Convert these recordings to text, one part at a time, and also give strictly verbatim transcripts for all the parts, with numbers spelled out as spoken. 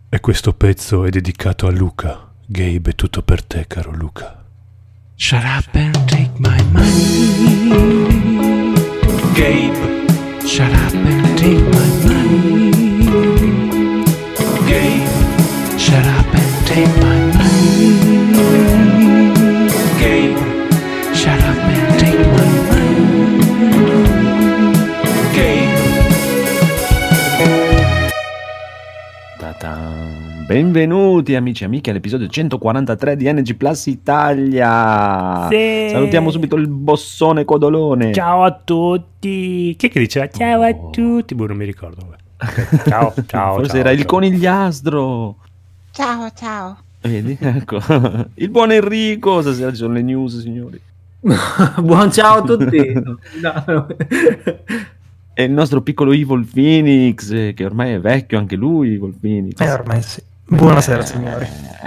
E questo pezzo è dedicato a Luca. Gabe, è tutto per te, caro Luca. Shut up and take my money. Gabe, shut up and take my money. Gabe, shut up and take my money. Gabe, shut up and take my money. Gabe. Ta-tan. Benvenuti amici e amiche all'episodio centoquarantatré di N G Plus Italia. Sì. Salutiamo subito il bossone Codolone. Ciao a tutti. Chi è che diceva ciao a tutti? Boh, non mi ricordo. Okay. Ciao, ciao. Forse ciao, era ciao. il conigliastro. Ciao, ciao. Vedi? Ecco. Il buon Enrico. Stasera ci sono le news, signori. Buon ciao a tutti. No, no. E il nostro piccolo Evil Phoenix, eh, che ormai è vecchio anche lui, Evil Phoenix. Eh, ormai sì. Buonasera, signori.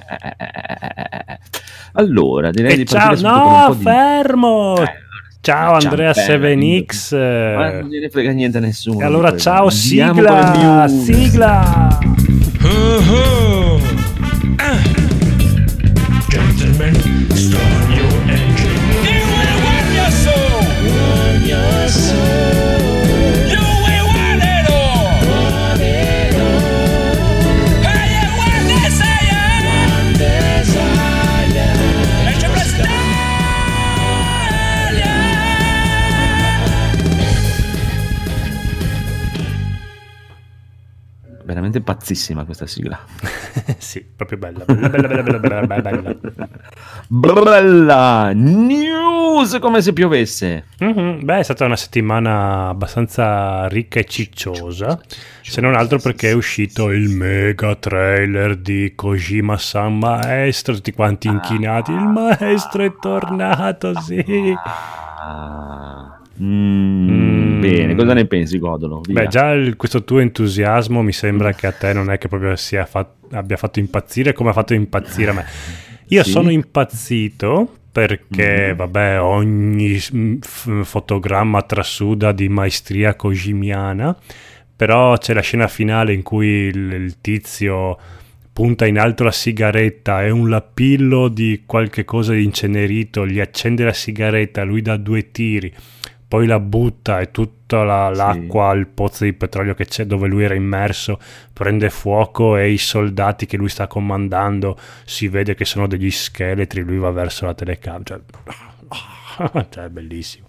Allora, direi E di ciao, partire subito con un no, po' di... fermo. Eh, Ciao Andrea ciampetti. seven X. Ma non gliene frega niente a nessuno. E allora di quello. ciao, Andiamo sigla, con le news. sigla. Uh-huh. Uh. Gentlemen, start your engine. You will want your soul. Want your soul. You will want it all. Want it all. Hey, you want desire. Want desire. Let your breath die. Veramente pazzissima questa sigla. Sì, proprio bella, bella, bella, bella, bella, bella, bella, bella. Bella news come se piovesse. Mhm. Beh, è stata una settimana abbastanza ricca e cicciosa, se non altro perché è uscito il mega trailer di Kojima-san Maestro, tutti quanti inchinati. Il maestro è tornato, sì. Ah. Mm, Mm. Bene, cosa ne pensi, Godolo? Via. Beh, già il- questo tuo entusiasmo mi sembra che a te non è che proprio sia fat- abbia fatto impazzire come ha fatto impazzire a me. Io Sì. sono impazzito perché, Mm. vabbè, ogni mm, f- fotogramma trasuda di maestria kojimiana, però c'è la scena finale in cui il, il tizio punta in alto la sigaretta e un lappillo di qualche cosa di incenerito gli accende la sigaretta, lui dà due tiri, poi la butta e tutta la- Sì. l'acqua al pozzo di petrolio che c'è dove lui era immerso prende fuoco e i soldati che lui sta comandando si vede che sono degli scheletri, lui va verso la telecamera, cioè, cioè è bellissimo.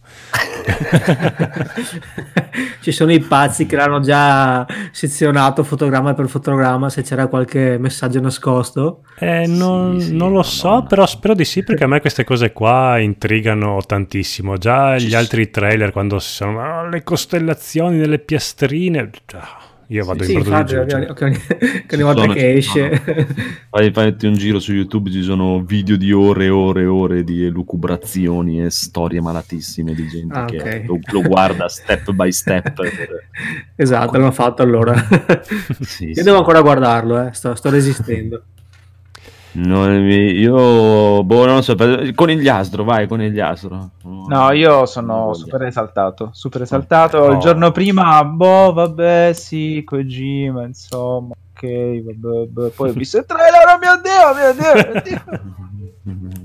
Ci sono i pazzi che l'hanno già sezionato fotogramma per fotogramma se c'era qualche messaggio nascosto. Eh, non, Sì, sì, non lo so, Madonna. però spero di sì, perché a me queste cose qua intrigano tantissimo. Già Ci gli s- altri trailer, quando si sono "Ah, le costellazioni delle piastrine", ah, io vado Sì, in brodo infatti, di giù, che cioè. ogni, che ogni- che ogni Ci volta sono, che ci esce Fai, fatti un giro su YouTube, ci sono video di ore e ore e ore di elucubrazioni e storie malatissime di gente Ah, che ok. lo, lo guarda step by step. per- esatto, l'hanno fatto allora. Sì, Io sì. devo ancora guardarlo, eh. sto, sto resistendo. Non mi- io, boh, non lo so, per- conigliastro, vai, conigliastro. No, io Non sono voglio. super esaltato, super esaltato. Oh. Il giorno prima, boh, vabbè, sì, Kojima, insomma, ok, vabbè, vabbè. Poi ho visto il trailer, oh mio Dio, mio Dio, mio Dio.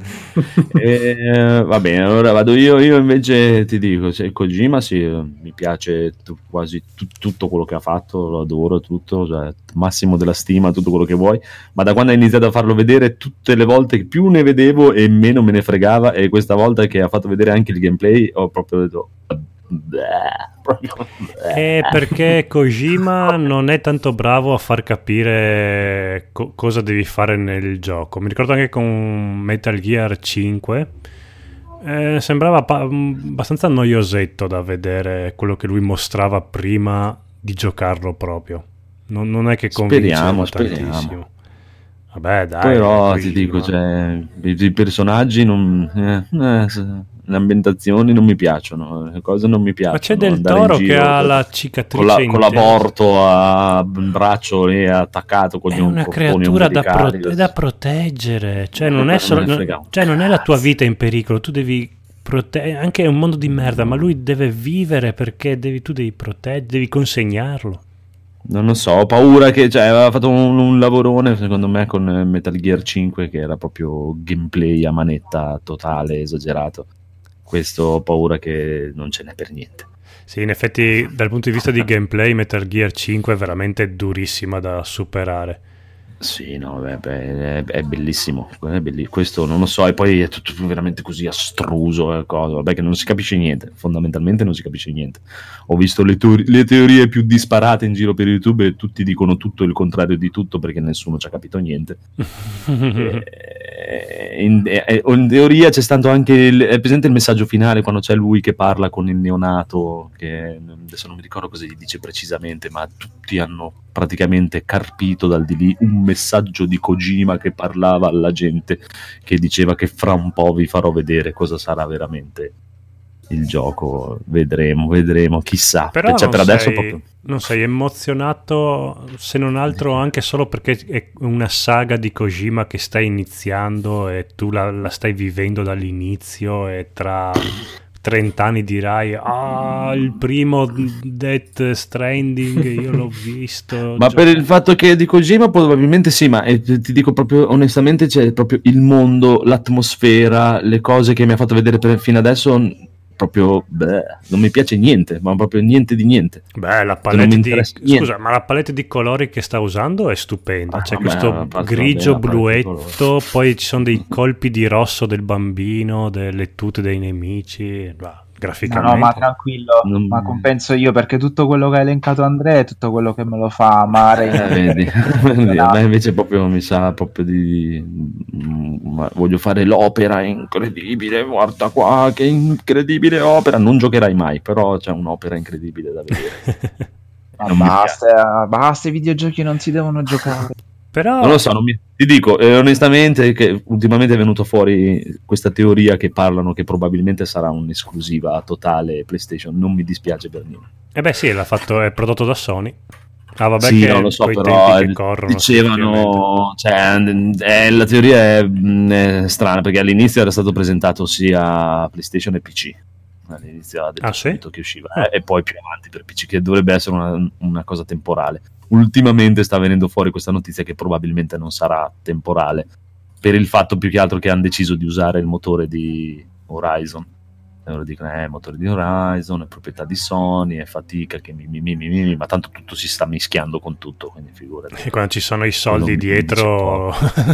Eh, va bene, allora vado io. Io invece ti dico, cioè, Kojima sì, mi piace tu- quasi tu- tutto quello che ha fatto, lo adoro tutto, cioè, massimo della stima, tutto quello che vuoi, ma da quando ha iniziato a farlo vedere, tutte le volte che più ne vedevo e meno me ne fregava, e questa volta che ha fatto vedere anche il gameplay ho proprio detto "Bleh", proprio, È perché Kojima non è tanto bravo a far capire co- cosa devi fare nel gioco. Mi ricordo anche con Metal Gear cinque, eh, sembrava pa- abbastanza noiosetto da vedere quello che lui mostrava prima di giocarlo proprio. Non, non è che convinceva Speriamo, speriamo. tantissimo. Vabbè, dai. però Kojima. ti dico, cioè, i, i personaggi non, eh, eh, se- le ambientazioni non mi piacciono, le cose non mi piacciono. Ma c'è Del andare in Toro che giro ha con- la cicatrice con, la- in con testa. l'aborto a braccio lì attaccato con È gli una copponi creatura da, umbilicali. pro- è da proteggere, cioè non Non è, me solo, ne non, frega un cioè non è la tua cazzo. vita in pericolo, tu devi proteggere, anche è un mondo di merda, ma lui deve vivere perché devi, tu devi proteggere, devi consegnarlo. non lo so, ho paura che, cioè, aveva fatto un, un lavorone secondo me con Metal Gear cinque che era proprio gameplay a manetta totale, esagerato. Questo ho paura che non ce n'è per niente. Sì, in effetti dal punto di vista di gameplay Metal Gear cinque è veramente durissima da superare. Sì, no, beh, beh, è, è bellissimo, è belli- questo non lo so, e poi è tutto veramente così astruso, eh, cosa, vabbè, che non si capisce niente, fondamentalmente non si capisce niente. Ho visto le, teori- le teorie più disparate in giro per YouTube e tutti dicono tutto il contrario di tutto perché nessuno ci ha capito niente. e, in, e, in teoria c'è stato anche, il, è presente il messaggio finale quando c'è lui che parla con il neonato, che adesso non mi ricordo cosa gli dice precisamente, ma tutti hanno praticamente carpito dal di lì un messaggio di Kojima che parlava alla gente, che diceva che fra un po' vi farò vedere cosa sarà veramente il gioco, vedremo, vedremo, chissà. Però cioè, non, per adesso sei, proprio... non sei emozionato, se non altro anche solo perché è una saga di Kojima che stai iniziando e tu la, la stai vivendo dall'inizio e tra trenta anni dirai ah, il primo Death Stranding io l'ho visto. Ma gio- per il fatto che è di Kojima probabilmente sì, ma eh, ti dico proprio onestamente, c'è proprio il mondo, l'atmosfera, le cose che mi ha fatto vedere per, fino adesso proprio beh, non mi piace niente, ma proprio niente di niente. Beh, la non mi palette di interessa niente. scusa, ma la palette di colori che sta usando è stupenda. Ah, C'è vabbè, questo a parte, grigio vabbè, la palette di bluetto, poi ci sono dei colpi di rosso del bambino, delle tute dei nemici. Bah, No, graficamente. no, ma tranquillo, Non- ma compenso io perché tutto quello che ha elencato Andrea è tutto quello che me lo fa amare. Eh, vedi, vedi, a me invece proprio mi sa proprio di mm, ma voglio fare l'opera incredibile, guarda qua che incredibile opera, non giocherai mai, però c'è un'opera incredibile da vedere. Ma non mi basta, basta, i videogiochi non si devono giocare. Però Non lo so, non mi- ti dico eh, onestamente che ultimamente è venuto fuori questa teoria che parlano che probabilmente sarà un'esclusiva totale PlayStation, non mi dispiace per niente. eh beh sì, l'ha fatto, è prodotto da Sony. Ah vabbè, Sì, che non lo so, coi però tempi che eh, corrono, effettivamente. dicevano, cioè, eh, la teoria è, mh, è strana perché all'inizio era stato presentato sia PlayStation e P C. All'inizio ha detto Ah, sì? subito che usciva eh, e poi più avanti per P C, che dovrebbe essere una, una cosa temporale. Ultimamente sta venendo fuori questa notizia che probabilmente non sarà temporale, per il fatto più che altro che hanno deciso di usare il motore di Horizon. E loro dicono, eh, motore di Horizon, è proprietà di Sony, è fatica, che mi, mi, mi, mi, mi, ma tanto tutto si sta mischiando con tutto, quindi figurati. E quando ci sono i soldi Non mi dietro,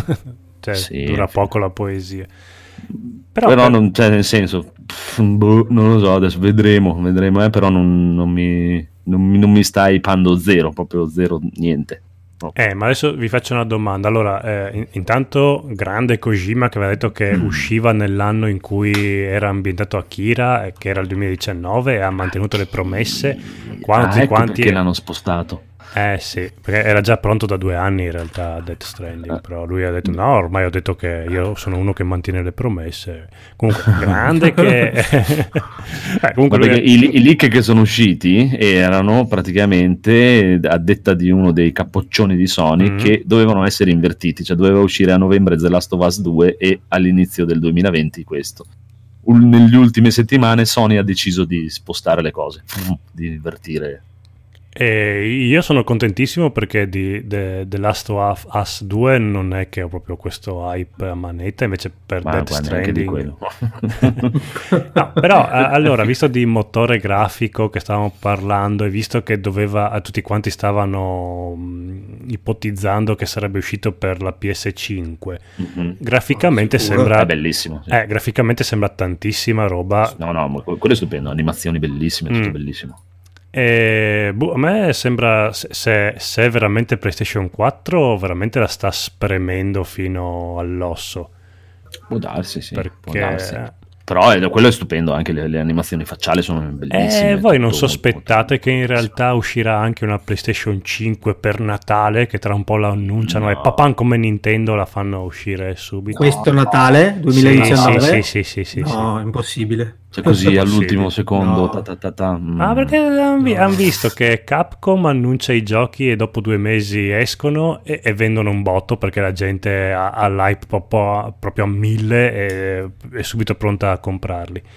cioè, Sì, dura sì. poco la poesia. Però, Però, per- non, cioè, nel senso, pff, boh, non lo so, adesso vedremo, vedremo, eh, però non, non mi, non, mi, non mi sta ipando zero, proprio zero, niente. Proprio. Eh, ma adesso vi faccio una domanda. Allora, eh, in- intanto, grande Kojima che aveva detto che Mm. usciva nell'anno in cui era ambientato Akira, eh, che era il duemiladiciannove, e ha mantenuto le promesse. Quanti, Ah, ecco quanti... perché l'hanno spostato. Eh sì, perché era già pronto da due anni in realtà Death Stranding, Eh. però lui ha detto no, ormai ho detto che io sono uno che mantiene le promesse. Comunque, grande che... eh, comunque Ma lui perché è- i, i leak che sono usciti erano praticamente, a detta di uno dei capoccioni di Sony, Mm. che dovevano essere invertiti, cioè doveva uscire a novembre The Last of Us due e all'inizio del duemilaventi questo. Ul- Negli ultime settimane Sony ha deciso di spostare le cose, di invertire. E io sono contentissimo perché di The, The Last of Us due non è che ho proprio questo hype a manetta, invece per Ma Death guarda, anche di Stranding... quello. No, però a- allora, visto di motore grafico che stavamo parlando e visto che doveva, a tutti quanti stavano mh, ipotizzando che sarebbe uscito per la P S cinque, Mhm. graficamente Sicuro. sembra... È bellissimo. sì. Eh, graficamente sembra tantissima roba. No, no, ma quello è stupendo, animazioni bellissime, tutto Mm. bellissimo. E, boh, a me sembra se, se- se è veramente PlayStation quattro veramente la sta spremendo fino all'osso, Può darsi, sì, può perché darsi. Però è- quello è stupendo, anche le, le animazioni facciali sono bellissime. eh, voi non tutto- sospettate tutto- che in realtà uscirà anche una PlayStation cinque per Natale, che tra un po' la annunciano No. e papan come Nintendo la fanno uscire subito. Questo Natale duemiladiciannove? Sì, sì, sì, sì, sì, sì. No, impossibile. Cioè così Possibile. all'ultimo secondo. No. ta ta ta ta, mm. Ah, perché hanno visto che Capcom annuncia i giochi e dopo due mesi escono e, e vendono un botto perché la gente ha, ha l'hype proprio, proprio a mille e è subito pronta a comprarli.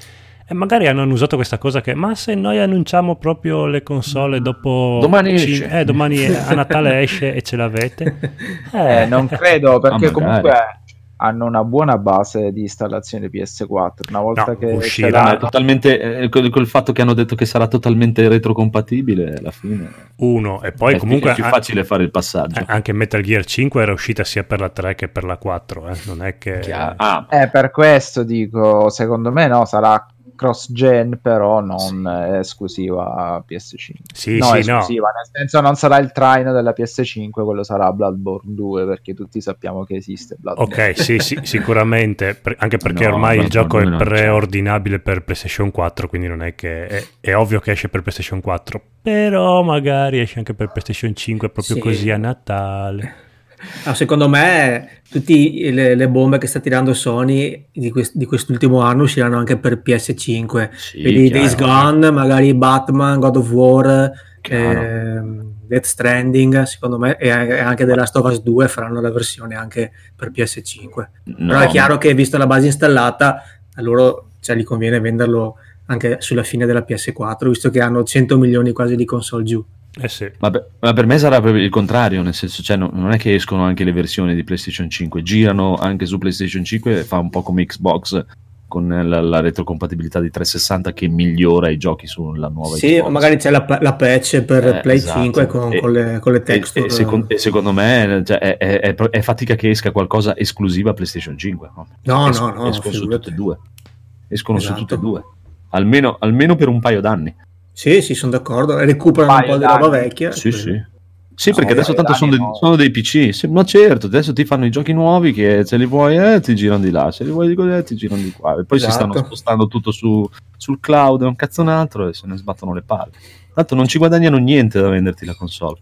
E magari hanno usato questa cosa che, ma se noi annunciamo proprio le console dopo... Domani cin- esce. Eh, domani a Natale esce e ce l'avete? Eh, non credo, perché Ah, magari. comunque hanno una buona base di installazione P S quattro. Una volta No, che uscirà- ce Ma è l'hanno- totalmente eh, col, col fatto che hanno detto che sarà totalmente retrocompatibile alla fine Uno, e poi è comunque... più a- facile fare il passaggio. eh, anche Metal Gear cinque era uscita sia per la tre che per la quattro, eh. Non è che... Chiaro. Ah, Eh, per questo dico, secondo me no, sarà cross-gen, però non eh, esclusiva P S cinque. Sì, no, sì, esclusiva, nel senso non sarà il traino della P S cinque, quello sarà Bloodborne due, perché tutti sappiamo che esiste Bloodborne. Ok, sì, sì, sicuramente, per- anche perché No, ormai il Bloodborne gioco è non c'è. preordinabile per PlayStation quattro, quindi non è che... È, è ovvio che esce per PlayStation quattro, però magari esce anche per PlayStation cinque proprio Sì. così a Natale. Ah, secondo me tutte le, le bombe che sta tirando Sony di, quest- di quest'ultimo anno usciranno anche per P S cinque. Sì, Vedi chiaro. Days Gone, magari Batman, God of War, Chiaro. ehm, Death Stranding, secondo me, e e anche The Last of Us due faranno la versione anche per P S cinque. no, Però è chiaro che visto la base installata, a loro cioè, gli conviene venderlo anche sulla fine della P S quattro, visto che hanno cento milioni quasi di console giù. Eh sì. Ma per, ma per me sarà proprio il contrario, nel senso, cioè, no- non è che escono anche le versioni di PlayStation cinque, girano anche su PlayStation cinque, fa un po' come Xbox con la, la retrocompatibilità di trecentosessanta che migliora i giochi sulla nuova Sì, Xbox. magari c'è la, la patch per Eh, Play esatto. cinque con, E- con le, con le E, texture. e secon- e secondo me cioè, è, è- è pro- è fatica che esca qualcosa esclusiva a PlayStation cinque. No, No, Es- no, no, escono su figurati. tutte e due. Escono Esatto. su tutte e due. Almeno, almeno per un paio d'anni. Sì, sì, sono d'accordo. Recuperano un Paio po' di roba d'anni. vecchia. Sì, quello. sì. Sì, No, perché adesso paio tanto sono, d'anni dei- no. sono dei P C. Sì, ma certo, adesso ti fanno i giochi nuovi che se li vuoi eh, ti girano di là, se li vuoi di così ti girano di qua. E poi si Esatto. stanno spostando tutto su, sul cloud e un cazzo un altro e se ne sbattono le palle. Tanto non ci guadagnano niente da venderti la console.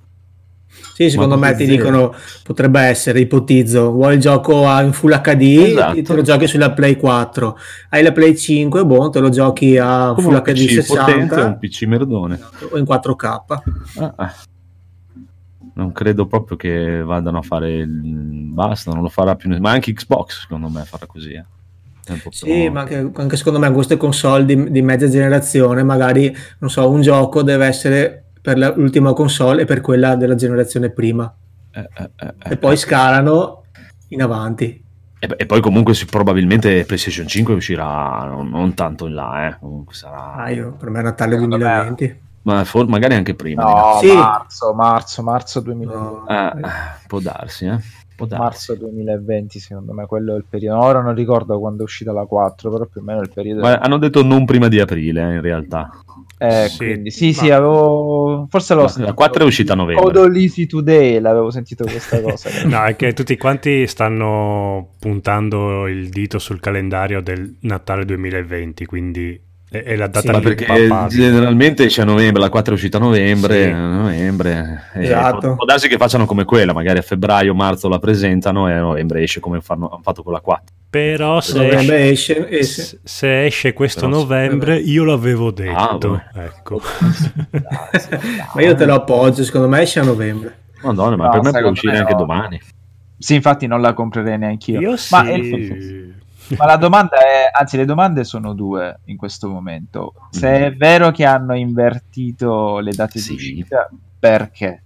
Sì, secondo Ma me ti zero. dicono, potrebbe essere, ipotizzo, vuoi il gioco a- in Full H D, Esatto. ti- te lo giochi sulla Play quattro. Hai la Play cinque, boh, te lo giochi a Come Full un H D P C potente, un sessanta P C merdone. o in quattro K. Ah, ah. Non credo proprio che vadano a fare il... basta, non lo farà più nessuno. Ma anche Xbox secondo me farà così. Eh. È un po' Sì, troppo- ma anche, anche secondo me queste console di, di mezza generazione, magari, non so, un gioco deve essere per la- l'ultima console e per quella della generazione prima. Eh, eh, eh, eh, E poi eh. scalano in avanti. E, e poi comunque sì, probabilmente PlayStation cinque uscirà non, non tanto in là, eh. Comunque sarà... Ah, io, per me è Natale Secondo me- duemilaventi. Ma for- magari anche prima. No, Sì. marzo, marzo, marzo duemilaventi. No. Eh, può darsi, eh. Può darsi. Marzo duemilaventi, secondo me, quello è il periodo. Ora non ricordo quando è uscita la quattro, però più o meno il periodo. Ma hanno detto non prima di aprile, eh, in realtà. Eh, Sì, quindi, sì, ma- sì, avevo. Forse l'ho La- sentito. la quattro è uscita a novembre. Codolisi Today, l'avevo sentito questa cosa. No, è che tutti quanti stanno puntando il dito sul calendario del Natale duemilaventi, quindi è, è la data Sì, Ma più perché papabile. generalmente esce a novembre, la quattro è uscita a novembre, Sì. a novembre. eh, Esatto. può, può darsi che facciano come quella, magari a febbraio, marzo la presentano e a novembre esce come fanno- hanno fatto con la quattro. Però se Novembre esce, esce, esce. se- se esce questo Però sì. novembre, io l'avevo detto. Ah, boh. Ecco. Ma io te lo appoggio, secondo me esce a novembre. Madonna, ma No, per me può secondo uscire me anche no. domani. Sì, infatti non la comprerei neanche io. Io sì. Ma, il- ma la domanda è, anzi, le domande sono due in questo momento. Se Mm. è vero che hanno invertito le date Sì. di uscita, perché?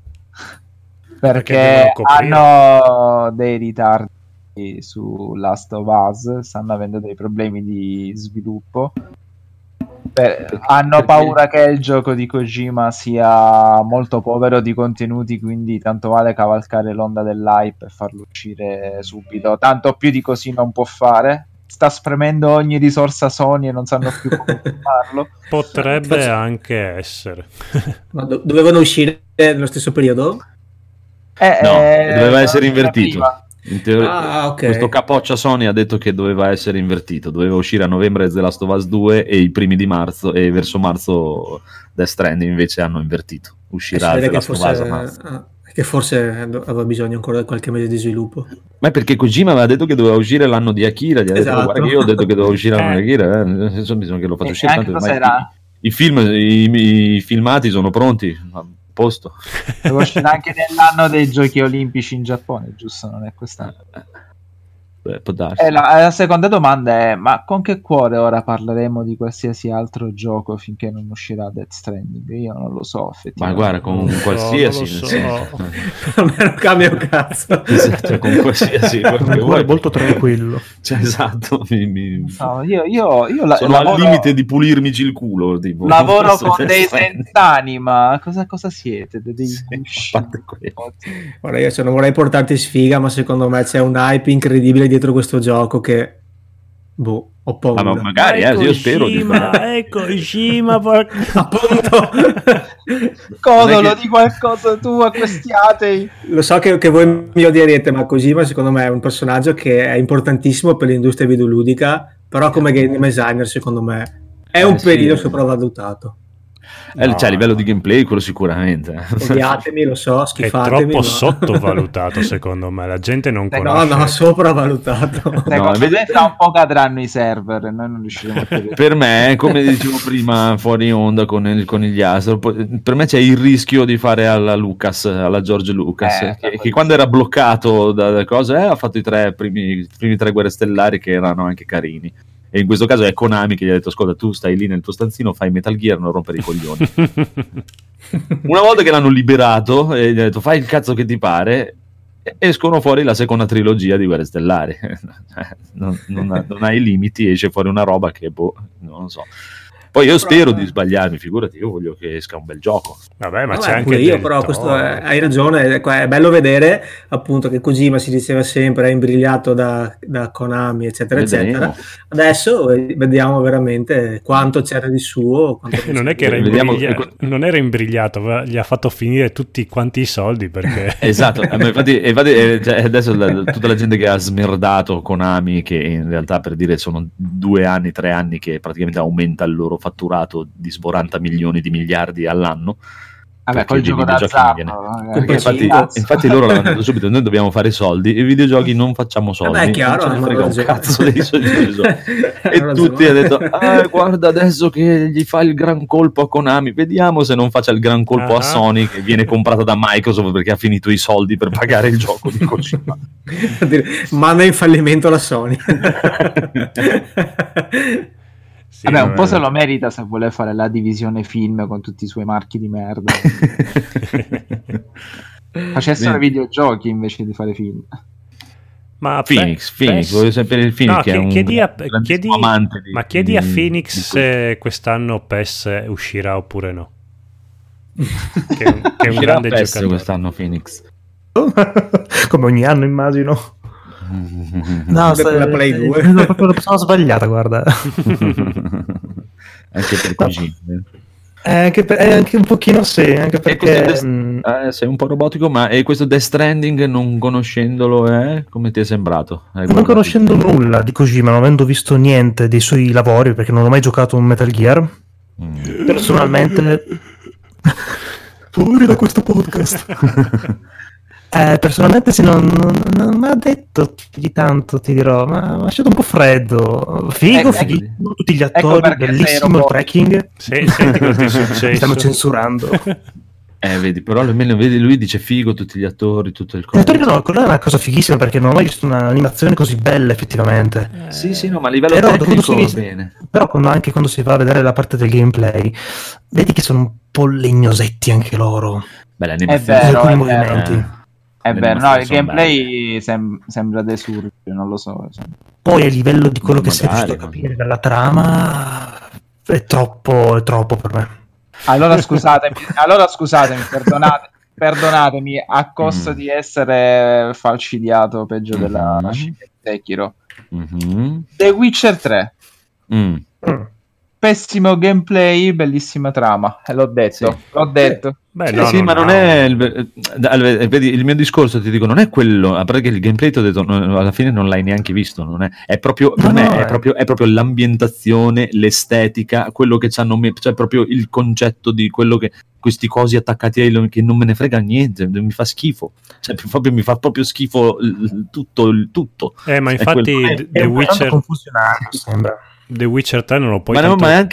Perché Perché devono coprire. hanno dei ritardi su Last of Us, stanno avendo dei problemi di sviluppo. Per- hanno perché- paura che il gioco di Kojima sia molto povero di contenuti, quindi tanto vale cavalcare l'onda dell'hype e farlo uscire subito. Tanto più di così non può fare. Sta spremendo ogni risorsa Sony e non sanno più come farlo. Potrebbe Faccio- anche essere. Ma do- dovevano uscire nello stesso periodo? Eh, No, eh, doveva essere non invertito. capiva. In teoria, Ah, ok. questo capoccia Sony ha detto che doveva essere invertito, doveva uscire a novembre The Last of Us due e i primi di marzo e verso marzo Death Stranding invece hanno invertito. Eh, si Uscirà vede The che Last of Us a marzo. forse, ah, che forse aveva bisogno ancora di qualche mese di sviluppo. Ma è perché Kojima aveva detto che doveva uscire l'anno di Akira, gli ha detto Esatto. guarda che io ho detto che doveva uscire l'anno Eh. di Akira, eh. Nel senso, bisogna che lo faccia E uscire, anche tanto ormai cos'era? i, i film, i, i filmati sono pronti, a posto. Deve uscire anche nell'anno dei giochi olimpici in Giappone, giusto? Non è quest'anno. Beh, può darsi. E la, la seconda domanda è: ma con che cuore ora parleremo di qualsiasi altro gioco finché non uscirà Death Stranding? Io non lo so, Ma effettivamente. guarda, con Non so, qualsiasi, non lo nel so. senso- A me non cambia un cazzo. esatto, con qualsiasi quello Un che cuore vuoi. molto tranquillo. Cioè, esatto, mi- mi- No, io, io, io la, sono lavoro, al limite di pulirmici il culo. Tipo, lavoro Questo con Death dei Stranding. senz'anima. Cosa, cosa siete? Dei Sì, gusci? a parte quello. Guarda, io se non vorrei portarti sfiga, ma secondo me c'è un hype incredibile dietro questo gioco che, boh, ho Ma, paura. ma magari, eh, io spero di sbagliare. è Kojima, porca- Appunto. Codolo Non è che- di qualcosa tu a questi atei. Lo so che, che voi mi odierete, ma Kojima secondo me è un personaggio che è importantissimo per l'industria videoludica, però come game designer secondo me è un Eh, sì. pelino sopravvalutato. Eh, No, cioè, a livello no. di gameplay, quello sicuramente. Odiatemi, lo so, È schifatemi. troppo ma- sottovalutato, secondo me. La gente non Eh, No, conosce. no, sopravvalutato. Secondo vedi- me fra un po' cadranno i server e noi non riusciremo a capire. Per me, come dicevo prima fuori onda con il conigliastro, po- per me c'è il rischio di fare alla Lucas, alla George Lucas, Eh, che, che quando era bloccato da, da cose eh, ha fatto i tre primi, i primi tre guerre stellari che erano anche carini. E in questo caso è Konami che gli ha detto: ascolta, tu stai lì nel tuo stanzino, fai Metal Gear, non rompere i coglioni. Una volta che l'hanno liberato e gli ha detto fai il cazzo che ti pare, escono fuori la seconda trilogia di Guerre Stellari. non, non, non hai limiti, esce fuori una roba che boh, non lo so. Poi io spero di sbagliarmi, figurati, io voglio che esca un bel gioco. Vabbè, ma Vabbè, c'è anche pure io, del però questo Toro. è- hai ragione, è, è bello vedere appunto che Kojima si diceva sempre è imbrigliato da, da Konami, eccetera, Vedremo. eccetera. Adesso eh, vediamo veramente quanto c'era di suo. Quanto Non è che era, Vediamo- imbriglia- non era imbrigliato, aveva- gli ha fatto finire tutti quanti i soldi perché Esatto, eh, ma infatti, infatti eh, cioè, adesso la- tutta la gente che ha smerdato Konami, che in realtà per dire sono due anni, tre anni che praticamente aumenta il loro fatturato di sforanta milioni di miliardi all'anno. Vabbè, perché col dei gioco videogiochi d'azzardo, non viene. magari. Colpa Infatti, Cazzo. infatti loro l'hanno detto subito, noi dobbiamo fare soldi, i videogiochi non facciamo soldi, Vabbè, è chiaro, non ce ne hanno frega un ragione. cazzo dei soldi. E Hanno tutti ragione. hanno detto ah, guarda adesso che gli fa il gran colpo a Konami, vediamo se non faccia il gran colpo Ah. a Sony che viene comprata da Microsoft perché ha finito i soldi per pagare il gioco di Kojima. Manda in fallimento la Sony. Sì, Vabbè, un po' vabbè. se lo merita se vuole fare la divisione film con tutti i suoi marchi di merda. Facessero Bene. videogiochi invece di fare film. Ma Phoenix, pe- Phoenix, pes- voglio sapere il Phoenix No, che è chiedi- un chiedi a- grandissimo chiedi- amante di- ma chiedi a di- Phoenix di- se quest'anno P E S uscirà oppure no. Che è un, che è un Uscirà grande P E S giocatore. quest'anno Phoenix. Come ogni anno, immagino. No, Per la Play due. è proprio la persona sbagliata, guarda. Anche per Kojima. È anche, per- è anche un pochino sì, anche E questo perché... Death- mh, eh, sei un po' robotico, ma e questo Death Stranding, non conoscendolo, eh, come ti è sembrato? Hai non guardato- conoscendo nulla di Kojima, non avendo visto niente dei suoi lavori, perché non ho mai giocato un Metal Gear, Mm. personalmente... Fuori da questo podcast. Eh, personalmente sì, non, non, non mi ha detto di tanto, ti dirò, ma mi ha lasciato un po' freddo. Figo, Ecco, fighissimo, tutti gli ecco attori, perché sei bellissimo il robotico. tracking. Sì, senti cosa ti è Mi successo. stanno censurando. Eh, vedi, però almeno vedi, lui dice figo, tutti gli attori, tutto il Gli attori no, quella è una cosa fighissima perché non ho mai visto un'animazione così bella effettivamente. Sì, sì, no, ma a livello Però, tecnico quando si- va bene. Però quando- anche quando si va a vedere la parte del gameplay, vedi che sono un po' legnosetti anche loro. Beh, È l'animazione- vero, alcuni è movimenti. vero. È Le vero, no, il animazioni sono gameplay sem- sembra desurgio, non lo so. cioè. Poi a livello di quello Ma che sei magari, riuscito a ma- capire dalla trama è troppo, è troppo per me. Allora scusatemi, allora scusatemi, perdonate, perdonatemi, a costo Mm. di essere falcidiato peggio della Mhm. scimmia di Sekiro. Mhm. The Witcher tre, Mm. Mm. pessimo gameplay, bellissima trama, e l'ho detto, Sì. l'ho detto. Beh, Sì, no, sì, ma non no. è il, eh, vedi, il mio discorso, ti dico, non è quello, a parte che il gameplay ti ho detto, no, alla fine non l'hai neanche visto, non è, è proprio, per No, me no, è, eh. proprio, è proprio l'ambientazione, l'estetica, quello che c'hanno, me- cioè proprio il concetto di quello che questi cosi attaccati ai lo- che non me ne frega niente, mi fa schifo, cioè proprio, mi fa proprio schifo il- il- tutto, il tutto. Eh, ma È infatti quello- È, The è un po' Witcher, confusionario, sembra. The Witcher tre non lo puoi Ma, no, tanto... ma anche, se,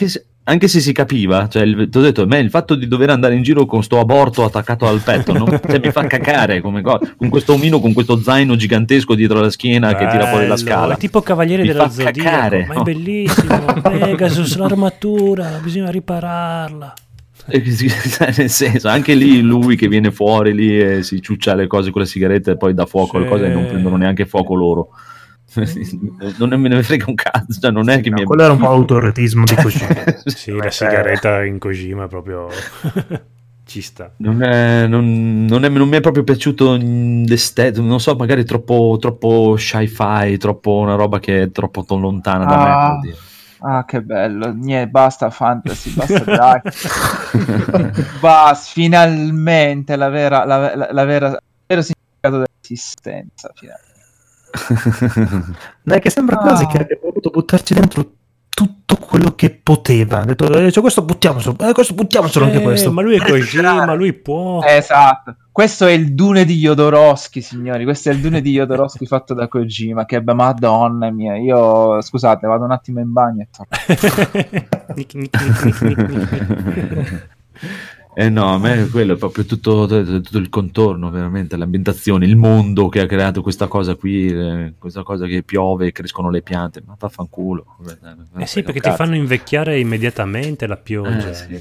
anche se si capiva, cioè, il, t'ho detto, a me il fatto di dover andare in giro con sto aborto attaccato al petto, non, cioè, mi fa cacare come cosa, con questo omino, con questo zaino gigantesco dietro la schiena che tira fuori la scala. È tipo Cavalieri Mi dello fa Zodiaco, cacare, ma no? è bellissimo. Pegasus, l'armatura, bisogna ripararla. Eh, sì, nel senso, anche lì lui che viene fuori lì e si ciuccia le cose con le sigarette e poi dà fuoco Sì. le cose e non prendono neanche fuoco loro. Non me ne frega un cazzo, cioè non è che No, mi è... quello era un po' autoretismo di Kojima. Sì, la sigaretta in Kojima è proprio ci sta. Non, è, non, non, è, non mi è proprio piaciuto l'estetica, non so, magari troppo, troppo sci-fi, troppo una roba che è troppo to- lontana da me, Ah. per dire. Ah, che bello. Niente, basta fantasy, basta dai. Basta, finalmente la vera, la, la, la vera, il vero significato dell'esistenza. Finalmente. Dai, che sembra quasi che abbia voluto buttarci dentro tutto quello che poteva. Ha detto, eh, cioè, questo buttiamocelo, eh, questo buttiamocelo anche Eh, questo. ma lui è Kojima, lui può. Esatto. Questo è il Dune di Jodorowsky, signori. Questo è il Dune di Jodorowsky fatto da Kojima. Che beh, madonna mia. Io, scusate, vado un attimo in bagno e torno. Nic, nic, nic, nic, nic. Eh no, a me quello è proprio tutto, tutto il contorno, veramente, l'ambientazione, il mondo che ha creato questa cosa qui, eh, questa cosa che piove e crescono le piante, ma vaffanculo. Eh sì, perché ti fanno invecchiare immediatamente la pioggia. Eh, sì.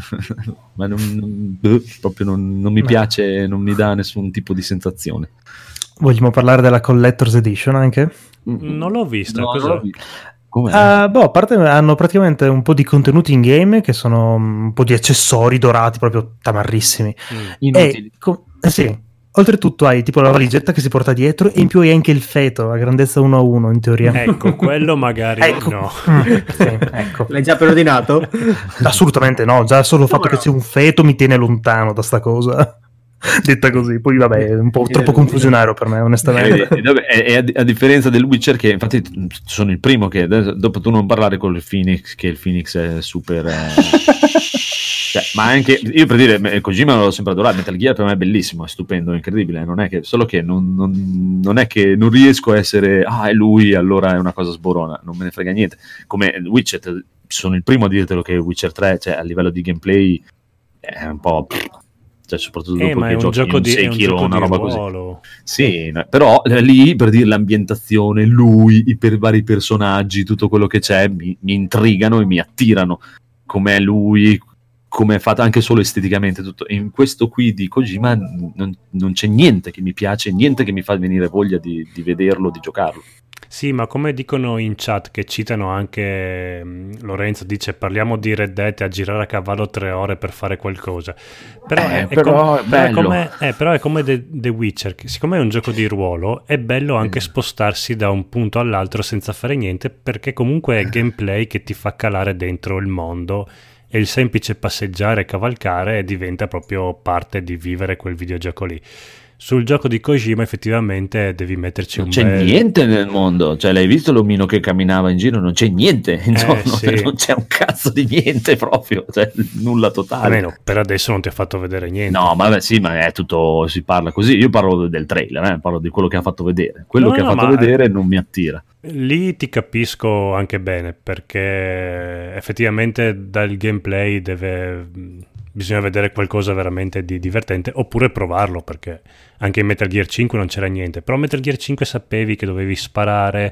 Ma non, non, boh, proprio non, non mi No. piace, non mi dà nessun tipo di sensazione. Vogliamo parlare della Collector's Edition anche? Non l'ho vista, No, cos'è? non l'ho visto. Com'è? Uh, boh, a parte hanno praticamente un po' di contenuti in game che sono un po' di accessori dorati proprio tamarrissimi. Mm. Inutili. E, co- eh sì, oltretutto hai tipo la valigetta che si porta dietro e in più hai anche il feto a grandezza uno a uno in teoria. Ecco, quello magari Ecco. no. Mm, sì, ecco. L'hai già preordinato? Assolutamente no, già solo il fatto che sia un feto mi tiene lontano da sta cosa. Detta così, poi vabbè, è un po' troppo confusionario per me, onestamente. E, vabbè, e- e a, a differenza del Witcher, che infatti sono il primo che adesso- dopo tu non parlare con il Phoenix, che il Phoenix è super eh, cioè, ma anche io per dire me- Kojima l'ho sempre adorato, Metal Gear per me è bellissimo, è stupendo, è incredibile, non è che solo che non, non, non è che non riesco a essere ah è lui allora è una cosa sborona, non me ne frega niente, come Witcher sono il primo a dirtelo che Witcher tre, cioè a livello di gameplay è un po' cioè soprattutto Eh, dopo ma è che un giochi gioco un di, è un Sekiro, gioco una di roba così. ruolo. Sì, no, però eh, lì per dire l'ambientazione, lui, i per vari personaggi, tutto quello che c'è mi, mi intrigano e mi attirano. Com'è lui, come è fatto anche solo esteticamente. Tutto. E in questo qui di Kojima non, non c'è niente che mi piace, niente che mi fa venire voglia di, di vederlo, di giocarlo. Sì, ma come dicono in chat, che citano anche mh, Lorenzo, dice parliamo di Red Dead e a girare a cavallo tre ore per fare qualcosa. Però, Eh, è, è però com- è però è bello. come, eh, però è come The, The Witcher, che siccome è un gioco di ruolo, è bello anche Mm. spostarsi da un punto all'altro senza fare niente, perché comunque è gameplay che ti fa calare dentro il mondo e il semplice passeggiare e cavalcare diventa proprio parte di vivere quel videogioco lì. Sul gioco di Kojima effettivamente devi metterci Non un c'è bel... niente nel mondo, cioè l'hai visto l'omino che camminava in giro? Non c'è niente intorno, sì. non c'è un cazzo di niente proprio, cioè nulla totale. Almeno per adesso non ti ha fatto vedere niente. No, ma vabbè, sì, ma è tutto, si parla così. Io parlo del trailer, eh, parlo di quello che ha fatto vedere. Quello No, che no, ha fatto ma- vedere non mi attira. Lì ti capisco anche bene, perché effettivamente dal gameplay deve... bisogna vedere qualcosa veramente di divertente, oppure provarlo, perché anche in Metal Gear cinque non c'era niente. Però Metal Gear cinque sapevi che dovevi sparare,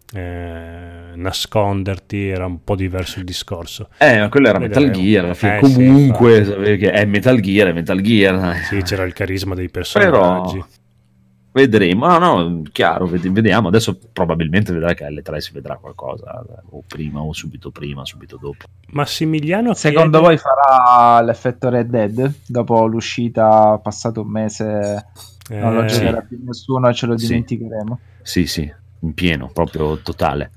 eh, nasconderti, era un po' diverso il discorso. Eh, ma quello era Metal Vedremo. Gear, alla fine. Eh, sì, Comunque, infatti. sapevi che è Metal Gear, è Metal Gear. dai. Sì, c'era il carisma dei Però personaggi. vedremo. No, no, chiaro, ved- vediamo. Adesso probabilmente vedrai che alle tre si vedrà qualcosa, eh, o prima o subito prima, subito dopo. Massimiliano Secondo chiede- voi farà l'effetto Red Dead? Dopo l'uscita, passato un mese, non lo Eh, giocherà più nessuno e ce lo Sì. dimenticheremo. Sì, sì, in pieno, proprio totale.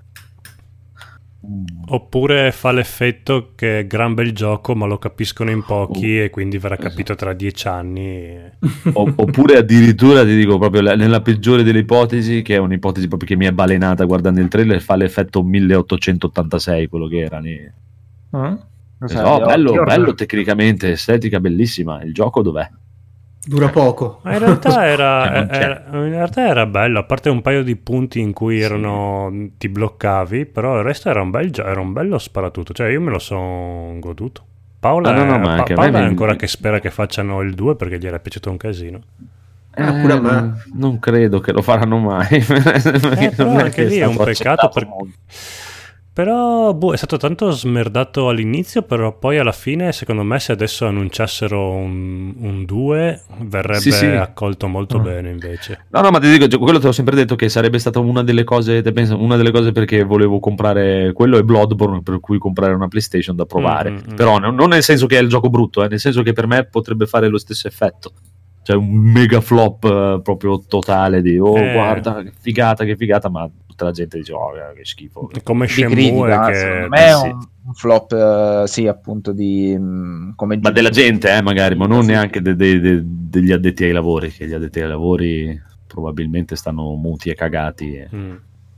Oppure fa l'effetto che è gran bel gioco ma lo capiscono in pochi Oh. e quindi verrà capito tra dieci anni. O- oppure addirittura ti dico proprio la- nella peggiore delle ipotesi, che è un'ipotesi proprio che mi è balenata guardando il trailer, fa l'effetto milleottocentottantasei, quello che era lì. Mm? Cos'è? No, bello, Fiorda. bello tecnicamente, estetica bellissima. Il gioco dov'è? Dura poco. Ma in realtà era, Che non c'è. era- in realtà era bello, a parte un paio di punti in cui erano ti bloccavi, però il resto era un bel gio- era un bello sparatutto, cioè io me lo sono goduto. Paola, Ah, no, no, è, ma Pa- anche a Paola me è mi- ancora che spera che facciano il due perché gli era piaciuto un casino. Ah, pure a me. non, non credo che lo faranno mai. Eh, però Non è anche che lì è un stato peccato accettato per- molto. Però boh, è stato tanto smerdato all'inizio, però poi alla fine secondo me se adesso annunciassero un, un due verrebbe Sì, sì. accolto molto Ah. bene invece. No, no, ma ti dico, cioè, quello te l'ho sempre detto che sarebbe stata una delle cose, te penso, una delle cose perché volevo comprare quello e Bloodborne, per cui comprare una PlayStation da provare. Mm, mm, mm. Però non non nel senso che è il gioco brutto, eh, nel senso che per me potrebbe fare lo stesso effetto. Cioè un mega flop eh, proprio totale di oh Eh. guarda che figata, che figata, ma tutta la gente dice oh che schifo. Come Di Shenmue critica, che secondo me è sì. un, un flop, eh, sì, appunto di mh, come Ma della gente, eh, magari, ma non Sì. neanche de- de- de- degli addetti ai lavori, che gli addetti ai lavori probabilmente stanno muti e cagati, eh, Mm.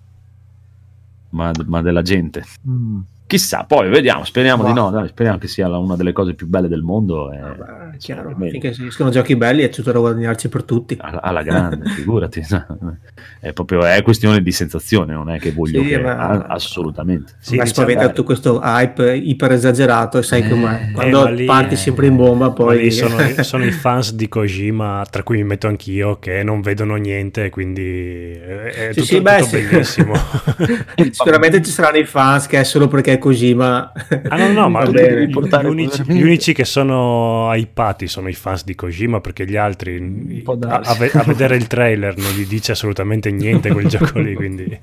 ma, ma della gente. Mm. Chissà, poi vediamo, speriamo Ma- di no, dai, speriamo che sia la- una delle cose più belle del mondo. E, Vabbè, e chiaro, speriamo- finché si escono giochi belli è tutto da guadagnarci per tutti. alla, alla grande, figurati. È proprio è questione di sensazione, non è che voglio Sì, che ma- ah, assolutamente. Sì, mi diciamo- spaventa tutto questo hype iper esagerato e sai Eh, com'è. eh, Quando ma lì- parti sempre in bomba Ma poi lì sono, sono i fans di Kojima, tra cui mi metto anch'io, che non vedono niente, quindi è, è Sì, tutto, sì, beh, tutto sì. bellissimo. Sicuramente ci saranno i fans che è solo perché è Kojima. Ah no, no, ma Va gli, bene. gli unici, gli unici che sono hypati sono i fans di Kojima, perché gli altri può a, darsi. a ve- a vedere il trailer non gli dice assolutamente niente quel gioco lì, quindi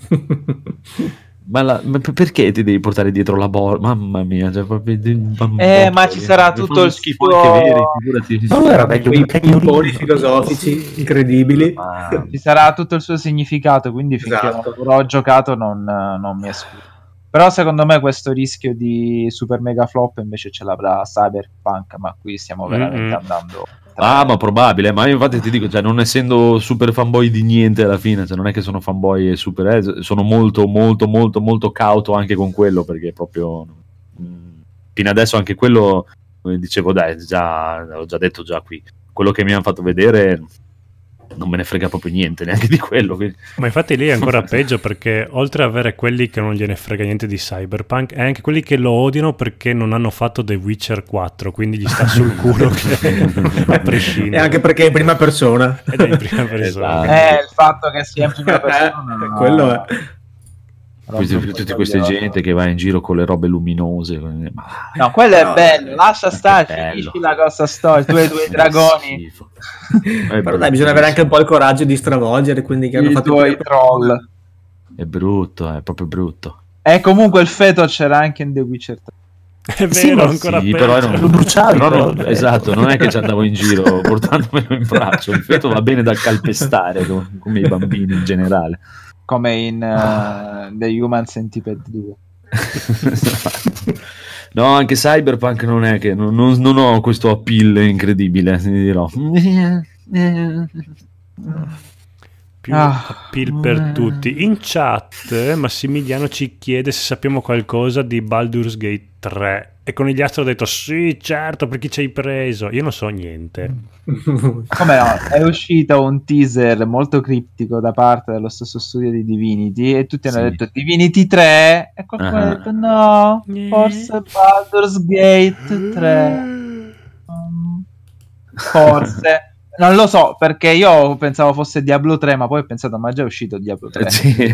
Ma, la- ma per- perché ti devi portare dietro la borsa? Mamma mia, cioè proprio di- bam- Eh, bam- ma ci sarà mi tutto fanno il schifo suo- anche veri, figurati. Ma allora era meglio di Quei cagnolino. piccoli filosofici incredibili. Ma- Ci sarà tutto il suo significato, quindi finché Esatto. non l'ho giocato non, non mi escludo. Però secondo me questo rischio di super mega flop invece ce l'avrà Cyberpunk, ma qui stiamo veramente Mm-mm. andando. Ah, ma probabile, ma io infatti ti dico, cioè, non essendo super fanboy di niente alla fine, cioè, non è che sono fanboy e super, eh, sono molto, molto, molto, molto cauto anche con quello, perché proprio mh, fino adesso anche quello, come dicevo, dai, già, l'ho già detto già qui, quello che mi hanno fatto vedere non me ne frega proprio niente neanche di quello. Quindi... ma infatti lì è ancora peggio, perché oltre ad avere quelli che non gliene frega niente di Cyberpunk, è anche quelli che lo odiano perché non hanno fatto The Witcher quattro, quindi gli sta sul culo che, a E prescindere. anche perché è in prima persona. Ed è in prima persona. Esatto. Eh, il fatto che sia in prima persona. Eh, quello è. Questi- tutte queste gente che va in giro con le robe luminose, quindi- ma- No, quello è No, bello, lascia che stare, bello. finisci la cosa storia, tu e i tuoi Che dragoni, schifo. È Però dai, bisogna avere anche un po' il coraggio di stravolgere, quindi che hanno i fatto tuoi troll. È brutto, è proprio brutto. E comunque il feto c'era anche in The Witcher tre. È vero, Sì, ma ancora sì, peggio. però era Lo bruciavi, Però però. non- esatto, non è che ci andavo in giro portandomelo in braccio. Il feto va bene da calpestare, com- come i bambini in generale. Come in eh, The Human Centipede due. No, anche Cyberpunk non è che non, non- non ho questo appeal incredibile, ti dirò. Più Ah. appeal per tutti. In chat eh, Massimiliano ci chiede se sappiamo qualcosa di Baldur's Gate tre, e con gli astro ha detto sì, certo, perché ci hai preso. Io non so niente. Come no, è uscito un teaser molto criptico da parte dello stesso studio di Divinity e tutti hanno Sì. detto Divinity tre e qualcuno Ah. ha detto no, Eh. forse Baldur's Gate tre. Mm, forse non lo so, perché io pensavo fosse Diablo tre, ma poi ho pensato ma è già uscito Diablo tre. Sì.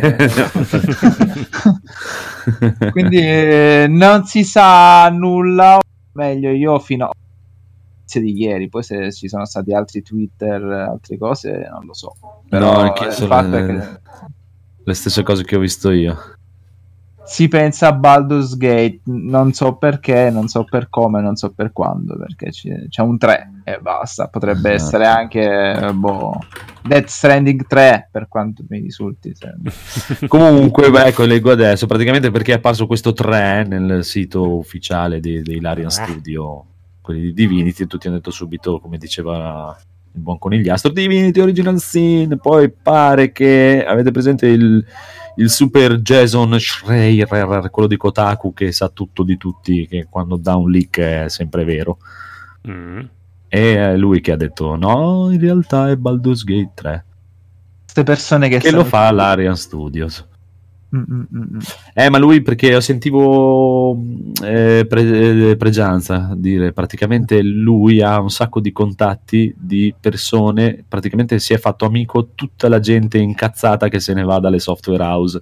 Quindi eh, non si sa nulla, o meglio io fino a inizio di ieri, poi se ci sono stati altri Twitter, altre cose non lo so, però No, anche il sono fatto le- è che Le stesse cose che ho visto io. si pensa a Baldur's Gate, non so perché, non so per come, non so per quando, perché c'è, c'è un tre e basta, potrebbe Esatto. essere anche eh, boh, Death Stranding tre per quanto mi risulti se- Comunque, beh, ecco, leggo adesso praticamente perché è apparso questo tre nel sito ufficiale di, di Larian Studio, quelli di Divinity, e tutti hanno detto subito, come diceva il buon conigliastro, Divinity Original Sin. Poi pare che avete presente il, il super Jason Schreier, quello di Kotaku, che sa tutto di tutti, che quando dà un leak è sempre vero. Mm. E è lui che ha detto no, in realtà è Baldur's Gate tre, Queste persone che, che lo sanno- fa l'Arian Studios. Mm, mm, mm, mm. Eh, ma lui perché io sentivo eh, pre- eh, Pregianza dire praticamente lui ha un sacco di contatti di persone, praticamente si è fatto amico tutta la gente incazzata che se ne va dalle software house.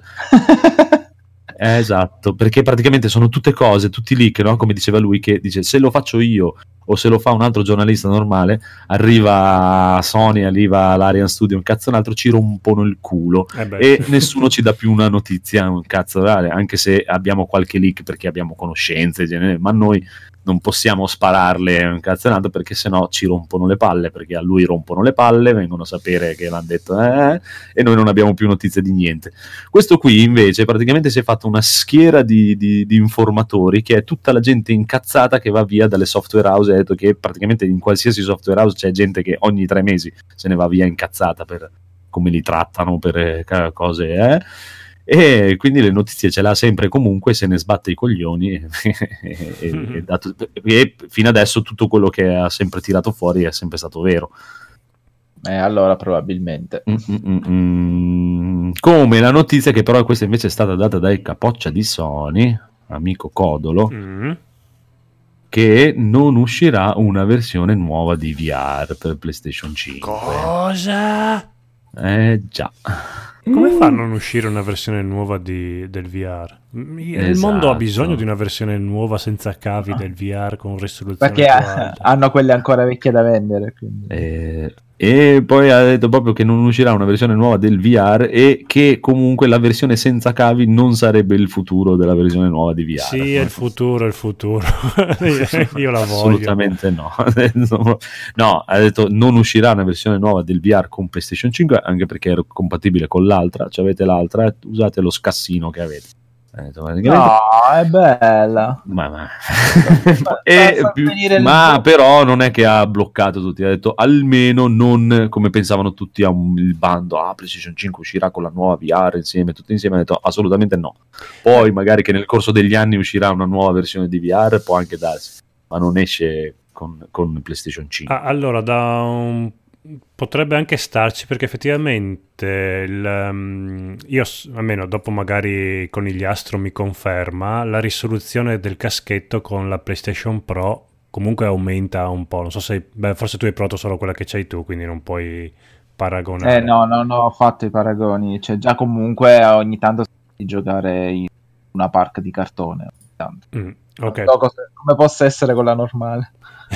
Eh, esatto, perché praticamente sono tutte cose, tutti leak, no? Come diceva lui, che dice se lo faccio io o se lo fa un altro giornalista normale, arriva Sony, arriva l'Arian Studio, un cazzo un altro, ci rompono il culo Eh beh. e nessuno ci dà più una notizia, un cazzo reale, anche se abbiamo qualche leak perché abbiamo conoscenze, genere, ma noi non possiamo spararle un cazzo un altro perché sennò ci rompono le palle, perché a lui rompono le palle, vengono a sapere che l'hanno detto eh, e noi non abbiamo più notizie di niente. Questo qui invece praticamente si è fatto una schiera di, di, di informatori che è tutta la gente incazzata che va via dalle software house, e ha detto che praticamente in qualsiasi software house c'è gente che ogni tre mesi se ne va via incazzata per come li trattano, per eh, cose eh. E quindi le notizie ce l'ha sempre comunque, se ne sbatte i coglioni e, e, e, dato, e fino adesso tutto quello che ha sempre tirato fuori è sempre stato vero. Eh, allora probabilmente. Mm-mm-mm. Come la notizia che però questa invece è stata data dai capoccia di Sony, amico Codolo, Mm. che non uscirà una versione nuova di V R per PlayStation cinque. Cosa? Eh già. Come fanno a non uscire una versione nuova di, del V R? M- Il Esatto. mondo ha bisogno di una versione nuova senza cavi del V R con risoluzione Perché più eh, alta. hanno quelle ancora vecchie da vendere. Quindi. Eh, e poi ha detto proprio che non uscirà una versione nuova del V R e che comunque la versione senza cavi non sarebbe il futuro della versione nuova di V R. Sì, è il futuro, è il futuro. Io la voglio. Assolutamente no. No, ha detto non uscirà una versione nuova del V R con PlayStation cinque, anche perché è compatibile con l'altra. Cioè avete l'altra, usate lo scassino che avete. Ha detto, praticamente- No, è bella. Ma, ma... Fa- E fa più- venire il- ma però non è che ha bloccato tutti, ha detto almeno non come pensavano tutti a un, il bando, ah PlayStation cinque uscirà con la nuova V R insieme, tutti insieme, ha detto assolutamente no. Poi magari che nel corso degli anni uscirà una nuova versione di V R, può anche darsi, ma non esce con, con PlayStation cinque. Ah, allora, da un... potrebbe anche starci perché effettivamente il, um, io s- almeno dopo magari Conigliastro mi conferma la risoluzione del caschetto con la PlayStation Pro comunque aumenta un po', non so se beh, forse tu hai provato solo quella che c'hai tu, quindi non puoi paragonare. Eh no, no, no, ho fatto i paragoni. Cioè, già comunque ogni tanto di giocare in una park di cartone. Ogni tanto. Mm, ok. Non so cosa- come possa essere quella normale.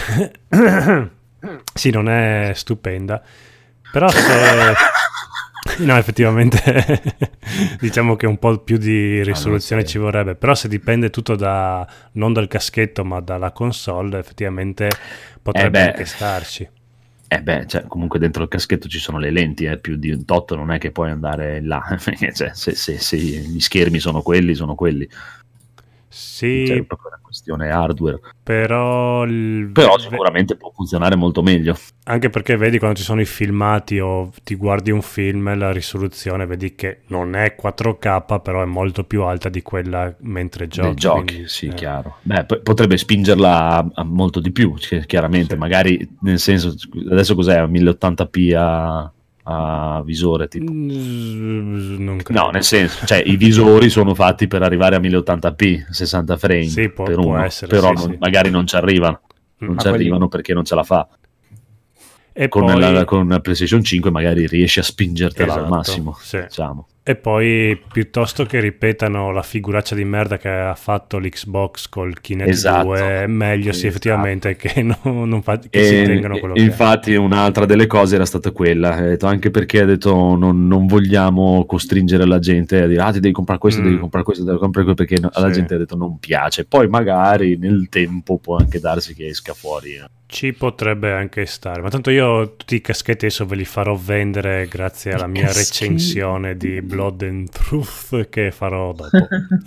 Sì, non è stupenda, però se no, effettivamente diciamo che un po' più di risoluzione Ah, sì. ci vorrebbe, però se dipende tutto da non dal caschetto ma dalla console, effettivamente potrebbe Eh beh. anche starci. Eh beh, cioè, comunque dentro il caschetto ci sono le lenti, eh, più di un tot non è che puoi andare là, cioè, se, se- se gli schermi sono quelli, sono quelli, Sì, cioè, è proprio una questione hardware, però il- però ve- sicuramente può funzionare molto meglio. anche perché vedi quando ci sono i filmati o ti guardi un film, la risoluzione vedi che non è quattro K, però è molto più alta di quella mentre giochi. Nei giochi, quindi, sì, eh. chiaro. Beh, p- potrebbe spingerla a, a molto di più, chi- chiaramente, Sì. magari nel senso, adesso cos'è, mille ottanta p a, a visore, tipo. Mm, Non credo. No, nel senso, cioè i visori sono fatti per arrivare a mille ottanta p, sessanta frame Sì, può- per può uno, essere, però sì, non- sì. magari non ci arrivano, non Mm. ci Ma quelli- arrivano perché non ce la fa. E Con, poi, la, con la PlayStation cinque magari riesci a spingertela al Esatto, massimo, sì. diciamo. e poi piuttosto che ripetano la figuraccia di merda che ha fatto l'Xbox col Kinect Esatto. due, è meglio sì Esatto. effettivamente che, non, non fa- che E, si tengano quello che infatti un'altra delle cose era stata quella, ha detto, anche perché ha detto non, non vogliamo costringere la gente a dire ah ti devi comprare questo, Mm. devi comprare questo, devi comprare quello, perché no- alla Sì. gente ha detto non piace, poi magari nel tempo può anche darsi che esca fuori. eh. ci potrebbe anche stare, ma tanto io tutti i caschetti adesso ve li farò vendere grazie alla mia Caschetti. recensione di Blood and Truth che farò dopo.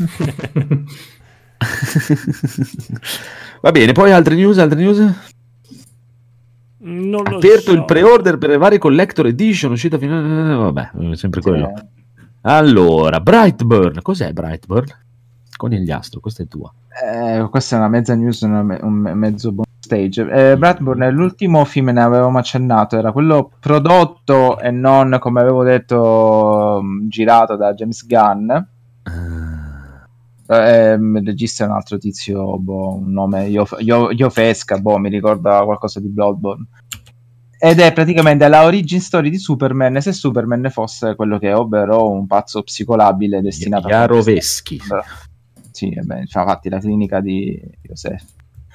Va bene, poi altre news, altre news? Non lo Aperto so. il pre-order per le varie collector edition, uscita fino a... vabbè, è sempre quello. Cioè, Allora, Brightburn, cos'è Brightburn? Conigliastro, questa è tua. eh, questa è una mezza news, una me- un me- mezzo bonus Stage. Eh, Bradburn, l'ultimo film, ne avevamo accennato, era quello prodotto e non, come avevo detto, mh, girato da James Gunn. Eh, il regista è un altro tizio, boh, un nome io, io, io Fesca, boh, mi ricorda qualcosa di Bloodborne. Ed è praticamente la origin story di Superman, se Superman fosse quello che è, ovvero un pazzo psicolabile destinato Jaroveschi. a... Sì, eh beh, infatti la clinica di Joseph.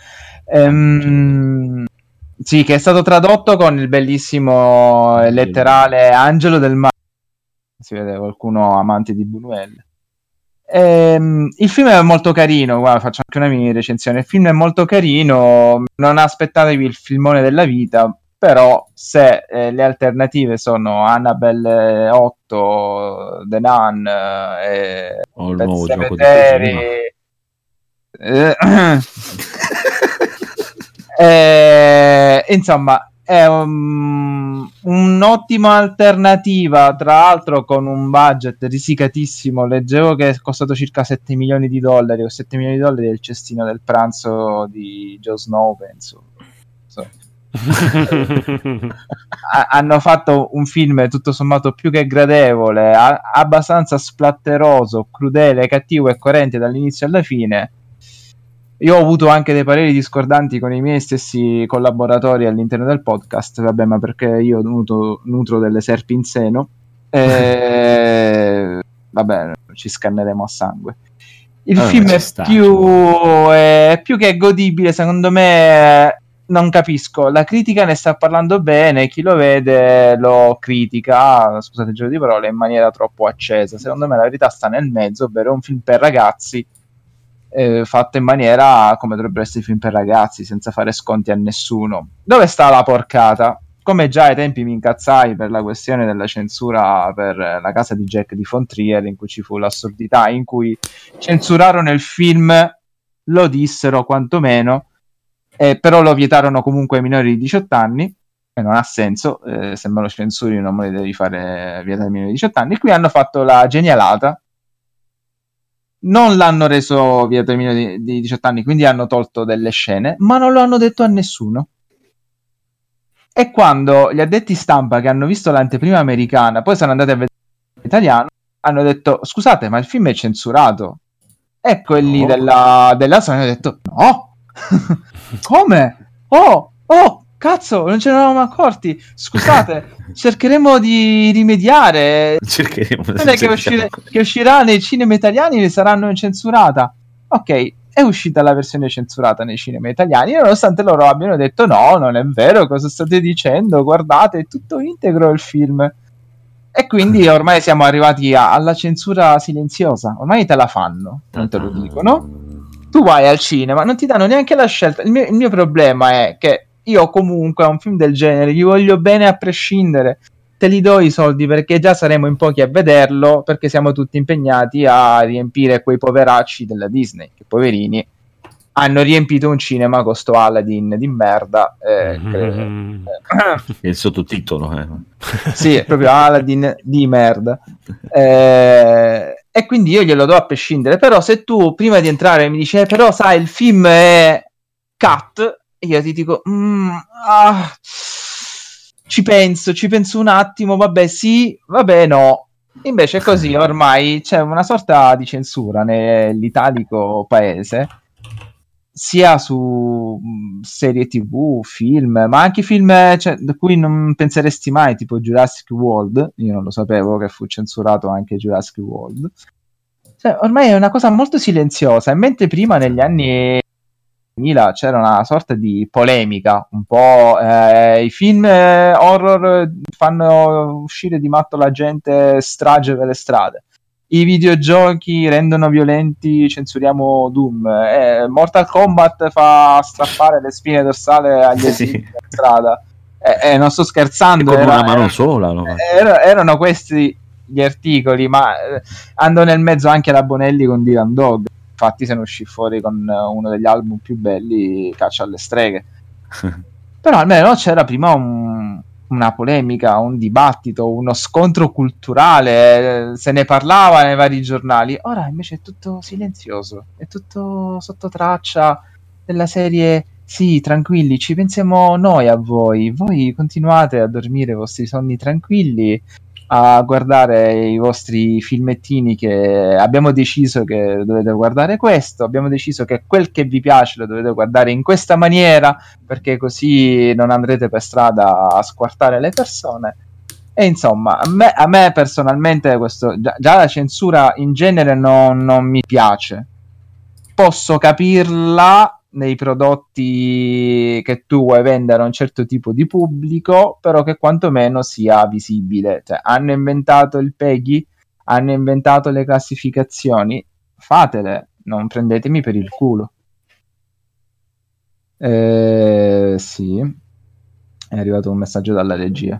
Ehm, sì, che è stato tradotto con il bellissimo e letterale Angelo del Mare. Si vede qualcuno amante di Buñuel. Ehm, il film è molto carino, guarda, faccio anche una mini recensione. Il film è molto carino, non aspettatevi il filmone della vita, però se eh, le alternative sono Annabelle otto, The Nun e O il Pet nuovo gioco di Sematary, eh, eh, insomma è un, un'ottima alternativa, tra l'altro con un budget risicatissimo. Leggevo che è costato circa sette milioni di dollari, o sette milioni di dollari è il cestino del pranzo di Joe Snow, penso. So. Hanno fatto un film tutto sommato più che gradevole, a- abbastanza splatteroso, crudele, cattivo e coerente dall'inizio alla fine. Io ho avuto anche dei pareri discordanti con i miei stessi collaboratori all'interno del podcast, vabbè, ma perché io nutro, nutro delle serpi in seno, e... vabbè, ci scanneremo a sangue. Il Ah, film è sta, più... è più che godibile, secondo me. Non capisco, la critica ne sta parlando bene, chi lo vede lo critica, scusate il giro di parole, in maniera troppo accesa. Secondo me la verità sta nel mezzo, ovvero un film per ragazzi eh, fatto in maniera come dovrebbero essere i film per ragazzi, senza fare sconti a nessuno. Dove sta la porcata? Come già ai tempi mi incazzai per la questione della censura per La casa di Jack di Von Trier, in cui ci fu l'assurdità, in cui censurarono il film, lo dissero quantomeno, Eh, però lo vietarono comunque ai minori di diciotto anni, e non ha senso, eh, se me lo censuri non me lo devi fare vietare ai minori di diciotto anni. Qui hanno fatto la genialata, non l'hanno reso vietato ai minori di, di diciotto anni, quindi hanno tolto delle scene, ma non lo hanno detto a nessuno. E quando gli addetti stampa che hanno visto l'anteprima americana poi sono andati a vedere l'italiano, hanno detto: scusate, ma il film è censurato. E quelli No. della, della Sony hanno detto: no. Come? Oh, oh, cazzo, non ce ne eravamo accorti. Scusate, cercheremo di rimediare. Cercheremo di Quella che, uscire, che uscirà nei cinema italiani ne saranno censurata. Ok, è uscita la versione censurata nei cinema italiani, nonostante loro abbiano detto: no, non è vero, cosa state dicendo? Guardate, è tutto integro il film. E quindi ormai siamo arrivati a, alla censura silenziosa. Ormai te la fanno, non te lo dicono. Tu vai al cinema, non ti danno neanche la scelta. Il mio, il mio problema è che io comunque a un film del genere gli voglio bene a prescindere. Te li do i soldi perché già saremo in pochi a vederlo, perché siamo tutti impegnati a riempire quei poveracci della Disney, che poverini hanno riempito un cinema con sto Aladdin di merda. Eh, Mm-hmm. il sottotitolo, eh. Sì, è proprio Aladdin di merda. Eh, e quindi io glielo do a prescindere. Però se tu prima di entrare mi dici: eh, però sai, il film è cut, e io ti dico: mm, ah, ci penso, ci penso un attimo, vabbè sì, vabbè no. Invece così ormai c'è una sorta di censura nell'italico paese, sia su mh, serie tv, film, ma anche film, cioè, da cui non penseresti mai, tipo Jurassic World. Io non lo sapevo che fu censurato anche Jurassic World. Cioè, ormai è una cosa molto silenziosa, e mentre prima negli anni duemila c'era una sorta di polemica, un po' eh, i film eh, horror fanno uscire di matto la gente, strage per le strade. I videogiochi rendono violenti, censuriamo Doom. Eh, Mortal Kombat fa strappare le spine dorsali agli Sì. esibiti per strada. Eh, eh, non sto scherzando. Con era- una mano era- sola, no? era- erano questi gli articoli, ma eh, andò nel mezzo anche la Bonelli con Dylan Dog. Infatti se ne uscì fuori con eh, uno degli album più belli, Caccia alle streghe. Però almeno c'era prima un- una polemica, un dibattito, uno scontro culturale, eh, se ne parlava nei vari giornali. Ora invece è tutto silenzioso, è tutto sotto traccia della serie: sì, tranquilli, ci pensiamo noi a voi, voi continuate a dormire i vostri sonni tranquilli, a guardare i vostri filmettini che abbiamo deciso che dovete guardare questo, abbiamo deciso che quel che vi piace lo dovete guardare in questa maniera, perché così non andrete per strada a squartare le persone. E insomma, a me, a me personalmente questo, già, già la censura in genere non, non mi piace. Posso capirla nei prodotti che tu vuoi vendere a un certo tipo di pubblico, però che quantomeno sia visibile. Cioè, hanno inventato il PEGI, hanno inventato le classificazioni, fatele, non prendetemi per il culo. Eh, sì, è arrivato un messaggio dalla regia.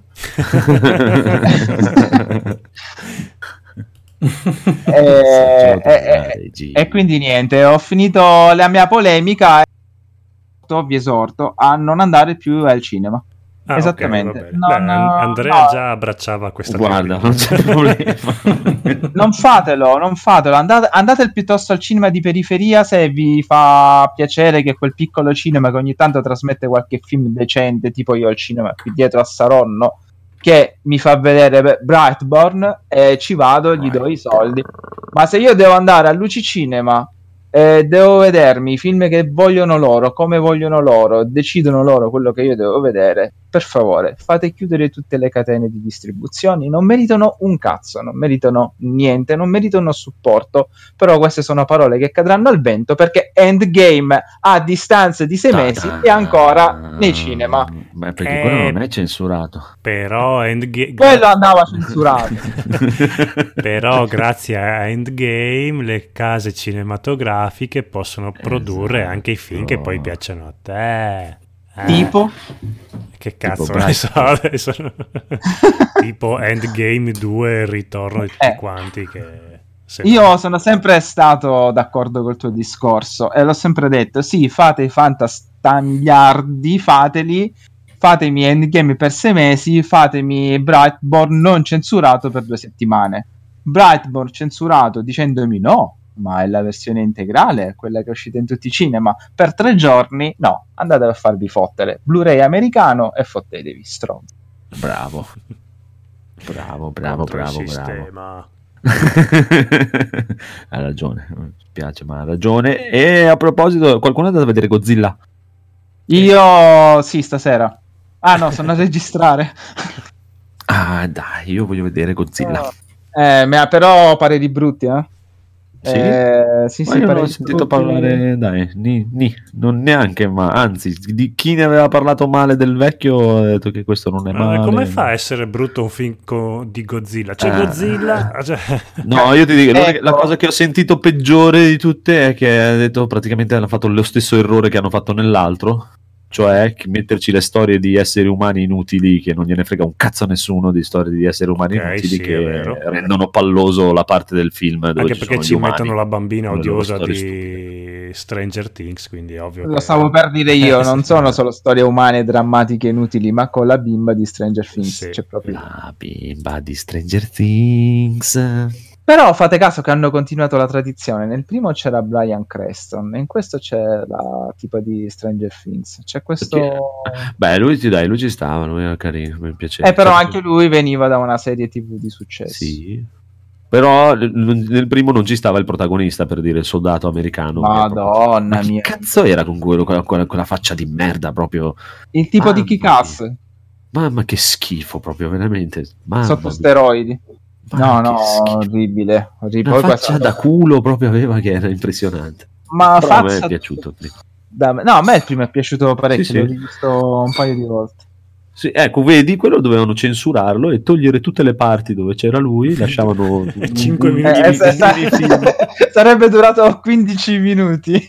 e, e, e quindi niente, ho finito la mia polemica e vi esorto a non andare più al cinema. Ah, esattamente. Okay, non, Beh, Andrea no. già abbracciava questa guarda, non c'è problema. Non fatelo, non fatelo. Andate, andate piuttosto al cinema di periferia se vi fa piacere, che quel piccolo cinema che ogni tanto trasmette qualche film decente, tipo io al cinema qui dietro a Saronno, che mi fa vedere Brightburn, e ci vado, gli do i soldi. Ma se io devo andare a Luci Cinema e devo vedermi i film che vogliono loro, come vogliono loro, decidono loro quello che io devo vedere, per favore fate chiudere tutte le catene di distribuzione. Non meritano un cazzo, non meritano niente, non meritano supporto. Però queste sono parole che cadranno al vento, perché Endgame a distanza di sei mesi è ancora nei cinema. Beh, perché Eh, quello non è censurato. Però Endgame, Quello andava censurato. però grazie a Endgame le case cinematografiche possono produrre Esatto. anche i film che poi piacciono a te. Eh, Tipo che cazzo Tipo ne so adesso. Tipo Endgame due, il ritorno di tutti Eh. quanti che se- Io sono sempre stato d'accordo col tuo discorso e l'ho sempre detto, sì, fate i fantastagliardi, fateli, fatemi Endgame per sei mesi, fatemi Brightburn non censurato per due settimane. Brightburn censurato dicendomi no, ma è la versione integrale, quella che è uscita in tutti i cinema, per tre giorni, no, andate a farvi fottere. Blu-ray americano e fottetevi, stronzi. Bravo. Bravo, bravo, contro il bravo, bravo. sistema. Ha ragione, mi spiace, ma ha ragione. E a proposito, qualcuno è andato a vedere Godzilla? Io sì, stasera. Ah no, sono a registrare. Ah, dai, io voglio vedere Godzilla. Eh, ma però pareri brutti, eh? Sì? Eh, sì, Ma sì, io non ho pareri sentito brutti. parlare, dai, ni, ni, non neanche, ma anzi, di chi ne aveva parlato male del vecchio ha detto che questo non è Ma male. come fa a essere brutto un film co- di Godzilla? C'è Eh. Godzilla? Cioè- No, io ti dico, l'unica- Ecco. la cosa che ho sentito peggiore di tutte è che ha detto praticamente hanno fatto lo stesso errore che hanno fatto nell'altro, cioè che metterci le storie di esseri umani inutili, che non gliene frega un cazzo a nessuno di storie di esseri umani Ok, inutili, sì, è che vero. rendono palloso la parte del film dove Anche ci perché sono ci gli umani, mettono la bambina con le loro odiosa storie di stupide. Stranger Things, quindi è ovvio Lo che... stavo per dire io, non Sì. sono solo storie umane drammatiche inutili, ma con la bimba di Stranger Things. Sì. C'è proprio... La bimba di Stranger Things. Però fate caso che hanno continuato la tradizione. Nel primo c'era Bryan Cranston, e in questo c'è la tipa di Stranger Things. C'è questo... Perché- Beh, lui ti dai, lui ci stava, lui era carino, mi piaceva. Eh, però Cioè, anche lui veniva da una serie tivù di successo. Sì. Però l- nel primo non ci stava il protagonista, per dire, il soldato americano. che è proprio- Madonna Ma chi mia. cazzo era con quello, quella, quella- quella faccia di merda proprio? Il tipo di Mamma Kick-Ass, Mamma che schifo proprio, veramente. Mamma sotto mia. steroidi. Ma No, che no, schifo. orribile. orribile. Una Poi faccia questa- da culo proprio aveva, che era impressionante. Ma Però a me faccia- è piaciuto. Da- No, a me il primo è piaciuto parecchio, Sì, sì. l'ho rivisto un paio di volte. Sì, ecco, vedi, quello dovevano censurarlo e togliere tutte le parti dove c'era lui, lasciavano Cinque un- minuti Eh, di sa- sa- minifilm. sarebbe durato quindici minuti.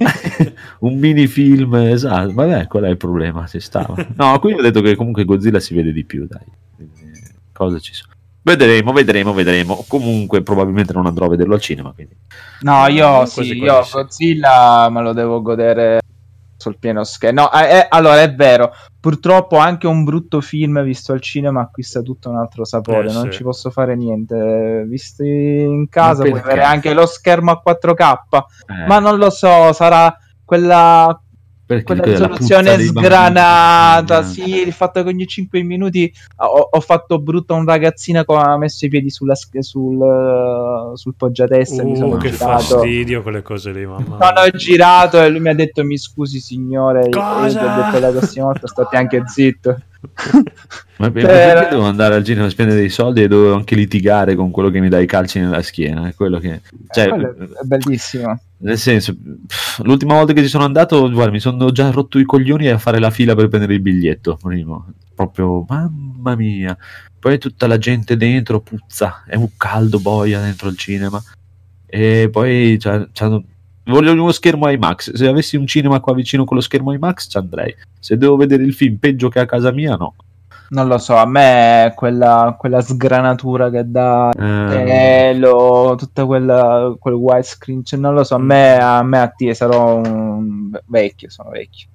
un minifilm, esatto, vabbè, qual è il problema? Si stava. No, qui ho detto che comunque Godzilla si vede di più, dai. Quindi, Cosa ci sono? Vedremo, vedremo, vedremo. Comunque probabilmente non andrò a vederlo al cinema, quindi. No, io Quasi, sì, quasi io sì. Godzilla me lo devo godere sul pieno schermo. No, eh, eh, allora è vero, purtroppo anche un brutto film visto al cinema acquista tutto un altro sapore, Eh, non sì. ci posso fare niente. Visti in casa Ma puoi perché? avere anche lo schermo a quattro K, Eh, ma non lo so, sarà quella Perché quella quella- la risoluzione puzza dei bambini. sgranata, sì, il fatto che ogni cinque minuti ho, ho fatto brutta un ragazzino che ha messo i piedi sulla, sch- sul, sul poggiatesta e mi sono Uh, che girato. fastidio quelle cose lì, mamma Sono mia. girato e lui mi ha detto mi scusi signore, e io Cosa? gli ho detto la prossima volta state anche zitto. Ma per- Cioè, perché devo andare al cinema a spendere dei soldi e dovevo anche litigare con quello che mi dà i calci nella schiena? È quello che... Cioè, quello è bellissimo. nel senso, pff, l'ultima volta che ci sono andato, guarda, mi sono già rotto i coglioni a fare la fila per prendere il biglietto. Primo. Proprio, mamma mia. Poi tutta la gente dentro puzza, è un caldo boia dentro il cinema. E poi c'ha- c'hanno- voglio uno schermo IMAX. Se avessi un cinema qua vicino con lo schermo IMAX ci andrei. Se devo vedere il film peggio che a casa mia, no. Non lo so, a me quella, quella sgranatura che dà il Eh, cielo, tutta quella, quel widescreen, cioè, non lo so, a me, a me a te sarò un vecchio, sono vecchio.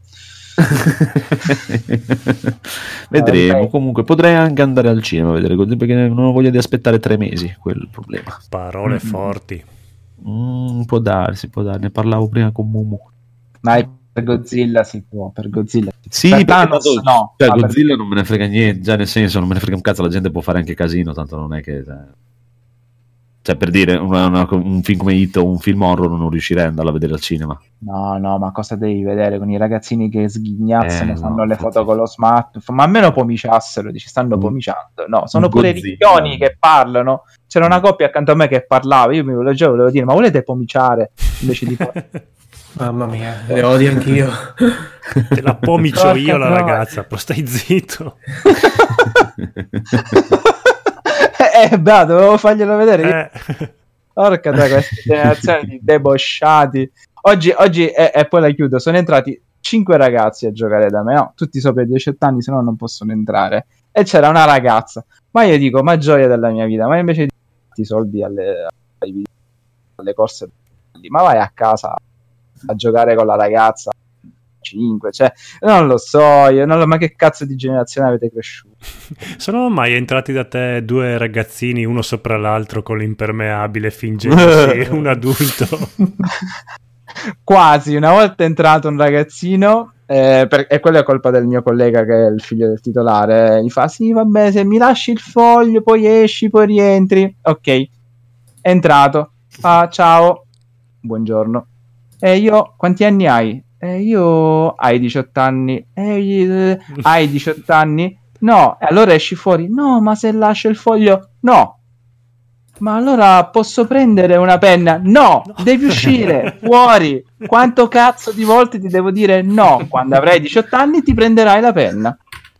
Vedremo. Vabbè. Comunque potrei anche andare al cinema a vedere così, perché non ho voglia di aspettare tre mesi. Quello è il problema. Parole Mm. forti. Mm, può darsi, può darsi. Ne parlavo prima con Mumu. Ma per Godzilla si può, per Godzilla si può. Sì, Per perché Thanos tanto- no, cioè, ma per- Godzilla non me ne frega niente, già nel senso non me ne frega un cazzo, la gente può fare anche casino, tanto non è che... Cioè, cioè, per dire, una- una- un film come Hit o un film horror non riuscirei ad andarlo a vedere al cinema. No, no, ma cosa devi vedere con i ragazzini che sghignazzano, Eh, fanno no, le infatti. foto con lo smartphone, ma almeno pomiciassero, dici, stanno Un- pomiciando. No, sono un pure Godzilla. ricchioni che parlano. C'era una coppia accanto a me che parlava, io mi volevo, volevo dire, ma volete pomiciare? Invece di... Mamma mia, le odio anch'io. Te la pomicio Porca io la troia. ragazza, però stai zitto. eh, beh, dovevo farglielo vedere. Eh. Porca da questa generazione di debosciati. Oggi, oggi e, e poi la chiudo, sono entrati cinque ragazzi a giocare da me, no? Tutti sopra i diciotto anni, se no non possono entrare. E c'era una ragazza. Ma io dico, ma gioia della mia vita, ma invece di i soldi alle, ai video- alle corse, ma vai a casa a giocare con la ragazza cinque, cioè non lo so, io non lo, ma che cazzo di generazione avete cresciuto? Sono mai entrati da te due ragazzini uno sopra l'altro con l'impermeabile fingendosi un adulto? Quasi, una volta è entrato un ragazzino eh, per- e quello è colpa del mio collega che è il figlio del titolare, gli fa sì vabbè se mi lasci il foglio poi esci poi rientri, ok, è entrato, fa ciao, buongiorno, e io quanti anni hai? E io hai diciotto anni, e io- hai diciotto anni? No, e allora esci fuori, no ma se lascio il foglio, no. Ma allora posso prendere una penna? No, devi uscire fuori. Quanto cazzo di volte ti devo dire no? Quando avrai diciotto anni ti prenderai la penna.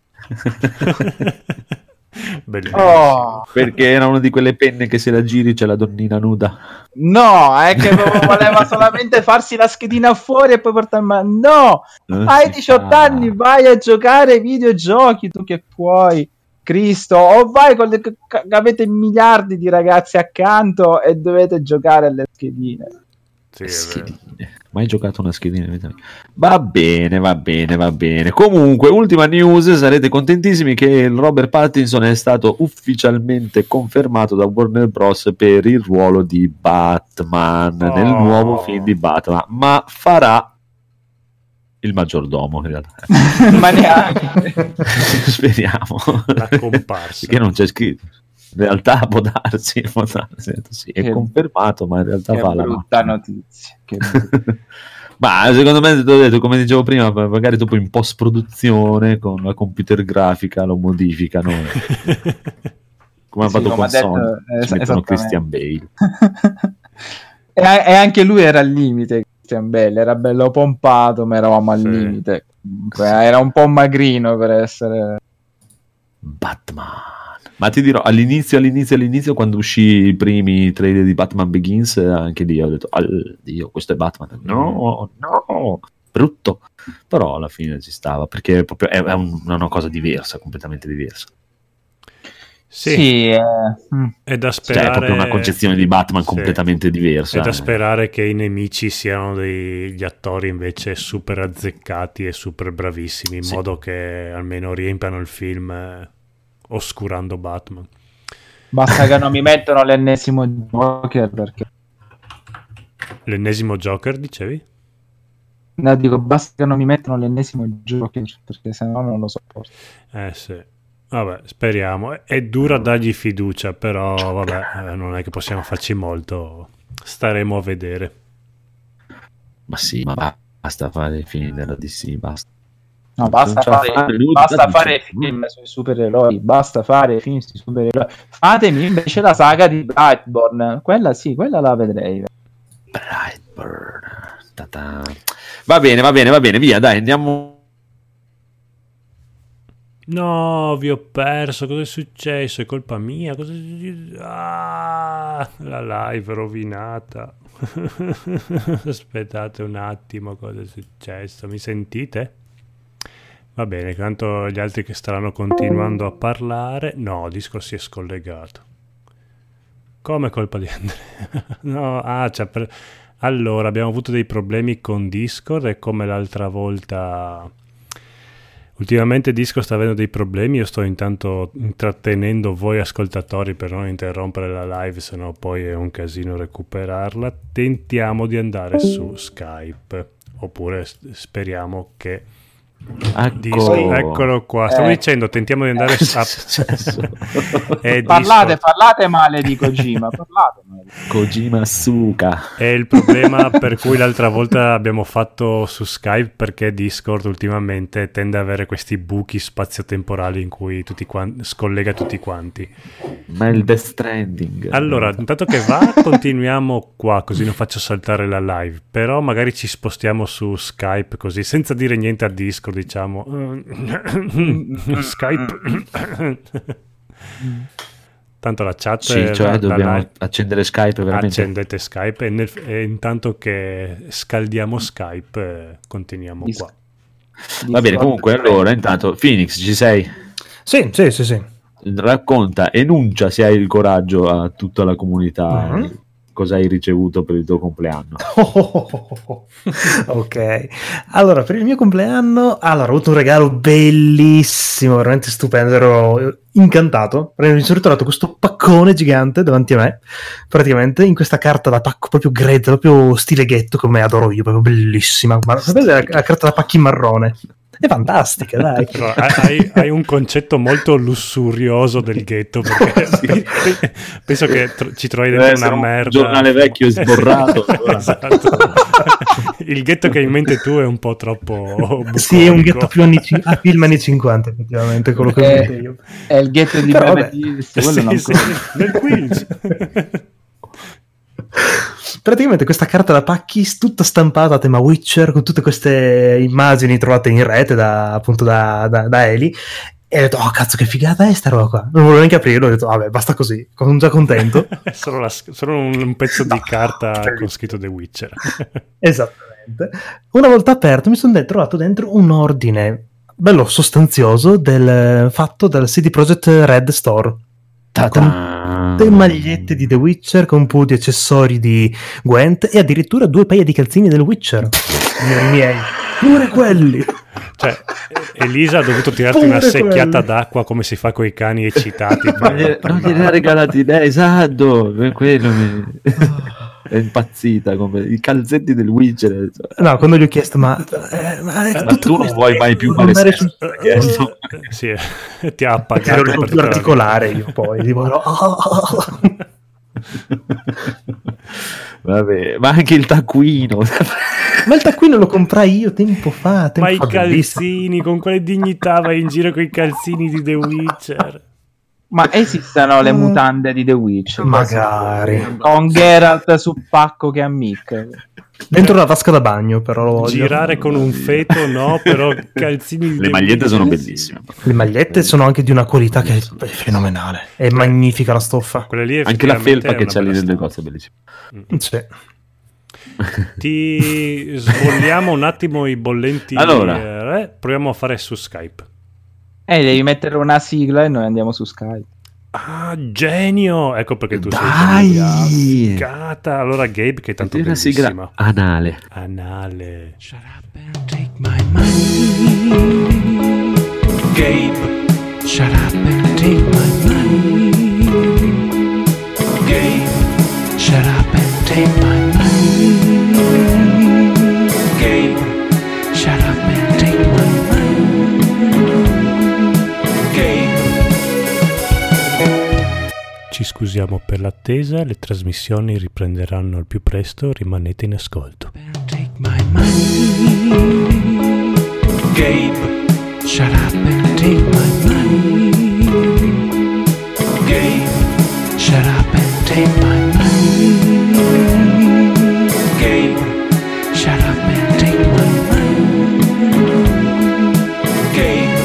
Bellissimo. Oh, Perché era una di quelle penne che se la giri c'è la donnina nuda. no, è che voleva solamente farsi la schedina fuori e poi portarmi. No, Non hai si diciotto fa. anni, vai a giocare ai videogiochi tu che puoi. Cristo, o vai con le che avete miliardi di ragazzi accanto e dovete giocare alle schedine. Sì, è vero. Schedine. Mai giocato una schedina in vita mia. Va bene, va bene, va bene. Comunque, ultima news, sarete contentissimi che il Robert Pattinson è stato ufficialmente confermato da Warner Bros. Per il ruolo di Batman Oh. nel nuovo film di Batman, ma farà il maggiordomo in realtà. Ma neanche. Speriamo. La comparsa. Perché non c'è scritto. In realtà può darsi, può darsi. Sì, è Che- confermato, ma in realtà Che fa la brutta macchina. notizia. Che brutta. Ma secondo me, te l'ho detto, come dicevo prima, magari dopo in post produzione con la computer grafica lo modificano, come ha Sì, fatto come con ha detto, Sony, es- ci mettono esattamente. Christian Bale. e, e anche lui era al limite. Christian Bale era bello pompato, ma eravamo al Sì. limite. Comunque, era un po' magrino per essere. Batman. Ma ti dirò, all'inizio, all'inizio, all'inizio, quando uscì i primi trailer di Batman Begins, eh, anche lì ho detto, Dio, questo è Batman. No, no, brutto. Però alla fine ci stava, perché è proprio è, è un- una cosa diversa, completamente diversa. Sì, eh, mm. è da Cioè, sperare. è proprio una concezione di Batman Sì. completamente diversa. È da eh. sperare che i nemici siano degli attori invece super azzeccati e super bravissimi, in Sì. modo che almeno riempiano il film eh, oscurando Batman. Basta che non mi mettono l'ennesimo Joker perché L'ennesimo Joker, dicevi? No, dico, basta che non mi mettano l'ennesimo Joker, perché sennò non lo sopporto. Eh sì. Vabbè, speriamo. È dura dargli fiducia, però vabbè, eh, non è che possiamo farci molto. Staremo a vedere. Ma sì, ma va- basta fare i film della D C, basta. No, basta Non fare, c'ha fare lui, basta dice- fare film sui supereroi, basta fare film sui supereroi. Fatemi invece la saga di Brightburn, quella sì, quella la vedrei. Brightburn. Ta-ta. Va bene, va bene, va bene, via, dai, andiamo. No, vi ho perso. Cosa è successo? È colpa mia? Cosa... Ah, la live rovinata. Aspettate un attimo, cosa è successo? Mi sentite? Va bene, tanto gli altri che staranno continuando a parlare. No, Discord si è scollegato. Come colpa di Andrea? No, ah, c'è per... Allora, abbiamo avuto dei problemi con Discord e come l'altra volta... Ultimamente Discord sta avendo dei problemi, io sto intanto intrattenendo voi ascoltatori per non interrompere la live, sennò poi è un casino recuperarla. Tentiamo di andare su Skype, oppure s- speriamo che... Ecco. Discord- eccolo qua, stavo Eh. dicendo tentiamo di andare Cosa a... è successo? è Parlate, Discord. parlate male di Kojima, parlate male. Kojima Suka. È il problema per cui l'altra volta abbiamo fatto su Skype, perché Discord ultimamente tende ad avere questi buchi spazio-temporali in cui tutti quanti, scollega tutti quanti. Ma il Death Stranding. Allora, intanto che va, continuiamo qua, così non faccio saltare la live. Però magari ci spostiamo su Skype, così, senza dire niente a Discord, diciamo. Skype. Tanto la chat... Sì, è- cioè la- dobbiamo la- accendere Skype veramente. accendete Skype e, nel- e intanto che scaldiamo Skype eh, continuiamo Dis- qua. Va bene, comunque allora, intanto Phoenix, ci sei? Sì, sì, sì, sì. Racconta, enuncia se hai il coraggio a tutta la comunità Mhm. cosa hai ricevuto per il tuo compleanno. Ok, allora per il mio compleanno allora, ho avuto un regalo bellissimo, veramente stupendo, ero incantato. Mi sono ritrovato questo paccone gigante davanti a me, praticamente in questa carta da pacco proprio grezza, proprio stile ghetto, come adoro io, proprio bellissima. Ma sapete la, la carta da pacchi marrone? È fantastica, dai. Però hai, hai un concetto molto lussurioso del ghetto, perché penso che tro- ci trovi dentro Deve una essere un merda. giornale vecchio e sborrato. Esatto. Il ghetto che hai in mente tu è un po' troppo bucolico. Sì, è un ghetto più anni, cin- ah, film anni cinquanta, effettivamente, quello che ho in mente Eh, io. è il ghetto di Però Beverly vabbè. Hills, quello non Sì, sì, ancora. nel Queens. Praticamente questa carta da pacchi tutta stampata a tema Witcher, con tutte queste immagini trovate in rete da, appunto da, da, da Eli, e ho detto oh cazzo che figata è sta roba qua, non volevo neanche aprirlo, ho detto vabbè basta così, sono già contento. È solo, la- solo un, un pezzo di carta con scritto The Witcher. Esattamente. Una volta aperto mi sono trovato dentro un ordine bello sostanzioso del fatto dal C D Projekt Red Store. Con le magliette di The Witcher, con un po' di accessori di Gwent e addirittura due paia di calzini del Witcher. Signori miei, pure quelli. Cioè, Elisa ha dovuto tirarti Pure una secchiata quelli. d'acqua come si fa con i cani eccitati. Ma per- gliene- per non gliene ha parlare. regalati idee, esatto, per quello mi- è impazzita come i calzetti del Witcher. No, quando gli ho chiesto ma, eh, ma, è Ma tutto tu non questo vuoi mai più devo andare male su- senso, chiesto. Sì, ti ha appagato ero per più tutta la vita. articolare io poi tipo, no. Vabbè, ma anche il taccuino. Ma il taccuino lo comprai io tempo fa, tempo Ma i fa, bellissimo. calzini, con quale dignità vai in giro con i calzini di The Witcher? Ma esistono le mutande di The Witch? Magari Con Geralt su pacco che ammicca. dentro la vasca da bagno, però lo voglio. Girare con un feto, no, però calzini di Le The magliette Witcher, sono sì. bellissime. Le magliette sono anche di una qualità che è fenomenale, è magnifica la stoffa. Quella lì Anche la effettivamente felpa è che una c'è lì bella nel stampa. negozio è bellissima. Sì. Ti sbolliamo un attimo i bollenti. Allora. eh, proviamo a fare su Skype. Eh, devi mettere una sigla e noi andiamo su Skype. Ah, genio! Ecco perché tu Dai! sei cata. Allora Gabe, che è tanto È una bellissima. sigla anale. Anale. Shut up and take my money. Gabe, shut up and take my money. Gabe, shut up and take my money. Gabe, scusiamo per l'attesa, le trasmissioni riprenderanno al più presto, rimanete in ascolto. Take my money, Gabe. Shut up and take my money, Gabe. Shut up and take my money, Gabe. Shut up and take my money, Gabe.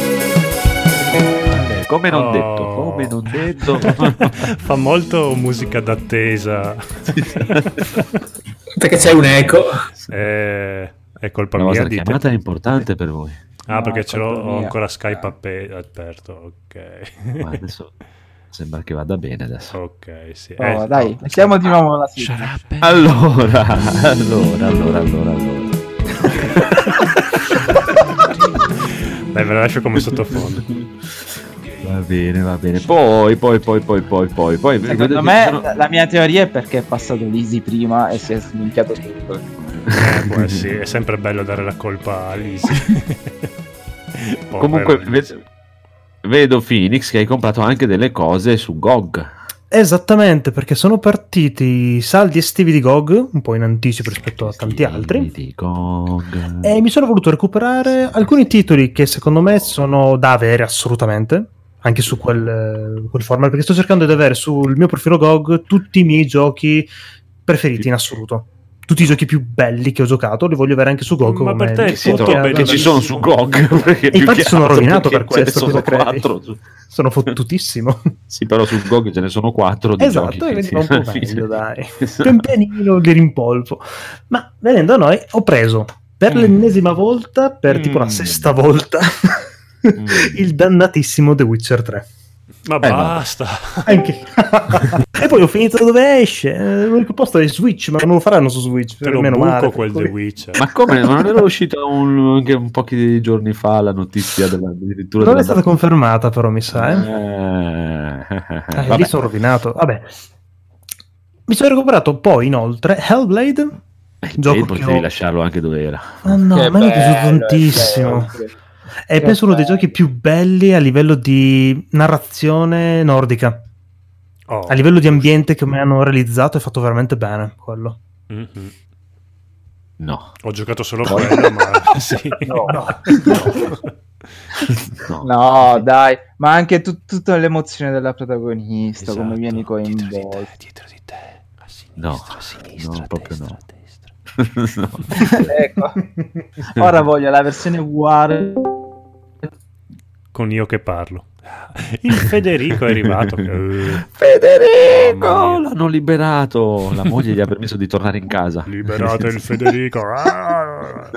Vabbè, come non Oh. detto, come non detto. Fa molto musica d'attesa. Perché c'è un eco. Eh, è colpa La mia vostra di te. chiamata è importante per voi. Ah, No, perché è ce l'ho colpa ho mia. ancora Skype appe- aperto. Ok. Ma adesso sembra che vada bene adesso. Ok, sì. Oh, Eh, dai, no. mettiamo di nuovo la Shut sigla. up and Allora, allora, allora, allora, allora. Dai, ve la lascio come sottofondo. Va bene, va bene. Poi, poi, poi, poi, poi, poi, poi. Secondo me la- la mia teoria è perché è passato l'Easy prima e si è sminchiato tutto. Eh, può essere, è sempre bello dare la colpa a Lisi. Povero Comunque, Lisi. ve- vedo Phoenix che hai comprato anche delle cose su G O G. Esattamente, perché sono partiti i saldi estivi di G O G, un po' in anticipo rispetto a tanti altri, Di G O G. e mi sono voluto recuperare alcuni titoli che secondo me sono da avere assolutamente, anche su quel, quel format, perché sto cercando di avere sul mio profilo G O G tutti i miei giochi preferiti in assoluto. Tutti i giochi più belli che ho giocato li voglio avere anche su G O G. Ma come per te è li Che, tutto si trovo- trova- che ci bellissimo. sono su G O G. Perché più infatti che sono altro rovinato perché per ce ne questo, sono cosa credi? quattro su- Sono fottutissimo. Sì, però su G O G ce ne sono quattro di Esatto, giochi. e quindi Sì, va un po' alla fine. meglio, dai. Pian pianino li rimpolpo. Ma venendo a noi, ho preso per Mm. l'ennesima volta, per tipo la Mm. sesta volta, Mm. il dannatissimo The Witcher tre. Ma Eh, basta. Anche. E poi ho finito dove esce. Eh, L'unico posto è Switch, ma non lo faranno su Switch. Te Per lo meno buco male. quel per The cui- Witcher. Ma come? Ma non era uscita un, anche un pochi giorni fa la notizia della, addirittura Non è della stata confermata, però, mi sa. Eh. Eh, Eh, vabbè. lì sono rovinato. Vabbè. Mi sono recuperato poi inoltre Hellblade. Il gioco Blade che potevi ho- lasciarlo anche dove era. Ah no, Che a me mi è piaciuto bello, tantissimo. che bello. È Che penso uno dei bello. giochi più belli a livello di narrazione nordica. Oh. A livello di ambiente che mi hanno realizzato è fatto veramente bene quello. Mhm. No. Ho giocato solo quello, ma sì. No. No. No, dai, ma anche tut- tutta l'emozione della protagonista, Esatto. come vieni Dietro di te, coinvolto. dietro di te. A sinistra, No, a sinistra, no, a proprio destra, no. a destra. No. Ecco, ora voglio la versione War. Con io che parlo. Il Federico è arrivato. Eh, Federico! Mamma mia. L'hanno liberato. La moglie gli ha permesso di tornare in casa. Liberate il Federico. Ah!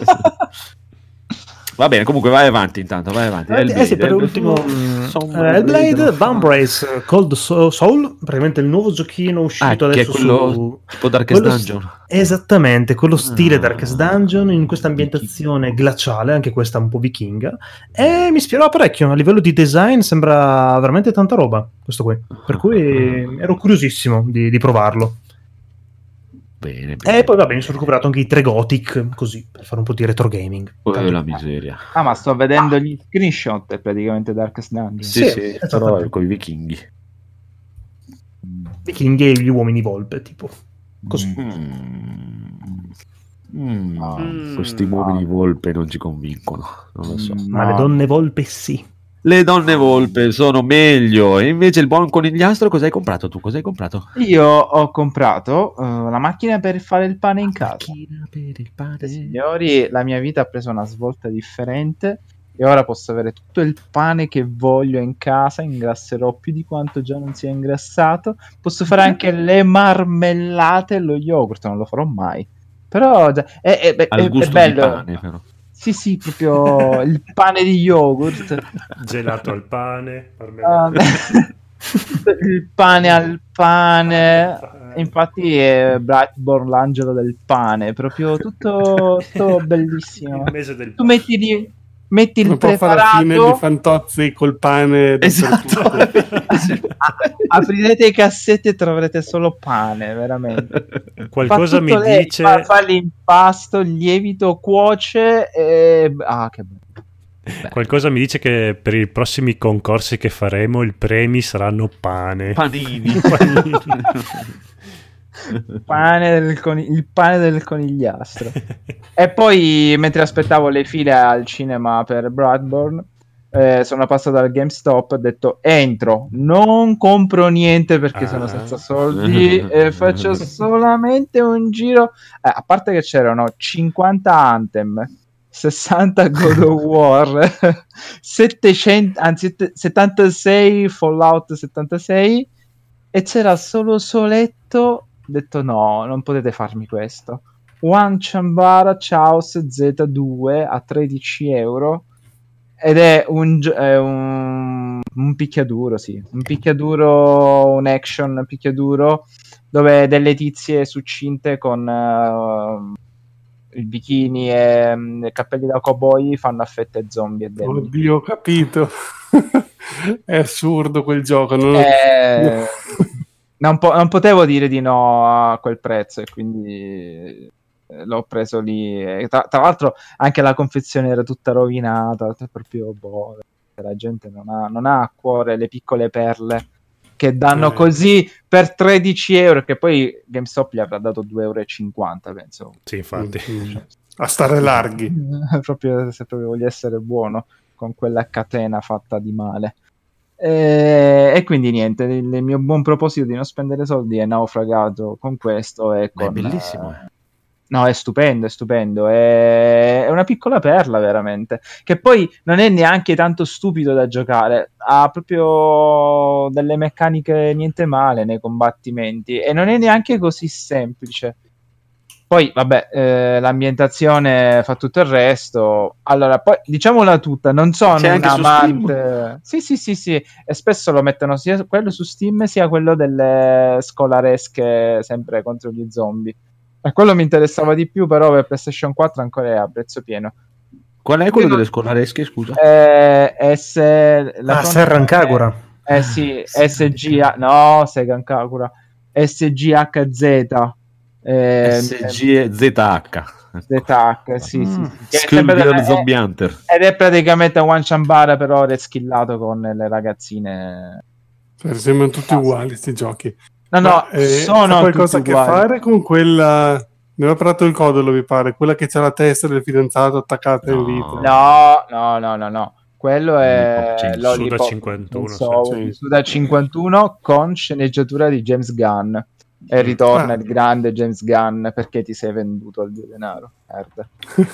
Va bene, comunque vai avanti intanto, vai avanti. Eh sì, per l'ultimo Insomma, eh, Hellblade, Vambrace, Cold So- Soul, praticamente il nuovo giochino uscito Ah, che è adesso quello su... tipo Darkest quello Dungeon. st- esattamente, quello stile Ah. Darkest Dungeon in questa ambientazione glaciale, anche questa un po' vichinga, e mi ispirava parecchio, a livello di design sembra veramente tanta roba questo qui, per cui ero curiosissimo di, di provarlo. Bene, bene. E poi vabbè, mi sono recuperato anche i tre Gothic, così, per fare un po' di retro gaming. Oh, Tanto- la miseria. Ah, ma sto vedendo gli screenshot, è praticamente Darkest Dungeon. Sì, Sì, sì, esattamente. però con i vichinghi. Vichinghi e gli uomini volpe, tipo. Così. Mm. Mm. Mm. Questi uomini volpe non ci convincono, non lo so. Mm, Ma no. le donne volpe sì. Le donne volpe sono meglio. E invece il buon conigliastro, cosa hai comprato tu? Cosa hai comprato? Io ho comprato uh, la macchina per fare il pane in casa. Macchina per il pane. Signori, la mia vita ha preso una svolta differente e ora posso avere tutto il pane che voglio in casa, ingrasserò più di quanto già non sia ingrassato, posso fare anche le marmellate e lo yogurt, non lo farò mai. Però già- è, è- è- Al è gusto bello. di pane, però. Sì, sì, proprio il pane di yogurt. Gelato al pane. Ah, il pane al pane. Infatti è Brightborn l'angelo del pane, proprio tutto, tutto bellissimo. Il mese del Tu metti lì, metti il Non può fare la fine di preparato, Fantozzi col pane Esatto. dappertutto. aprirete i cassetti e troverete solo pane, veramente. Qualcosa Fa mi tutto lei, dice fa, fa l'impasto, il lievito, cuoce e... Ah, che bello. Qualcosa mi dice che per i prossimi concorsi che faremo i premi saranno pane. Panini. Panini. Pane del coni- il pane del conigliastro. E poi, mentre aspettavo le file al cinema per Bloodborne, eh, sono passato al GameStop, ho detto entro, non compro niente perché Ah. sono senza soldi e faccio solamente un giro. Eh, a parte che c'erano cinquanta Anthem, sessanta God of War, settecento, anzi settantasei Fallout settantasei, e c'era solo Soletto. Ho detto no, non potete farmi questo. One Chambara Chaos Z due a tredici euro, ed è un, gio- è un, un picchiaduro, sì, un picchiaduro, un action picchiaduro dove delle tizie succinte con uh, il bikini e um, cappelli da cowboy fanno affette zombie e demoni. Oddio, ho capito. È assurdo quel gioco. Non... Eh, non, po- non potevo dire di no a quel prezzo, e quindi eh, l'ho preso lì. E tra, tra l'altro anche la confezione era tutta rovinata, è proprio boh, la gente non ha, non ha a cuore le piccole perle che danno Eh. così per tredici euro, che poi GameStop gli avrà dato due euro e cinquanta, penso. Sì, infatti. Mm. A stare larghi. Proprio, se proprio voglio essere buono con quella catena fatta di male. E, e quindi niente, il, il mio buon proposito di non spendere soldi è naufragato con questo e Ma è con, bellissimo. eh, no, è stupendo, è stupendo, è, è una piccola perla veramente, che poi non è neanche tanto stupido da giocare, ha proprio delle meccaniche niente male nei combattimenti e non è neanche così semplice. Poi, vabbè, eh, l'ambientazione fa tutto il resto. Allora, poi diciamola tutta, non sono C'è un anche su amante. Sì, sì, sì, sì. E spesso lo mettono sia quello su Steam sia quello delle scolaresche, sempre contro gli zombie. E quello mi interessava di più, però per PlayStation quattro ancora è a prezzo pieno. Qual è quello delle scolaresche, scusa? Eh, S... la Ah, Serran Kagura. Eh sì, S G A... No, Serran Kagura. S G H Z. Eh, S G Z H. Z H, sì, sì, Mm. sì. Che è sempre- Skullgirl è- Zombie Hunter. Ed è praticamente un One Chambara, però reskillato con le ragazzine. Cioè, sembrano tutti uguali questi giochi. No, no, Ma, eh, sono ha qualcosa a tutti che uguali. fare con quella... Ne aveva parlato il codolo, mi pare. Quella che c'ha la testa del fidanzato attaccata in No. vita. No, no, no, no, no. Quello è Lollipop, Lollipop, Suda cinquantuno, Soul, sì, sì. Suda cinquantuno con sceneggiatura di James Gunn. E ritorna Ah. il grande James Gunn, perché ti sei venduto al dio denaro. Merda.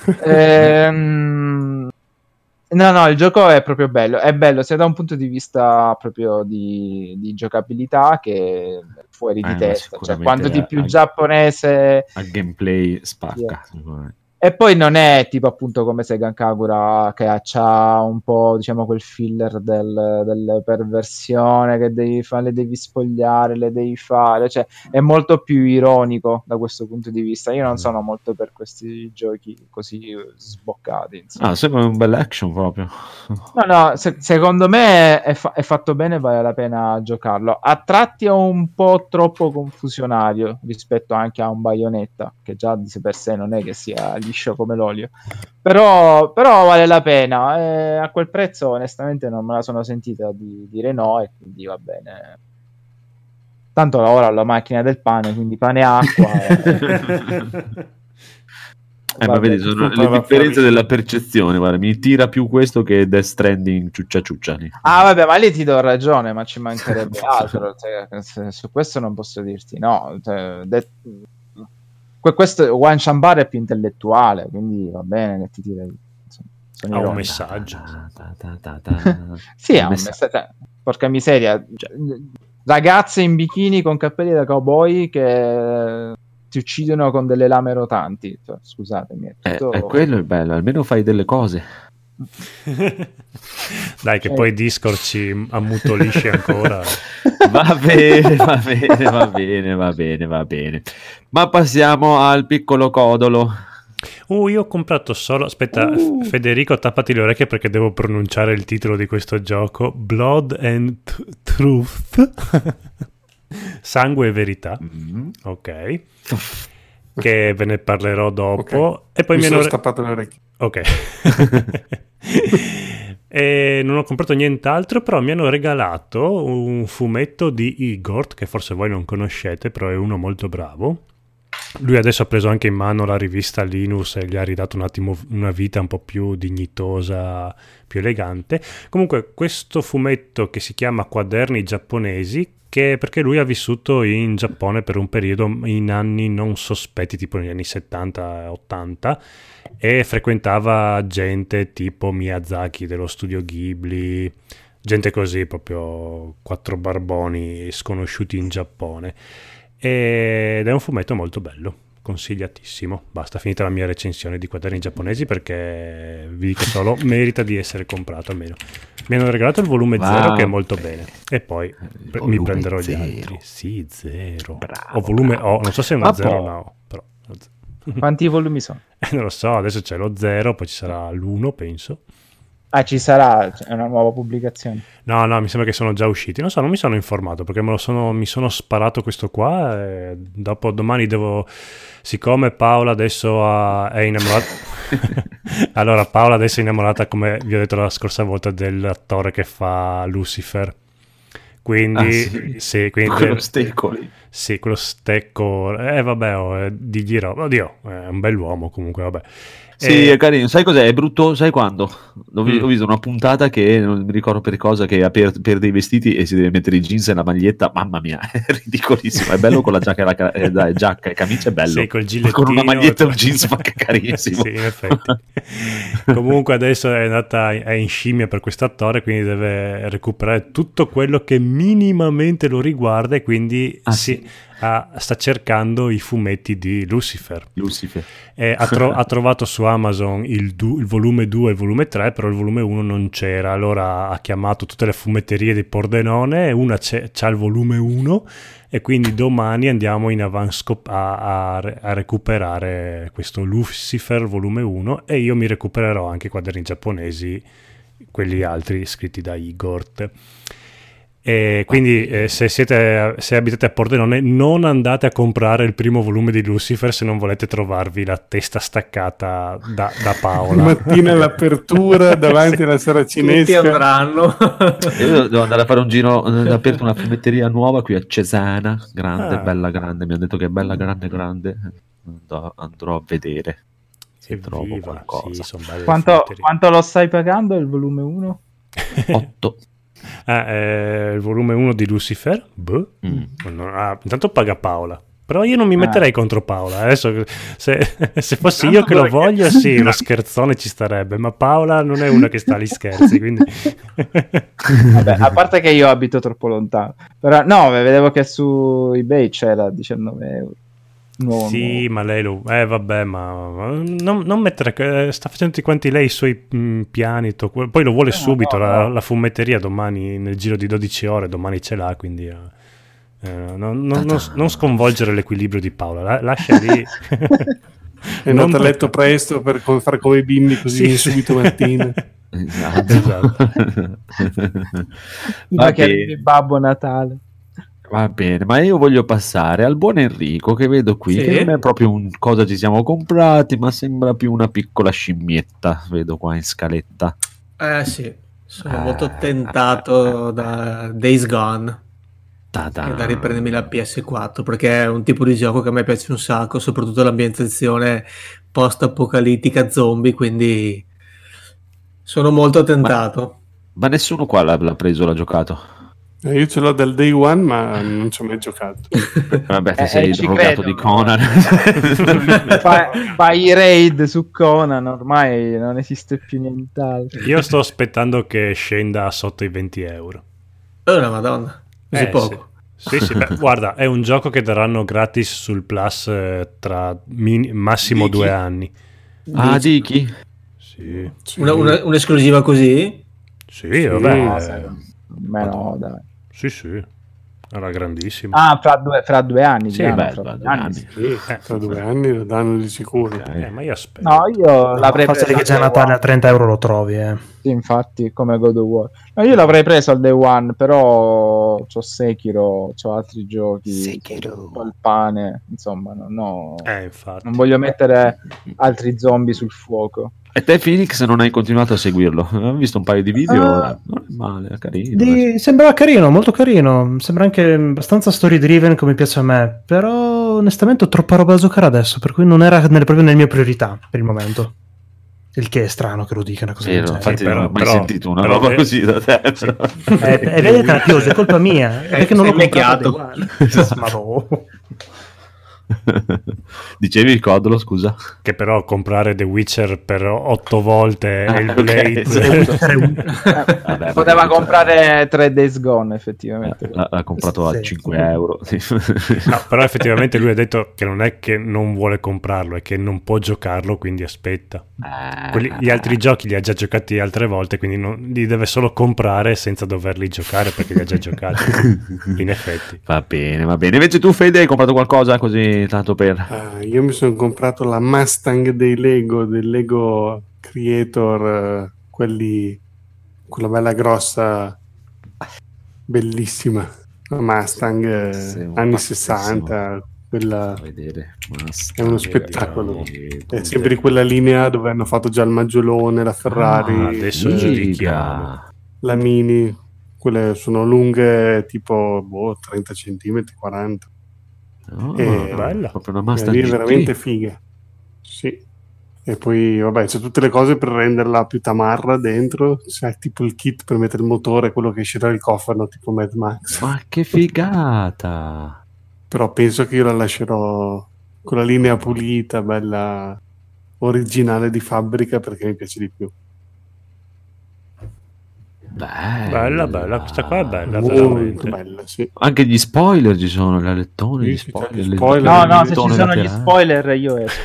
Ehm, No, no, il gioco è proprio bello. È bello sia da un punto di vista proprio di, di giocabilità che fuori di Eh, ma testa. Cioè, sicuramente quanto di a- più a- giapponese. Al gameplay spacca. sicuramente. E poi non è tipo appunto come Seigan Kagura, che ha un po', diciamo, quel filler del, del perversione che devi fare, le devi spogliare, le devi fare, cioè è molto più ironico da questo punto di vista. Io non sono molto per questi giochi così sboccati, insomma. Ah, sembra un bel action proprio. No, no, se- secondo me è, fa- è fatto bene, vale la pena giocarlo. A tratti è un po' troppo confusionario rispetto anche a un Bayonetta, che già di sé per sé non è che sia liscio come l'olio. Però, però vale la pena. E a quel prezzo, onestamente, non me la sono sentita di dire no, e quindi va bene. Tanto ora ho la macchina del pane, quindi pane e acqua. e- Eh, ma Vabbè, vedi, sono tutto le alla differenze fuori. della percezione. Guarda, mi tira più questo che Death Stranding ciuccia ciuccia lì. Ah, vabbè, ma lì ti do ragione, ma ci mancherebbe altro. Cioè, se- su questo non posso dirti no. Cioè, de- que- questo One Chambara è più intellettuale, quindi va bene che ti tira. Insomma, sono Ha un ironico. messaggio. Ta, ta, ta, ta. Sì, ha un messaggio. messaggio. cioè, porca miseria. Cioè, ragazze in bikini con cappelli da cowboy che ti uccidono con delle lame rotanti. Cioè, scusatemi. È Eh, tutto... eh, quello è il bello, almeno fai delle cose. Dai, che Eh. poi Discord ci ammutolisce ancora. Va bene, va bene, va bene, va bene, va bene. Ma passiamo al piccolo codolo. Uh, io ho comprato solo... Aspetta, Uh. F- Federico, tappati le orecchie perché devo pronunciare il titolo di questo gioco. Blood and T- Truth. Sangue e verità. Mm. Ok. Che ve ne parlerò dopo. Ok. E poi Mi mi sono hanno... stappato le orecchie. Ok. E non ho comprato nient'altro, però mi hanno regalato un fumetto di Igor, che forse voi non conoscete, però è uno molto bravo. Lui adesso ha preso anche in mano la rivista Linus e gli ha ridato un attimo una vita un po' più dignitosa, più elegante. Comunque questo fumetto che si chiama Quaderni giapponesi, che perché lui ha vissuto in Giappone per un periodo in anni non sospetti, tipo negli anni settanta ottanta, e frequentava gente tipo Miyazaki dello studio Ghibli, gente così, proprio quattro barboni sconosciuti in Giappone. Ed è un fumetto molto bello, consigliatissimo. Basta, finita la mia recensione di Quaderni giapponesi, perché vi dico solo merita di essere comprato almeno. Mi hanno regalato il volume Wow. zero, che è molto bene, e poi pre- mi volume prenderò zero. gli altri. Sì, zero. Bravo, o volume bravo. O, non so se è Ma una zero o poi- una O, però Quanti volumi sono? eh, non lo so, adesso c'è lo zero, poi ci sarà l'uno, penso. Ah, ci sarà, è una nuova pubblicazione. No, no, mi sembra che sono già usciti. Non so, non mi sono informato perché me lo sono, mi sono sparato questo qua. E dopo domani devo. Siccome Paola adesso ha- è innamorata. Allora, Paola adesso è innamorata, come vi ho detto la scorsa volta, dell'attore che fa Lucifer. Quindi, Ah, sì? sì, quindi Quello stecco lì. sì, quello stecco. Eh, vabbè, oh, eh, di dirò. Oddio, è un bell'uomo comunque, vabbè. Sì, Eh, è carino. Sai cos'è? È brutto, sai quando? Ho, vi- Mm. ho visto una puntata che non mi ricordo per cosa, che ha per, perde i vestiti e si deve mettere i jeans e la maglietta. Mamma mia, è ridicolissimo. È bello con la giacca e, la, ca- eh, dai, giacca e camicia, è bello. Sì, col Ma con una gilettino. maglietta e un jeans fa che carissimo. Sì, in effetti. Comunque adesso è andata è in scimmia per questo attore, quindi deve recuperare tutto quello che minimamente lo riguarda, e quindi Ah, si- sì. ha- sta cercando i fumetti di Lucifer. Lucifer. E ha, tro- ha trovato su Amazon il, du- il volume due e il volume tre, però il volume uno non c'era. Allora ha chiamato tutte le fumetterie di Pordenone, e una c'è, c'ha il volume uno, e quindi domani andiamo in avanscop a, a, re- a recuperare questo Lucifer volume uno, e io mi recupererò anche i Quaderni giapponesi, quelli altri scritti da Igor. E quindi eh, se siete se abitate a Pordenone, non andate a comprare il primo volume di Lucifer se non volete trovarvi la testa staccata da, da Paola. Mattina all'apertura davanti alla Tutti saracinesca. andranno. Io devo andare a fare un giro, ho aperto una fumetteria nuova qui a Cesana, grande, Ah. bella grande, mi hanno detto che è bella grande grande, andrò, andrò a vedere se trovo Evviva, qualcosa. sì, son belle Quanto, fumetterie. quanto lo stai pagando il volume uno? otto. Ah, eh, il volume uno di Lucifer? Boh. Mm. Non- ah, intanto paga Paola. Però io non mi metterei contro Paola. Adesso, se, se fossi io che lo voglio, sì, lo scherzone ci starebbe. Ma Paola non è una che sta agli scherzi. Quindi... Vabbè, a parte che io abito troppo lontano. Però no, vedevo che su eBay c'era diciannove euro. Nuovo, Sì, nuovo. ma lei lo... Eh, vabbè, ma ma non, non mettere... eh, sta facendo tutti quanti lei i suoi mm, piani, to- poi lo vuole No, subito, no, la, no. la fumetteria domani, nel giro di dodici ore, domani ce l'ha, quindi... eh, eh, non, non- non- non sconvolgere l'equilibrio di Paola, la- lascia lì... È Non andato a letto pre- presto per co- fare come i bimbi, così Sì, subito sì. mattina. Esatto. Esatto. Ma Va che arrivi bene, Babbo Natale. va bene, ma io voglio passare al buon Enrico che vedo qui, Sì. che non è proprio un cosa ci siamo comprati, ma sembra più una piccola scimmietta, vedo qua in scaletta. Eh sì, sono Eh. molto tentato da Days Gone Ta-da. e da riprendermi la P S quattro, perché è un tipo di gioco che a me piace un sacco, soprattutto l'ambientazione post-apocalittica zombie, quindi sono molto tentato. Ma nessuno qua l'ha, l'ha preso, l'ha giocato. Eh, Io ce l'ho dal day one, ma non ci ho mai giocato. Vabbè, te Eh, sei eh, ci drogato credo. di Conan. Fai, fai i raid su Conan, ormai non esiste più nient'altro. Io sto aspettando che scenda sotto i venti euro. Oh la madonna, così Eh, poco. Sì, sì, sì, beh, guarda, è un gioco che daranno gratis sul Plus eh, tra min- massimo Dichi? due anni. Ah, Dichi? Sì, Una- una- un'esclusiva così? sì, vabbè. No, eh, sai, meno, dai. sì, sì, era grandissimo. Ah, fra due, fra due anni. Sì, diranno, beh, fra fra due due anni, anni. sì. Eh, Tra due anni lo danno di sicuro. eh, ma io aspetto. No, io l'avrei Forse preso che al già a day Natale one. a trenta euro lo trovi, eh. Sì, infatti, come God of War. No, io l'avrei preso al day one, però c'ho Sekiro, c'ho altri giochi, Sekiro. c'ho il pane, insomma, non, ho- Eh, infatti. non voglio mettere altri zombie sul fuoco. E te Phoenix non hai continuato a seguirlo? Ho visto un paio di video, Ah, non è male, è carino. Di- sembrava carino, molto carino. Sembra anche abbastanza story driven come piace a me. Però onestamente ho troppa roba da giocare adesso, per cui non era nelle- proprio nelle mie priorità per il momento. Il che è strano che lo dica una cosa Sì, del no, genere. infatti però- non ho mai però- sentito una però- roba eh, così da te. però. Eh, e vedete la piosa, è colpa mia. È perché non sei l'ho comprato invecchiato. uguale. Ma boh. Dicevi il codolo, scusa? Che però comprare The Witcher per otto volte Ah, e il ok, Blade esatto. Vabbè, Poteva ma- comprare tre Days Gone, effettivamente. L'ha, l'ha comprato a Sì. cinque euro. Sì. No, però effettivamente lui ha detto che non è che non vuole comprarlo, è che non può giocarlo, quindi aspetta. Ah. Quelli- gli altri giochi li ha già giocati altre volte, quindi non- li deve solo comprare senza doverli giocare perché li ha già giocati. In effetti. Va bene, va bene. Invece tu, Fede, hai comprato qualcosa così tanto per... Ah, io mi sono comprato la Mustang dei Lego, del Lego Creator, eh, quelli, quella bella grossa, bellissima. La Mustang eh, Sì, un anni pazzesimo. sessanta, quella A vedere. è uno spettacolo. Eh, è sempre di quella linea dove hanno fatto già il Maggiolone, la Ferrari, Ah, adesso giudichiamo. Figa. la Mini. Quelle sono lunghe tipo boh, trenta centimetri, quaranta. Oh, Eh, bella. Proprio una E Mustang lì è G T. veramente figa. Sì. E poi, vabbè, c'è tutte le cose per renderla più tamarra dentro. C'è tipo il kit per mettere il motore, quello che esce dal cofano, tipo Mad Max. Ma che figata! Però penso che io la lascerò con la linea pulita, bella originale di fabbrica, perché mi piace di più. Bella, Bella, bella, questa qua è bella, Molto veramente. bella, sì. Anche gli spoiler ci sono, le alettone, Sì, gli sì, spoiler. c'è gli le- spoiler. No, le no, se ci alettone sono gli laterali. spoiler io esco.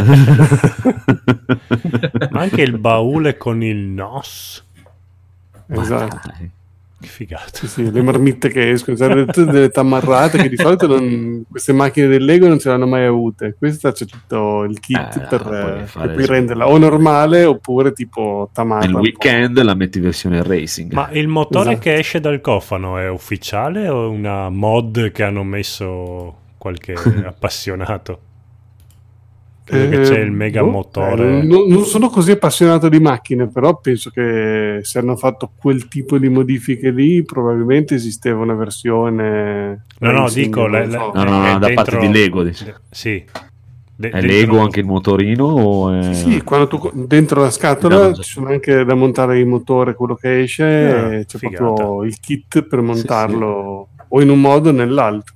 Ma anche il baule con il N O S. Ma Esatto. dai. Che figata. Sì, sì, le marmitte che escono, sarebbero tutte delle tamarrate che di solito non- queste macchine del Lego non ce l'hanno mai avute. Questa c'è tutto il kit Eh, no, per puoi eh, fare- che puoi renderla o normale oppure tipo tamarra. Nel un po'. weekend la metti versione racing. Ma il motore Esatto. che esce dal cofano è ufficiale o è una mod che hanno messo qualche appassionato? Credo che c'è il mega boh, motore. eh, non, non sono così appassionato di macchine, però penso che se hanno fatto quel tipo di modifiche lì, probabilmente esisteva una versione. No, no, racing, dico non le- lo so. le- No, no, no, è da dentro- parte di Lego, dici. Sì. De- È dentro- Lego anche il motorino? O è... Sì, sì, quando tu dentro la No, scatola no, ci sono anche da montare il motore, quello che esce, Ah, e c'è figata. proprio il kit per Sì, montarlo o in un modo o nell'altro.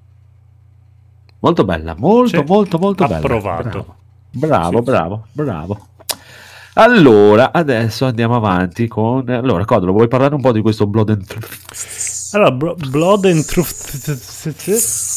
Molto bella, molto, Sì. molto, molto bella. Approvato. Bravo, Sì, bravo, bravo. Allora, adesso andiamo avanti con... Allora, Codolo, vuoi parlare un po' di questo Blood and Truth? Allora, Bro- Blood and Truth,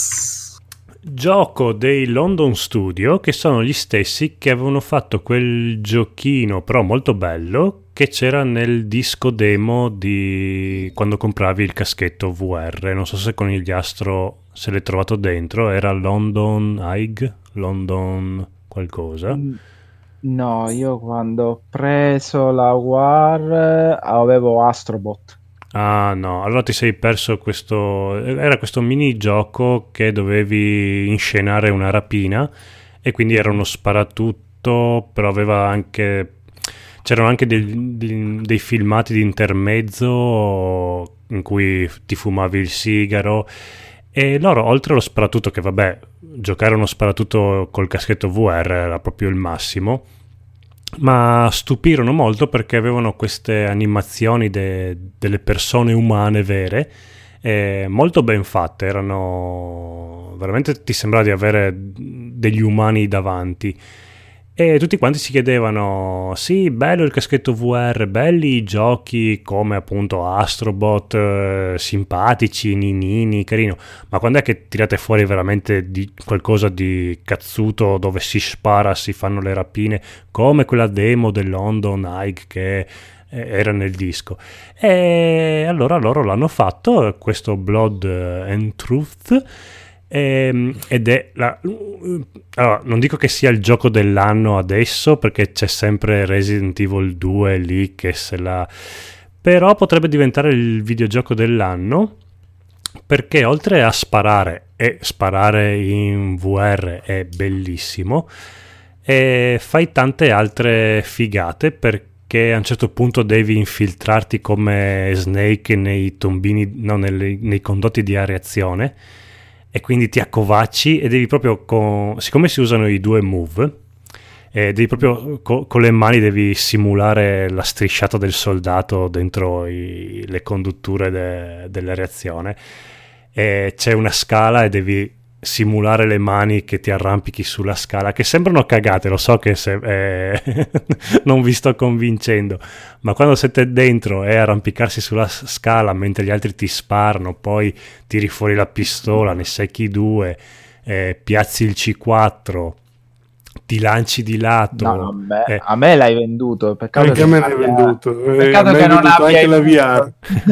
gioco dei London Studio, che sono gli stessi che avevano fatto quel giochino, però molto bello, che c'era nel disco demo di quando compravi il caschetto V R. Non so se con il Astro se l'hai trovato dentro, era London Eye, London qualcosa. No, io quando ho preso la War avevo Astrobot. Ah no, allora ti sei perso questo, era questo minigioco che dovevi inscenare una rapina e quindi era uno sparatutto, però aveva anche, c'erano anche dei, dei, dei filmati di intermezzo in cui ti fumavi il sigaro e loro oltre allo sparatutto, che vabbè, giocare uno sparatutto col caschetto V R era proprio il massimo, ma stupirono molto perché avevano queste animazioni de- delle persone umane vere, eh, molto ben fatte, erano veramente, ti sembrava di avere degli umani davanti e tutti quanti si chiedevano sì, bello il caschetto V R, belli i giochi come appunto Astrobot, eh, simpatici, ninini, carino, ma quando è che tirate fuori veramente di qualcosa di cazzuto dove si spara, si fanno le rapine come quella demo del London Eye che eh, era nel disco? E allora loro l'hanno fatto, questo Blood and Truth, ehm, ed è la... allora, non dico che sia il gioco dell'anno adesso perché c'è sempre Resident Evil due lì che se la... però potrebbe diventare il videogioco dell'anno perché oltre a sparare, e sparare in V R è bellissimo, e fai tante altre figate, perché a un certo punto devi infiltrarti come Snake nei tombini, no, nei, nei condotti di areazione, e quindi ti accovacci e devi proprio, con, siccome si usano i due move, eh, devi proprio co- con le mani devi simulare la strisciata del soldato dentro i, le condutture de- dell'areazione, e c'è una scala e devi simulare le mani che ti arrampichi sulla scala, che sembrano cagate, lo so che se, eh, non vi sto convincendo, ma quando siete dentro e arrampicarsi sulla scala mentre gli altri ti sparano, poi tiri fuori la pistola, ne secchi due, eh, piazzi il C quattro, ti lanci di lato. No, beh, eh. a me l'hai venduto, peccato Anche che a me non l'hai abbia- venduto. Eh, Peccato a me che hai non venduto abbia anche la i V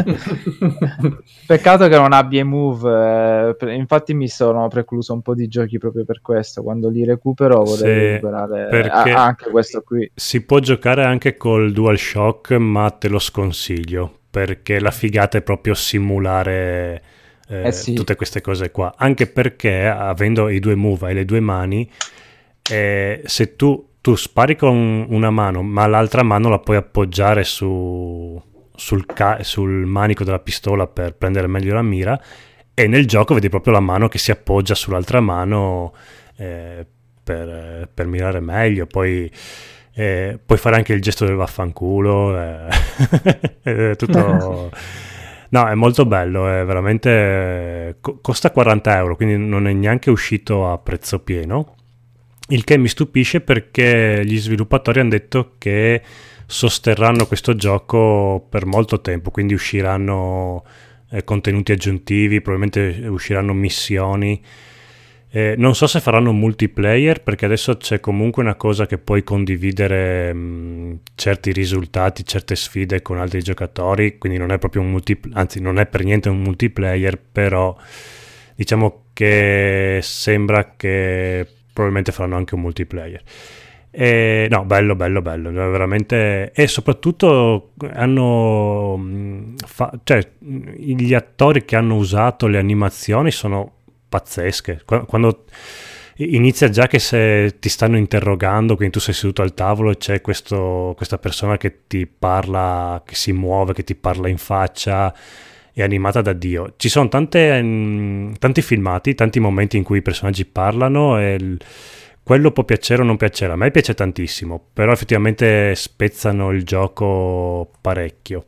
R. Peccato che non abbia i move, eh, per- infatti mi sono precluso un po' di giochi proprio per questo. Quando li recupero vorrei Sì, recuperare perché ah, anche questo qui. si può giocare anche col DualShock, ma te lo sconsiglio, perché la figata è proprio simulare eh, Eh sì. tutte queste cose qua, anche perché avendo i due move e le due mani, eh, se tu, tu spari con una mano ma l'altra mano la puoi appoggiare su, sul, ca- sul manico della pistola per prendere meglio la mira, e nel gioco vedi proprio la mano che si appoggia sull'altra mano eh, per, per mirare meglio. Poi eh, puoi fare anche il gesto del vaffanculo, eh, è tutto... No, è molto bello, è veramente... co- costa quaranta euro, quindi non è neanche uscito a prezzo pieno, il che mi stupisce perché gli sviluppatori hanno detto che sosterranno questo gioco per molto tempo, quindi usciranno eh, contenuti aggiuntivi, probabilmente usciranno missioni. Eh, non so se faranno multiplayer, perché adesso c'è comunque una cosa che puoi condividere mh, certi risultati, certe sfide con altri giocatori, quindi non è proprio un multiplayer, anzi non è per niente un multiplayer, però diciamo che sembra che probabilmente faranno anche un multiplayer. E, no, bello, bello, bello, veramente. E soprattutto hanno mh, fa, cioè gli attori che hanno usato le animazioni sono pazzesche. Qu- quando inizia già che se ti stanno interrogando, quindi tu sei seduto al tavolo e c'è questo, questa persona che ti parla, che si muove, che ti parla in faccia, è animata da Dio. Ci sono tante, mh, tanti filmati, tanti momenti in cui i personaggi parlano, e il, quello può piacere o non piacere. A me piace tantissimo, però effettivamente spezzano il gioco parecchio.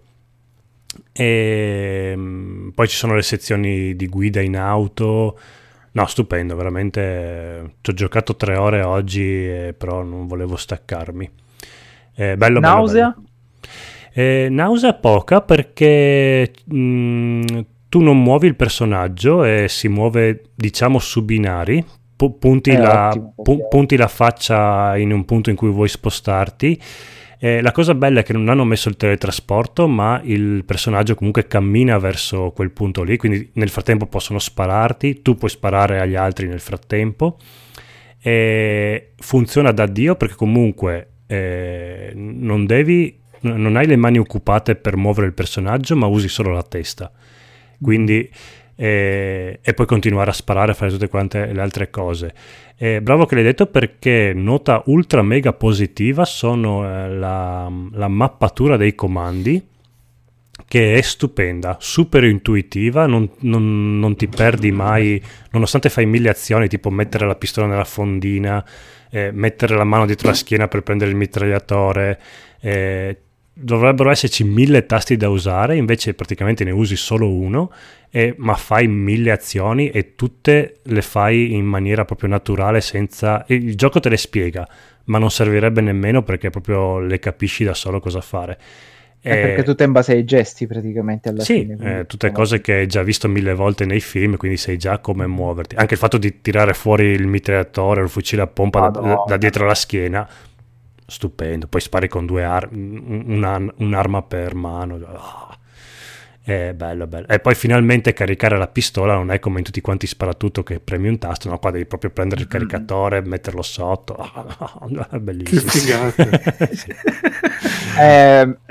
E mh, poi ci sono le sezioni di guida in auto. No, stupendo, veramente. Ci ho giocato tre ore oggi, eh, però non volevo staccarmi. Eh, bello, Nausea? bello, bello. Eh, nausea poca, perché mh, tu non muovi il personaggio e si muove, diciamo, su binari. Pu- punti, Eh, la, ottimo, pu- perché- punti la faccia in un punto in cui vuoi spostarti. Eh, la cosa bella è che non hanno messo il teletrasporto, ma il personaggio comunque cammina verso quel punto lì, quindi nel frattempo possono spararti, tu puoi sparare agli altri nel frattempo. E funziona da Dio, perché comunque eh, non devi, non hai le mani occupate per muovere il personaggio, ma usi solo la testa, quindi eh, e puoi continuare a sparare, a fare tutte quante le altre cose. Eh, bravo che l'hai detto, perché nota ultra mega positiva sono eh, la, la mappatura dei comandi, che è stupenda, super intuitiva, non, non, non ti perdi mai, nonostante fai mille azioni, tipo mettere la pistola nella fondina, eh, mettere la mano dietro la schiena per prendere il mitragliatore. Eh, dovrebbero esserci mille tasti da usare, invece praticamente ne usi solo uno, e, ma fai mille azioni e tutte le fai in maniera proprio naturale, senza... il gioco te le spiega, ma non servirebbe nemmeno, perché proprio le capisci da solo cosa fare. È perché tutto è in base ai gesti praticamente alla sì, fine. quindi- eh, tutte cose che hai già visto mille volte nei film, quindi sai già come muoverti. Anche il fatto di tirare fuori il mitragliatore o il fucile a pompa da, Madonna. da dietro la schiena, stupendo. Poi spari con due armi, una, un'arma per mano. Oh, è bello, bello. E poi finalmente caricare la pistola non è come in tutti quanti sparatutto che premi un tasto, no? Qua devi proprio prendere il caricatore, metterlo sotto. Oh, è Che bellissimo. figata. Sì. Eh,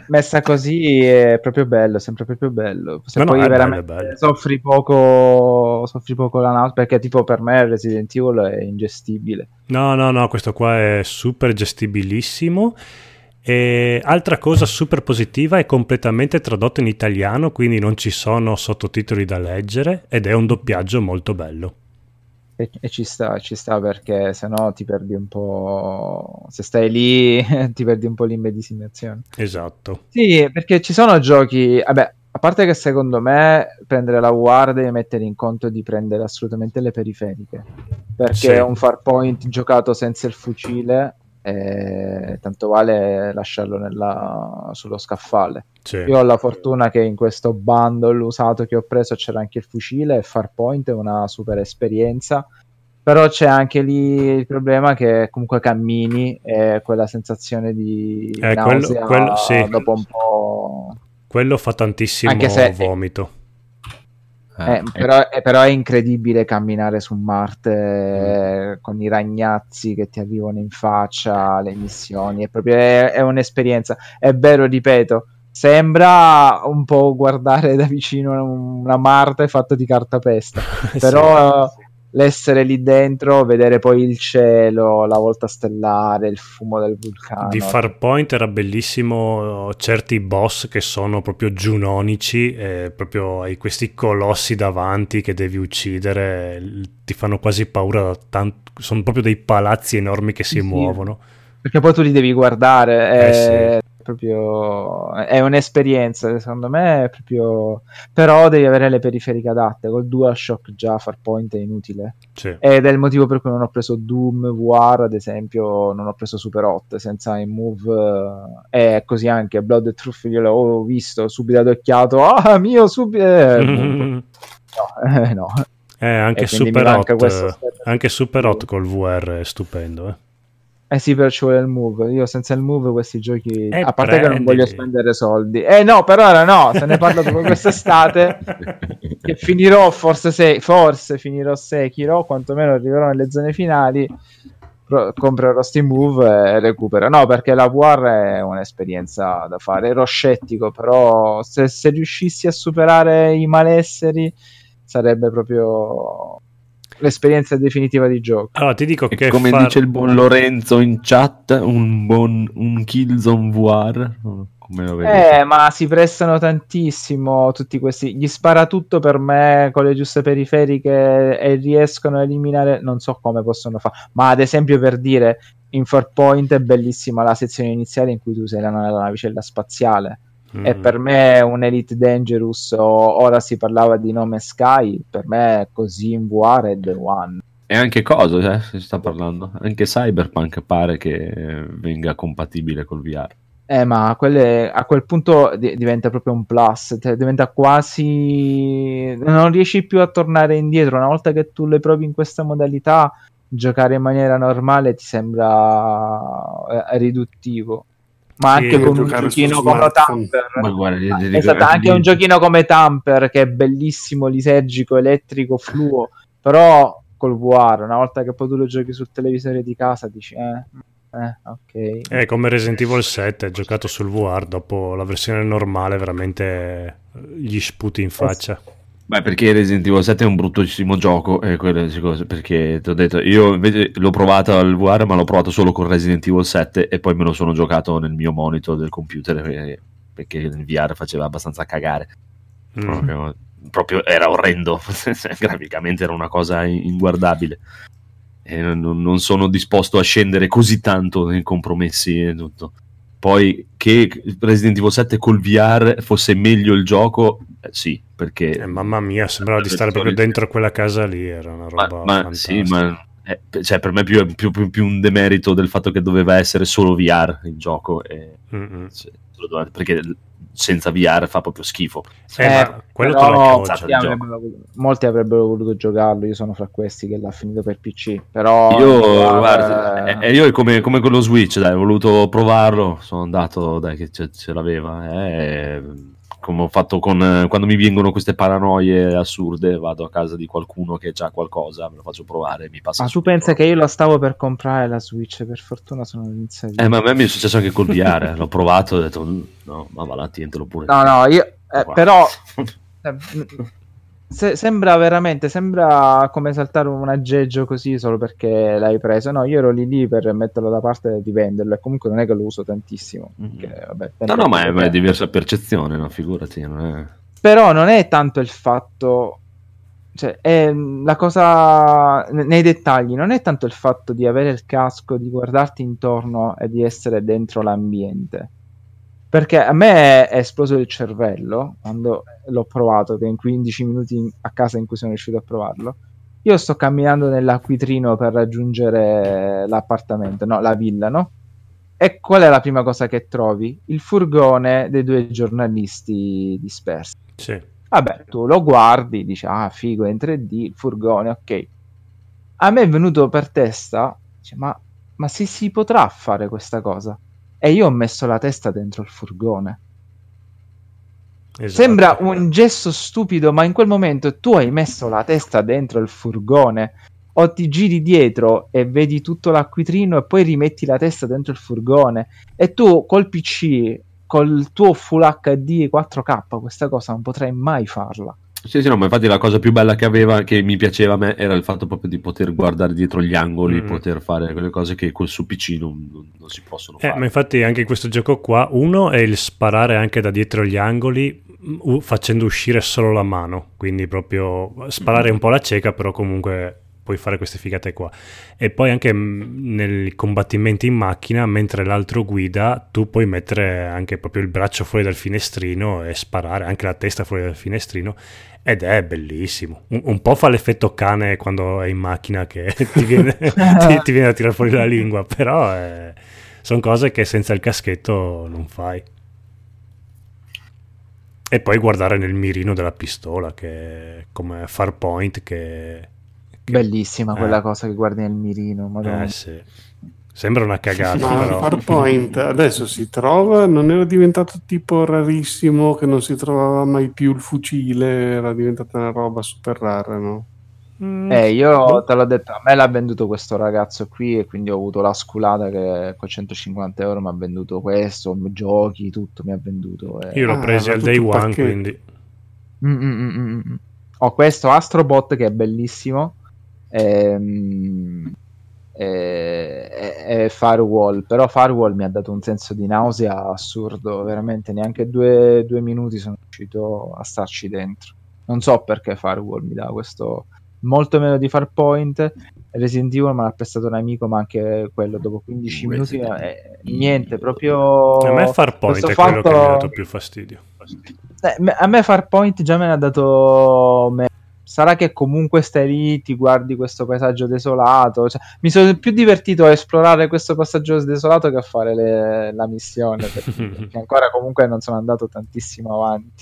messa così è proprio bello, sempre proprio bello. Se No, no, poi è bello, veramente è bello. soffri poco, soffri poco la nausea, perché tipo per me Resident Evil è ingestibile. No, no, no, questo qua è super gestibilissimo. E altra cosa super positiva, è completamente tradotto in italiano, quindi non ci sono sottotitoli da leggere ed è un doppiaggio molto bello. E, e ci sta, ci sta perché sennò ti perdi un po'. Se stai lì, ti perdi un po' l'immedesimazione. Esatto. Sì, perché ci sono giochi. Vabbè, a parte che secondo me prendere la W A R devi mettere in conto di prendere assolutamente le periferiche. Perché Sì. un Farpoint giocato senza il fucile, eh, tanto vale lasciarlo nella, sullo scaffale. Sì. Io ho la fortuna che in questo bundle usato che ho preso c'era anche il fucile e Farpoint è una super esperienza, però c'è anche lì il problema che comunque cammini e quella sensazione di Eh, quello- nausea quello- sì. dopo un po'. Quello fa tantissimo Anche se- vomito. Eh, però, eh, però è incredibile camminare su Marte eh, con i ragnazzi che ti arrivano in faccia, le missioni, è proprio è, è un'esperienza. È vero, ripeto, sembra un po' guardare da vicino una Marte fatta di cartapesta, però eh, l'essere lì dentro, vedere poi il cielo, la volta stellare, il fumo del vulcano. Di Farpoint era bellissimo certi boss che sono proprio giunonici, eh, proprio hai questi colossi davanti che devi uccidere, l- ti fanno quasi paura, da tanto, sono proprio dei palazzi enormi che si Sì, muovono. perché poi tu li devi guardare, Eh, è proprio è un'esperienza, secondo me è proprio, però devi avere le periferiche adatte. Col DualShock già Farpoint è inutile Sì. ed è il motivo per cui non ho preso Doom V R, ad esempio, non ho preso Super hot senza i move, eh, e così anche Blood and Truth io l'ho visto subito adocchiato, ah mio subito eh, no, eh, no. Eh, anche E quindi mi Super manca Hot, questo eh, aspetto. anche Super Hot col V R è stupendo, eh. Eh sì, però ci vuole il move. Io senza il move questi giochi, Eh, a parte che non prendili. voglio spendere soldi. Eh no, per ora no, se ne parla dopo quest'estate che finirò, forse se, forse finirò Sekiro, quantomeno arriverò nelle zone finali, pro- comprerò Steam Move e recupero. No, perché la V R è un'esperienza da fare. Ero scettico, però se, se riuscissi a superare i malesseri sarebbe proprio l'esperienza definitiva di gioco. Allora ti dico E che come far- dice il buon Lorenzo in chat, un buon un Killzone V R, come lo vedete? Eh, ma si prestano tantissimo tutti questi. Gli spara tutto per me con le giuste periferiche e riescono a eliminare. Non so come possono fare, ma ad esempio, per dire, in Farpoint è bellissima la sezione iniziale in cui tu sei la, la navicella spaziale. Mm. E per me un Elite Dangerous, o ora si parlava di Nome Sky, per me così in V R è The One. E anche cosa, eh, si sta parlando? Anche Cyberpunk pare che venga compatibile col V R. Eh, ma quelle, a quel punto di- diventa proprio un plus, cioè diventa quasi. Non riesci più a tornare indietro. Una volta che tu le provi in questa modalità, giocare in maniera normale ti sembra eh, riduttivo. Ma Sì, anche con un giocare su giochino come smartphone. Tamper. Ma guarda, io ti dico- Esatto, anche un giochino come Tamper che è bellissimo, lisergico, elettrico, fluo, però col V R, una volta che poi tu lo giochi sul televisore di casa dici eh, eh ok. È come Resident Evil sette, giocato sul V R, dopo la versione normale veramente gli sputi in faccia. Beh, perché Resident Evil sette è un bruttissimo gioco, e quelle cose, perché ti ho detto, io invece l'ho provato al V R, ma l'ho provato solo con Resident Evil sette e poi me lo sono giocato nel mio monitor del computer, perché, perché il V R faceva abbastanza cagare. Mm. Proprio, proprio era orrendo, graficamente era una cosa inguardabile. E non, non sono disposto a scendere così tanto nei compromessi e tutto. Poi che Resident Evil sette col V R fosse meglio il gioco, eh, sì, perché Eh, mamma mia, sembrava di stare proprio dentro quella casa lì, era una ma, roba ma fantastica. sì, ma eh, cioè, per me è più, più, più, più un demerito del fatto che doveva essere solo V R il gioco, e, Mm-mm. cioè, lo doveva- perché senza V R fa proprio schifo. Eh, ma quello te però lo causa molti il avrebbero, molti avrebbero voluto giocarlo, io sono fra questi che l'ha finito per P C, però Io, guarda, guarda, eh, io è come, come con lo Switch, dai, ho voluto provarlo, sono andato, dai, che ce, ce l'aveva, eh, come ho fatto con eh, quando mi vengono queste paranoie assurde, vado a casa di qualcuno che ha qualcosa, me lo faccio provare, mi passa Ma tu subito. pensa che io la stavo per comprare la Switch, per fortuna sono iniziato. Eh, ma a me mi è successo anche col V R, l'ho provato e ho detto "Mm, no, ma va là, tientelo pure. No, no, io eh, Qua. però eh, se- sembra veramente, sembra come saltare un aggeggio così solo perché l'hai preso. No, io ero lì lì per metterlo da parte e di venderlo, e comunque non è che lo uso tantissimo. Perché, vabbè, No, no, ma è, ma è perché- diversa percezione, no? Figurati, non è... Però non è tanto il fatto, cioè è la cosa ne- nei dettagli, non è tanto il fatto di avere il casco, di guardarti intorno e di essere dentro l'ambiente. Perché a me è esploso il cervello quando l'ho provato, che in quindici minuti a casa in cui sono riuscito a provarlo, io sto camminando nell'acquitrino per raggiungere l'appartamento, no, la villa, no? E qual è la prima cosa che trovi? Il furgone dei due giornalisti dispersi. Sì. Vabbè, tu lo guardi, dici, ah, figo, è in tre D, il furgone, ok. A me è venuto per testa, dice, ma, ma se si potrà fare questa cosa? E io ho messo la testa dentro il furgone. Esatto. Sembra un gesto stupido, ma in quel momento tu hai messo la testa dentro il furgone, o ti giri dietro e vedi tutto l'acquitrino e poi rimetti la testa dentro il furgone, e tu col P C, col tuo Full H D quattro K, questa cosa non potrai mai farla. Sì, sì, no, ma infatti la cosa più bella che aveva, che mi piaceva a me, era il fatto proprio di poter guardare dietro gli angoli, Mm. poter fare quelle cose che col su P C non, non- non si possono Eh, fare. ma infatti anche in questo gioco qua, uno è il sparare anche da dietro gli angoli u- facendo uscire solo la mano, quindi proprio sparare un po' alla cieca, però comunque puoi fare queste figate qua. E poi anche mh, nei combattimenti in macchina, mentre l'altro guida, tu puoi mettere anche proprio il braccio fuori dal finestrino e sparare, anche la testa fuori dal finestrino, ed è bellissimo. Un, un po' fa l'effetto cane quando è in macchina che ti viene, ti, ti viene a tirare fuori la lingua, però sono cose che senza il caschetto non fai. E poi guardare nel mirino della pistola, che è come Farpoint, che... che Bellissima quella eh. cosa che guardi nel mirino, madonna. Eh sì. Sembra una cagata, Ma però... Farpoint adesso si trova, non era diventato tipo rarissimo, che non si trovava mai più il fucile, era diventata una roba super rara, no? Mm, Eh, io boh. te l'ho detto, a me l'ha venduto questo ragazzo qui e quindi ho avuto la sculata che con centocinquanta euro mi ha venduto questo, giochi, tutto mi ha venduto. e- Io l'ho Ah, preso era al day tutto one, pacchetto. quindi... Mm, mm, mm, mm, mm. Ho questo Astrobot che è bellissimo, ehm, e, e- e Firewall, però Firewall mi ha dato un senso di nausea assurdo, veramente neanche due, due minuti sono riuscito a starci dentro. Non so perché Firewall mi dà questo, molto meno di Farpoint. Resident Evil me l'ha prestato un amico, ma anche quello dopo quindici minuti Resident eh, niente, proprio A me Farpoint questo è quello che mi ha fatto- dato più fastidio. eh, me- a me Farpoint già me ne ha dato me- sarà che comunque stai lì, ti guardi questo paesaggio desolato, cioè, mi sono più divertito a esplorare questo passaggio desolato che a fare le- la missione, perché, perché ancora comunque non sono andato tantissimo avanti.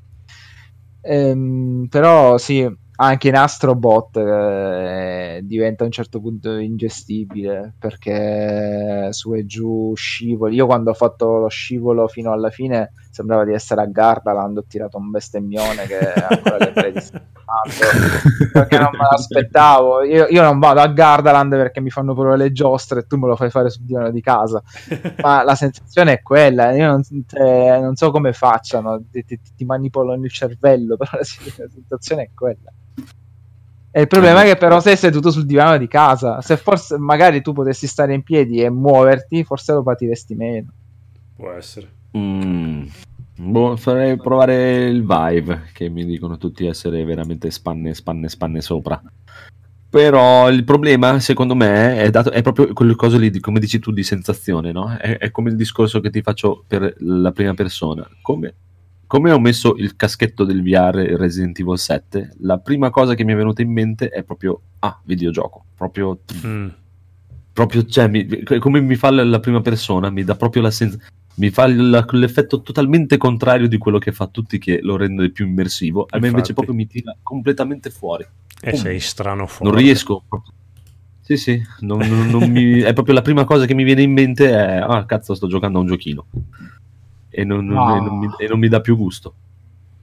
Ehm, però sì, anche in Astrobot eh, diventa a un certo punto ingestibile, perché su e giù scivoli. Io quando ho fatto lo scivolo fino alla fine sembrava di essere a Gardaland, ho tirato un bestemmione che ancora le avrei disturbato, perché non me l'aspettavo. Io, io non vado a Gardaland perché mi fanno pure le giostre e tu me lo fai fare sul divano di casa, ma la sensazione è quella. Io non, cioè, non so come facciano, ti, ti, ti manipolano il cervello, però la sensazione è quella. E il problema è che però sei seduto sul divano di casa, se forse magari tu potessi stare in piedi e muoverti, forse lo patiresti meno. Può essere. Mm. Boh, farei provare il Vive, che mi dicono tutti essere veramente spanne, spanne, spanne sopra. Però il problema, secondo me, è, dato, è proprio quel coso lì, di, come dici tu, di sensazione, no? È, è come il discorso che ti faccio per la prima persona. Come, come ho messo il caschetto del V R Resident Evil sette, la prima cosa che mi è venuta in mente è proprio, ah, videogioco. Proprio, Mm. proprio cioè, mi, come mi fa la, la prima persona, mi dà proprio la sensazione. Mi fa il- l'effetto totalmente contrario di quello che fa tutti, che lo rende più immersivo. A me invece Infatti. proprio mi tira completamente fuori. E sei strano fuori. Non riesco proprio. Sì, sì, non, non- non mi- è proprio la prima cosa che mi viene in mente è ah, cazzo, sto giocando a un giochino. E non, non- No. e non mi, e non mi dà più gusto.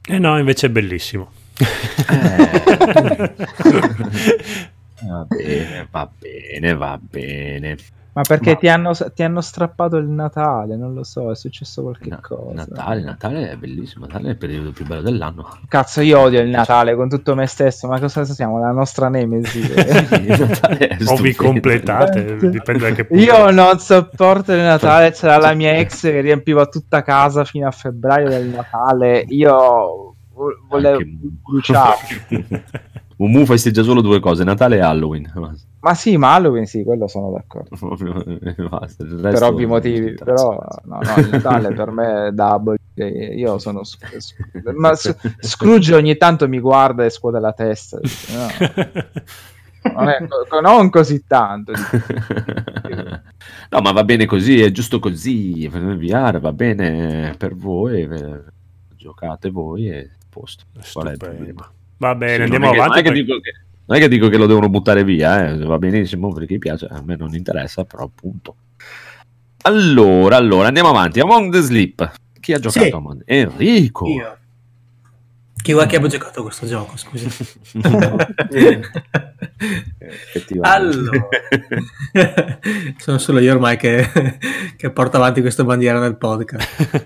Eh no, invece è bellissimo. Eh. Va bene, va bene, va bene. Ma perché Ma- ti, hanno, ti hanno strappato il Natale? Non lo so, è successo qualche Na- cosa. Natale, Natale è bellissimo, Natale è il periodo più bello dell'anno. Cazzo, io odio il Natale con tutto me stesso, ma cosa siamo? La nostra nemesi. Il Natale è O vi stupendo. completate, dipende da che punto. Io non sopporto il Natale, c'era la mia ex che riempiva tutta casa fino a febbraio del Natale. Io vo- volevo Anche- bruciare. Mumu festeggia solo due cose, Natale e Halloween. Basta. Ma sì, ma Halloween sì, quello sono d'accordo. Basta, il Per resto ovvi non motivi, interessa. però no, no, il Natale per me è da abolire. Io sono sc- sc- ma S- Scrooge ogni tanto mi guarda e scuote la testa. Dice, no, non, è co- non così tanto. dice. No, ma va bene così, è giusto così. V R va bene per voi, eh, giocate voi e a posto. Qual è il Stupendo. problema? Va bene, Sì, andiamo non è che- avanti. Non è, che perché- dico che, non è che dico che lo devono buttare via, eh, va benissimo perché piace, a me non interessa, però appunto. Allora, allora andiamo avanti. Among the Sleep. Chi ha giocato Sì. Among the Enrico. Io. Chi vuoi che abbia giocato a questo gioco, scusi? Effettivamente. Allora, sono solo io ormai che, che porto avanti questa bandiera nel podcast.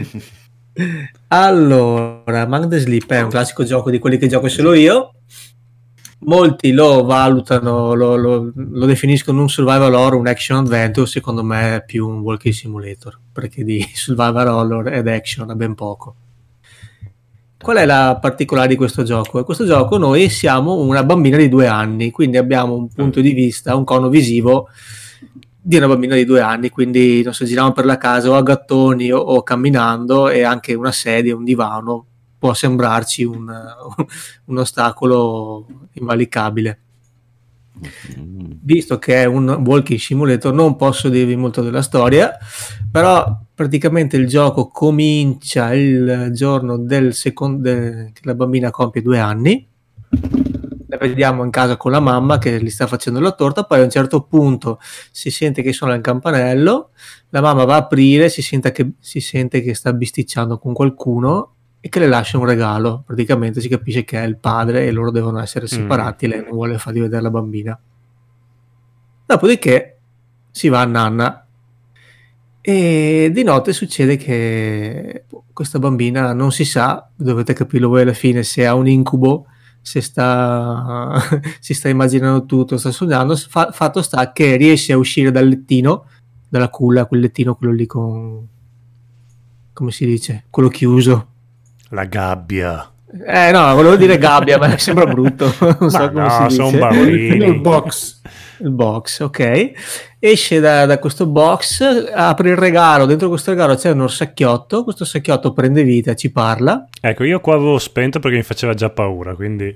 Allora, Among the Sleep è un classico gioco di quelli che gioco solo io. Molti lo valutano, lo, lo, lo definiscono un survival horror, un action adventure. Secondo me è più un walking simulator, perché di survival horror ed action è ben poco. Qual è la particolare di questo gioco? In questo gioco noi siamo una bambina di due anni, quindi abbiamo un punto di vista, un cono visivo di una bambina di due anni, quindi non so, giriamo per la casa o a gattoni o, o camminando, e anche una sedia, un divano può sembrarci un, un ostacolo invalicabile. Mm. Visto che è un walking simulator non posso dirvi molto della storia, però praticamente il gioco comincia il giorno del secondo che la bambina compie due anni. La vediamo in casa con la mamma che gli sta facendo la torta, poi a un certo punto si sente che suona il campanello, la mamma va a aprire, si sente che, si sente che sta bisticciando con qualcuno e che le lascia un regalo. Praticamente si capisce che è il padre e loro devono essere separati, mm. lei non vuole fargli vedere la bambina. Dopodiché si va a nanna e di notte succede che questa bambina non si sa, dovete capirlo voi alla fine, se ha un incubo, se sta si sta immaginando tutto, sta sognando. Fa, fatto sta che riesce a uscire dal lettino, dalla culla, quel lettino, quello lì con, come si dice, quello chiuso, la gabbia. Eh no, volevo dire gabbia, ma sembra brutto. Non so ma come no, si sono dice. bambini. Il box. Il box, ok. Esce da, da questo box, apre il regalo. Dentro questo regalo c'è uno sacchiotto. Questo sacchiotto prende vita, ci parla. Ecco, io qua avevo spento perché mi faceva già paura, quindi...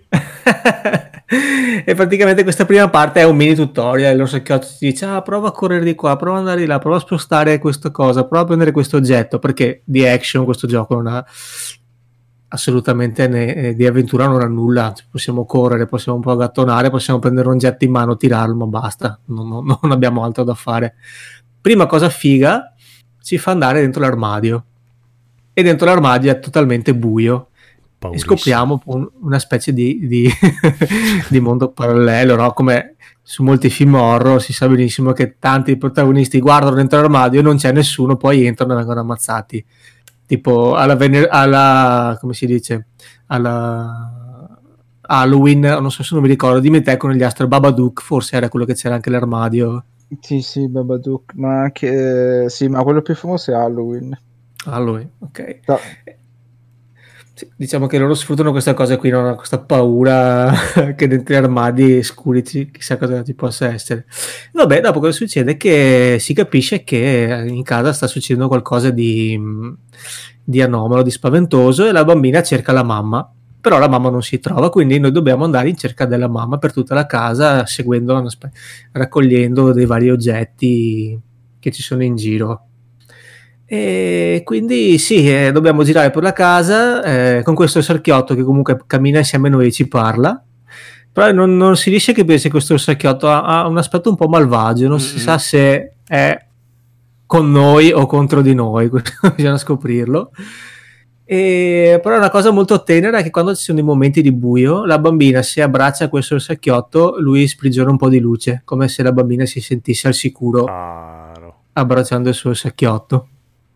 E praticamente questa prima parte è un mini tutorial. Lo sacchiotto ti dice: ah, prova a correre di qua, prova ad andare di là, prova a spostare questa cosa, prova a prendere questo oggetto, perché di action questo gioco non ha assolutamente ne, di avventura non ha nulla. Possiamo correre, possiamo un po' gattonare, possiamo prendere un oggetto in mano, tirarlo, ma basta, non, non, non abbiamo altro da fare. Prima cosa figa, ci fa andare dentro l'armadio, e dentro l'armadio è totalmente buio. Paurissimo. E scopriamo un, una specie di, di, di mondo parallelo, no? Come su molti film horror si sa benissimo che tanti protagonisti guardano dentro l'armadio e non c'è nessuno, poi entrano e vengono ammazzati, tipo alla, vener- alla come si dice, alla Halloween, non so se non mi ricordo, dimmi te con gli astro Babadook, forse era quello che c'era anche l'armadio. Sì, sì, Babadook, ma anche sì, ma quello più famoso è Halloween. Halloween, ok. No. Sì, diciamo che loro sfruttano questa cosa qui, no? Questa paura che dentro gli armadi scuri chissà cosa ci possa essere. Vabbè, dopo cosa succede? Che si capisce che in casa sta succedendo qualcosa di, di anomalo, di spaventoso, e la bambina cerca la mamma, però la mamma non si trova, quindi noi dobbiamo andare in cerca della mamma per tutta la casa, seguendo, raccogliendo dei vari oggetti che ci sono in giro. E quindi sì, eh, dobbiamo girare per la casa eh, con questo sarchiotto che comunque cammina insieme a noi e ci parla, però non, non si riesce a capire se questo sarchiotto ha, ha un aspetto un po' malvagio, non mm-hmm. si sa se è con noi o contro di noi, bisogna scoprirlo. E, però è una cosa molto tenera che quando ci sono dei momenti di buio, la bambina si abbraccia a questo orsacchiotto, lui sprigiona un po' di luce, come se la bambina si sentisse al sicuro Caro. abbracciando il suo orsacchiotto.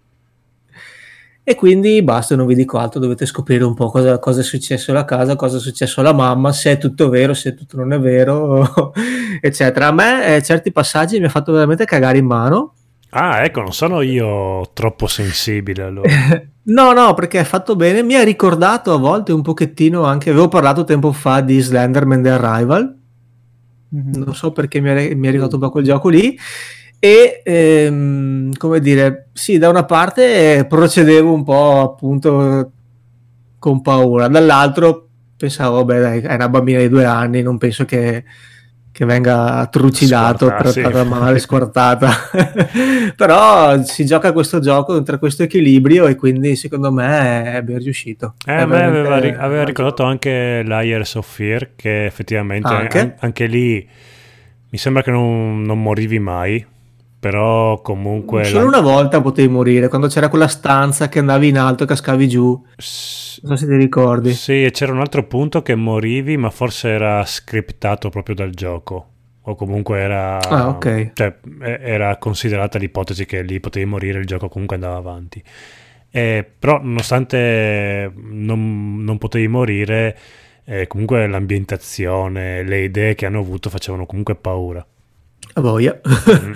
E quindi basta, non vi dico altro, dovete scoprire un po' cosa, cosa è successo alla casa, cosa è successo alla mamma, se è tutto vero, se tutto non è vero, eccetera. A me eh, certi passaggi mi ha fatto veramente cagare in mano. Ah, ecco, non sono io troppo sensibile allora. No, no, perché è fatto bene. Mi ha ricordato a volte un pochettino anche, avevo parlato tempo fa di Slenderman The Arrival, non so perché mi è, mi è arrivato un po' quel gioco lì. E ehm, come dire, sì, da una parte procedevo un po' appunto con paura, dall'altro pensavo, vabbè, dai, è una bambina di due anni, non penso che, che venga trucidato, Squartarsi. trattata male, squartata. Però si gioca a questo gioco tra questo equilibrio e quindi secondo me è ben riuscito. Eh, È a me veramente- aveva, ri- aveva ricordato anche Layers of Fear, che effettivamente Anche? an- anche lì mi sembra che non, non morivi mai, però comunque... Solo la- una volta potevi morire, quando c'era quella stanza che andavi in alto e cascavi giù, S- non so se ti ricordi. Sì, e c'era un altro punto che morivi, ma forse era scriptato proprio dal gioco. O comunque era... Ah, ok. Cioè, e- era considerata l'ipotesi che lì potevi morire, il gioco comunque andava avanti. Eh, però, nonostante non, non potevi morire, eh, comunque l'ambientazione, le idee che hanno avuto facevano comunque paura. A voglia. Mm.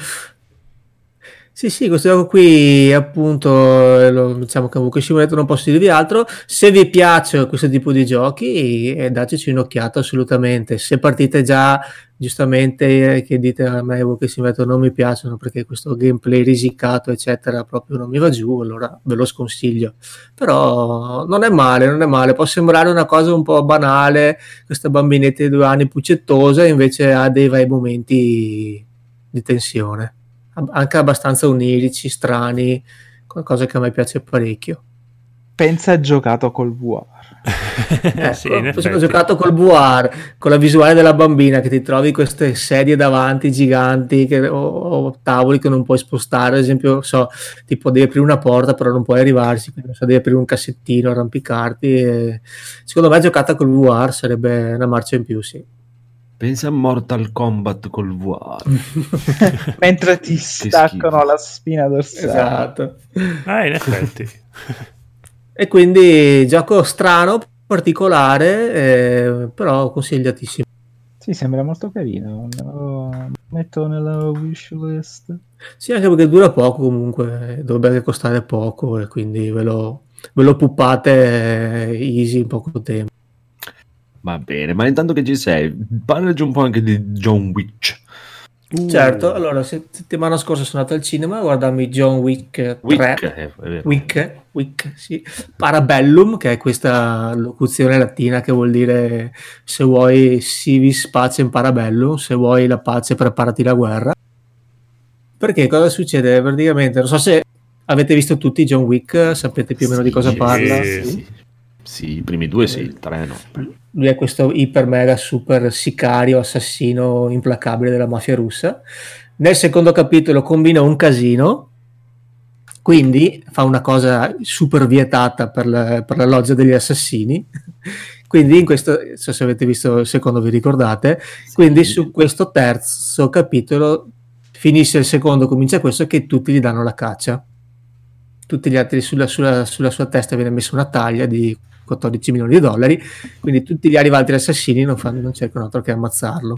Sì, sì, questo gioco qui appunto eh, lo- diciamo che Walking Simulator non posso dirvi altro. Se vi piace questo tipo di giochi, eh, dateci un'occhiata assolutamente. Se partite già giustamente eh, che dite a me Walking Simulator non mi piacciono perché questo gameplay risicato eccetera proprio non mi va giù, allora ve lo sconsiglio. Però non è male, non è male. Può sembrare una cosa un po' banale, questa bambinetta di due anni puccettosa, invece ha dei bei momenti di tensione, Ab- anche abbastanza onirici, strani, qualcosa che a me piace parecchio. Pensa giocato col V R. Ecco, Sì, in poi effetti. ho giocato col V R, con la visuale della bambina, che ti trovi queste sedie davanti giganti che- o, o tavoli che non puoi spostare, ad esempio, so, tipo devi aprire una porta però non puoi arrivarci, quindi non so, devi aprire un cassettino, arrampicarti. E... Secondo me giocata col V R sarebbe una marcia in più, sì. Pensa a Mortal Kombat col V R. Mentre ti staccano schifo. la spina dorsale. Esatto. Ah, in effetti. E quindi gioco strano, particolare, eh, però consigliatissimo. Sì, sembra molto carino. Lo metto nella wish list. Sì, anche perché dura poco comunque, dovrebbe anche costare poco e quindi ve lo, ve lo puppate eh, easy in poco tempo. Va bene, ma intanto che ci sei, parlaci un po' anche di John Wick. Certo, allora se- settimana scorsa sono andato al cinema a guardarmi John Wick tre. Wick, eh, è vero. Wick, Wick, sì. Parabellum, che è questa locuzione latina che vuol dire se vuoi civis pacem parabellum, se vuoi la pace preparati la guerra. Perché cosa succede? Praticamente, non so se avete visto tutti John Wick, sapete più o meno di cosa Sì, parla. sì. Sì, sì, i primi due sì, il tre no. Lui è questo iper mega super sicario, assassino implacabile della mafia russa. Nel secondo capitolo combina un casino, quindi fa una cosa super vietata per la, per la loggia degli assassini. Quindi in questo, non so se avete visto il secondo, vi ricordate, quindi su questo terzo capitolo finisce il secondo, comincia questo, che tutti gli danno la caccia. Tutti gli altri, sulla, sulla, sulla sua testa viene messa una taglia di quattordici milioni di dollari, quindi tutti gli altri assassini non, fanno, non cercano altro che ammazzarlo.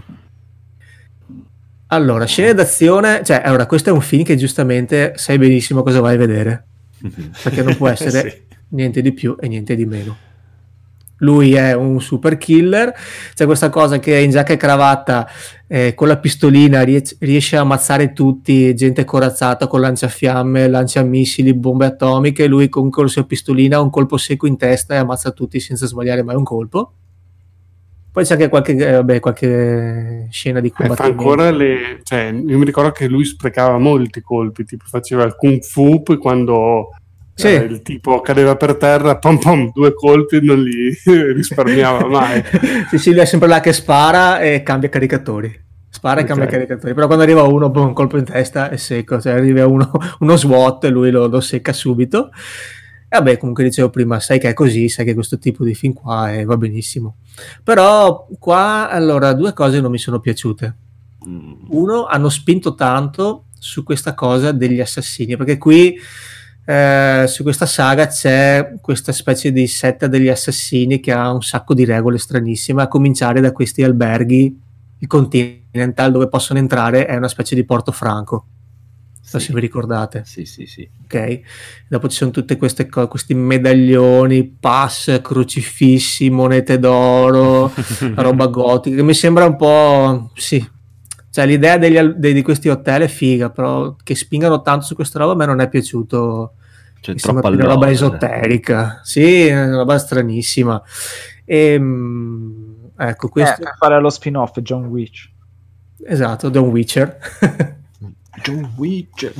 Allora, scene d'azione, cioè, allora, questo è un film che giustamente sai benissimo cosa vai a vedere, perché non può essere Sì. niente di più e niente di meno. Lui è un super killer, c'è questa cosa che in giacca e cravatta eh, con la pistolina ries- riesce a ammazzare tutti, gente corazzata con lanciafiamme, lanciamissili, bombe atomiche, lui con, con la sua pistolina ha un colpo secco in testa e ammazza tutti senza sbagliare mai un colpo. Poi c'è anche qualche, eh, vabbè, qualche scena di Eh, fa combattimento. ancora le... Cioè, io mi ricordo che lui sprecava molti colpi, tipo faceva il kung fu, poi quando Sì. eh, il tipo cadeva per terra, pom pom, due colpi non li risparmiava mai. Sì, sì, lui è sempre là che spara e cambia caricatori. Spara e cambia Ok. caricatori. Però quando arriva uno, boh, un colpo in testa è secco. Cioè arriva uno, uno SWAT e lui lo, lo secca subito. vabbè, comunque dicevo prima, sai che è così, sai che questo tipo di film qua e va benissimo. Però qua, allora, due cose non mi sono piaciute. Uno, hanno spinto tanto su questa cosa degli assassini, perché qui eh, su questa saga c'è questa specie di setta degli assassini che ha un sacco di regole stranissime, a cominciare da questi alberghi, il Continental, dove possono entrare è una specie di Porto Franco. Non so se vi ricordate. Sì, sì, sì. Ok, dopo ci sono tutte queste cose, questi medaglioni, pass, crocifissi, monete d'oro, roba gotica, che mi sembra un po', sì, cioè l'idea degli, al- dei- di questi hotel è figa, però che spingano tanto su questa roba a me non è piaciuto. C'è Mi sembra troppa più una roba lore. esoterica, sì, è una roba stranissima. E, mm, ecco, Eh, questo, per fare lo spin-off John Witch. esatto, Don Witcher. John Witch.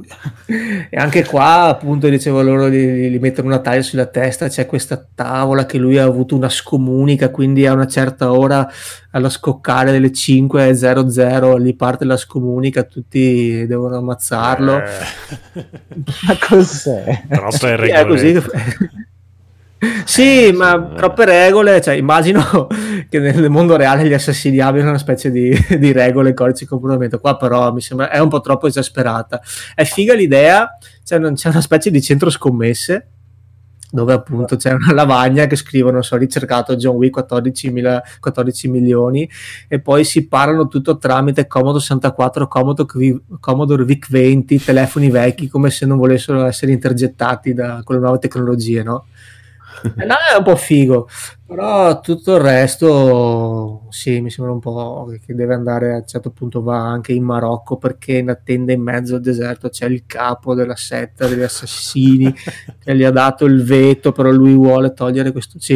E anche qua, appunto, dicevo loro gli, gli mettono una taglia sulla testa, c'è questa tavola che lui ha avuto una scomunica, quindi a una certa ora, allo scoccare delle cinque e zero zero, lì parte la scomunica, tutti devono ammazzarlo. Eh, Ma cos'è? troppe Sì, è così regole. che- Sì, ma troppe regole, cioè immagino che nel mondo reale gli assassini abbiano una specie di, di regole, codici di comportamento. Qua però mi sembra è un po' troppo esasperata. È figa l'idea, c'è, un- c'è una specie di centro scommesse dove appunto c'è una lavagna che scrivono, so, ricercato John Wick quattordici mila quattordici milioni, e poi si parlano tutto tramite Commodore sessantaquattro, Commodore, Commodore VIC venti, telefoni vecchi, come se non volessero essere intercettati da, con le nuove tecnologie, no? Eh, no, è un po' figo, però tutto il resto sì, mi sembra un po' che deve andare, a un certo punto va anche in Marocco, perché in attenda in mezzo al deserto c'è il capo della setta degli assassini che gli ha dato il veto, però lui vuole togliere questo, sì,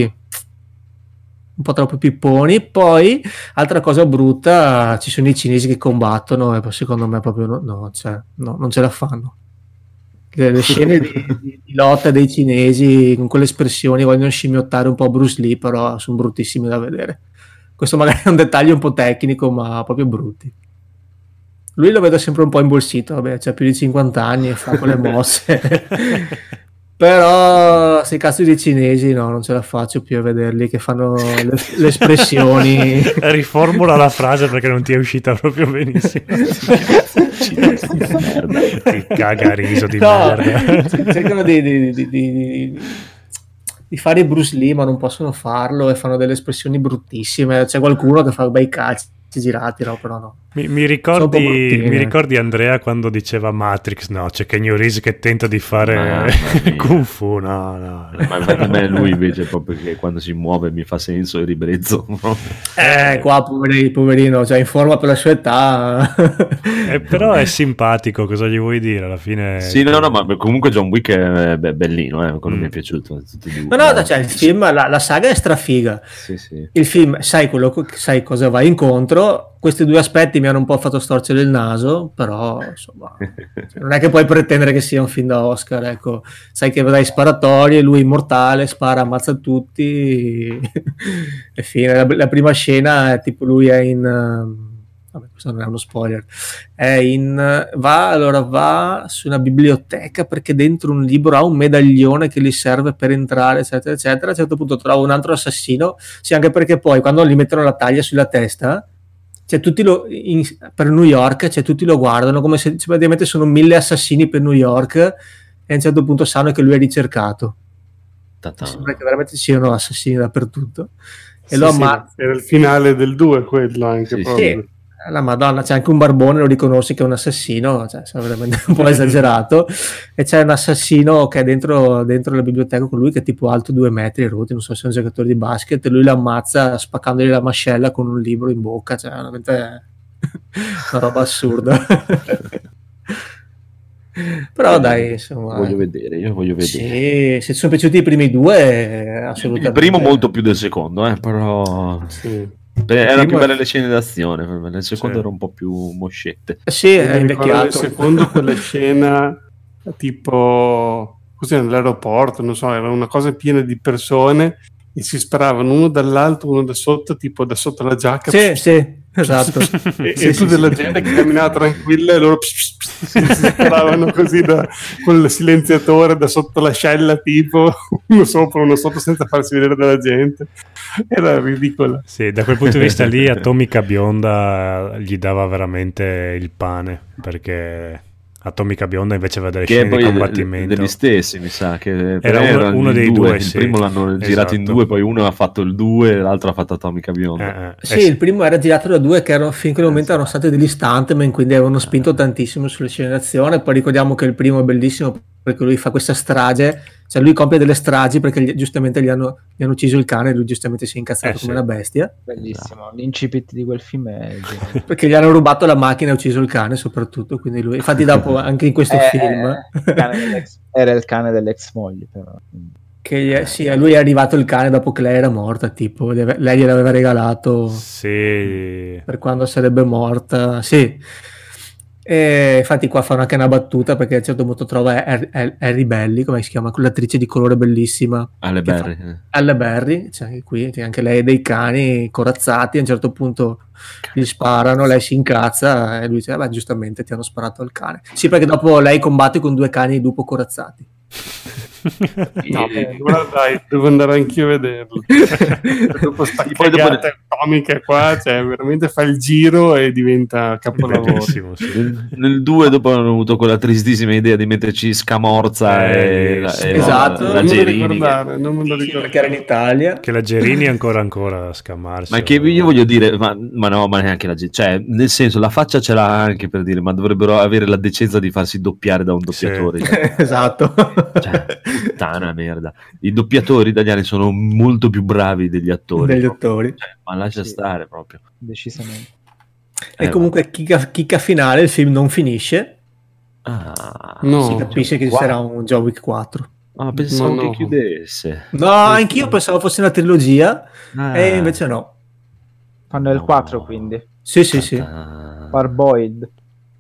un po' troppo pipponi. Poi altra cosa brutta, ci sono i cinesi che combattono e poi secondo me proprio no, no, cioè, no, non ce la fanno. Le le scene di, di- di lotta dei cinesi con quelle espressioni vogliono scimmiottare un po' Bruce Lee, però sono bruttissimi da vedere. Questo magari è un dettaglio un po' tecnico, ma proprio brutti. Lui lo vedo sempre un po' imbolsito, vabbè, c'ha più di cinquanta anni e fa quelle mosse. Però se cazzo di cinesi no, non ce la faccio più a vederli che fanno le, le espressioni. Riformula la frase perché non ti è uscita proprio benissimo. Che cagariso di No, merda. c- cercano di, di- di- di- di- di fare i Bruce Lee, ma non possono farlo e fanno delle espressioni bruttissime. C'è qualcuno che fa bei calci girati, no, però no. Mi, mi Sono un po' ricordi, bruttini, mi eh. ricordi Andrea quando diceva Matrix? No, c'è Keanu Reeves che tenta di fare Mamma mia. Kung Fu. No, no. Ma infatti a me lui invece proprio che quando si muove mi fa senso e ribrezzo. Eh, qua poveri- poverino, cioè in forma per la sua età. Eh, però è simpatico, cosa gli vuoi dire alla fine? Sì, no, no, ma comunque John Wick è be- bellino, eh, quello Mm. mi è piaciuto. tutti e due. No, no, cioè il film, la, la saga è strafiga. Sì, sì. Il film, sai, quello, sai cosa va incontro. Questi due aspetti mi hanno un po' fatto storcere il naso, però insomma, non è che puoi pretendere che sia un film da Oscar, ecco. Sai che vedrai sparatorie, lui è immortale, spara, ammazza tutti e fine. La, la prima scena è tipo lui è in ehm, vabbè, questo non è uno spoiler, è in va allora va su una biblioteca perché dentro un libro ha un medaglione che gli serve per entrare, eccetera eccetera. A un certo punto trova un altro assassino, sì, anche perché poi quando gli mettono la taglia sulla testa, cioè tutti lo, in- per New York, cioè tutti lo guardano come se cioè, praticamente sono mille assassini per New York, e a un certo punto sanno che lui è ricercato. Ta-ta. Sembra che veramente ci siano assassini dappertutto e Sì, lo sì, ammazza. era il finale del due quello anche Sì, proprio. Sì, la Madonna, c'è anche un barbone, lo riconosci che è un assassino, cioè, è veramente un po' esagerato. E c'è un assassino che è dentro, dentro la biblioteca con lui, che è tipo alto due metri, rotti, non so se è un giocatore di basket, e lui lo ammazza spaccandogli la mascella con un libro in bocca, cioè veramente una roba assurda. Però dai, insomma, Voglio vedere, io voglio vedere. sì, se ti sono piaciuti i primi due, eh, assolutamente. Il primo molto più del secondo, eh, però Sì. Beh, erano primo più è- belle le scene d'azione, per me. Nel secondo Sì. era un po' più moscette. Sì, Io è mi ricordo invecchiato. il secondo quella scena tipo così nell'aeroporto, non so, era una cosa piena di persone e si sparavano uno dall'alto, uno da sotto, tipo da sotto la giacca. Sì, sì. Esatto. e, Sì, e sì, tu della sì. gente che camminava tranquilla e loro pss, pss, pss, si sparavano così da, con il silenziatore da sotto l'ascella, tipo uno sopra, uno sotto, senza farsi vedere dalla gente. Era ridicolo. Sì, da quel punto di vista lì Atomica Bionda gli dava veramente il pane, perché Atomica Bionda invece aveva delle Che è scene di poi de- combattimento. degli stessi, mi sa che Era uno- erano uno in dei due. due, Il sì. primo l'hanno girato in Esatto. due, poi uno ha fatto il due e l'altro ha fatto Atomica Bionda. Eh, eh, Sì, eh, il primo era girato da due che erano, fin quel momento erano stati degli stuntman, quindi avevano spinto tantissimo sulle scene d'azione. Poi ricordiamo che il primo è bellissimo perché lui fa questa strage, cioè lui compie delle stragi perché gli- giustamente gli hanno, gli hanno ucciso il cane e lui giustamente si è incazzato Eh, come sì. una bestia Bellissimo. L'incipit di quel film è geniale. perché gli hanno rubato la macchina e ucciso il cane soprattutto, quindi lui, infatti dopo anche in questo Eh, film eh, il cane dell'ex- era il cane dell'ex moglie, però. che gli è- sì, a lui è arrivato il cane dopo che lei era morta, tipo le- lei gliel'aveva regalato sì. per quando sarebbe morta, sì. E infatti qua fanno anche una battuta perché a un certo punto trova Har- Har- Harry Belly, come si chiama, quell'attrice di colore bellissima, Alle che Berry. fa- Halle Berry, cioè qui che anche lei ha dei cani corazzati, a un certo punto gli sparano, lei si incazza e lui dice, beh, giustamente ti hanno sparato al cane. Sì, perché dopo lei combatte con due cani lupo corazzati. No, eh, allora dai, devo andare anch'io a vederlo. Dopo sta Poi dopo- cagata comica qua, cioè veramente fa il giro e diventa capolavoro. Bellissimo, sì. Nel, nel due dopo hanno avuto quella tristissima idea di metterci Scamorza Eh, e, la- sì. e Esatto. la, Non la me lo Gerini. ricordare, non me lo Sì, ricordare. perché era in Italia. Che la Gerini ancora ancora a scammarsi. Ma che io voglio dire, ma, ma no, ma neanche la gente, cioè, nel senso, la faccia ce l'ha anche per dire, ma dovrebbero avere la decenza di farsi doppiare da un doppiatore. Cioè, Esatto. cioè, puttana merda. I doppiatori italiani sono molto più bravi degli attori. Degli proprio. attori. Cioè, ma lascia Sì. stare proprio. Decisamente. E Eh, comunque chicca, chicca finale, il film non finisce, Ah, No. si capisce che ci Qua- sarà un John Wick quattro. Ah, pensavo Ma no. che chiudesse. No, anch'io pensavo fosse una trilogia Ah. e invece no. Fanno il No. quattro, quindi. Sì, sì, sì. Ah. Parboiled.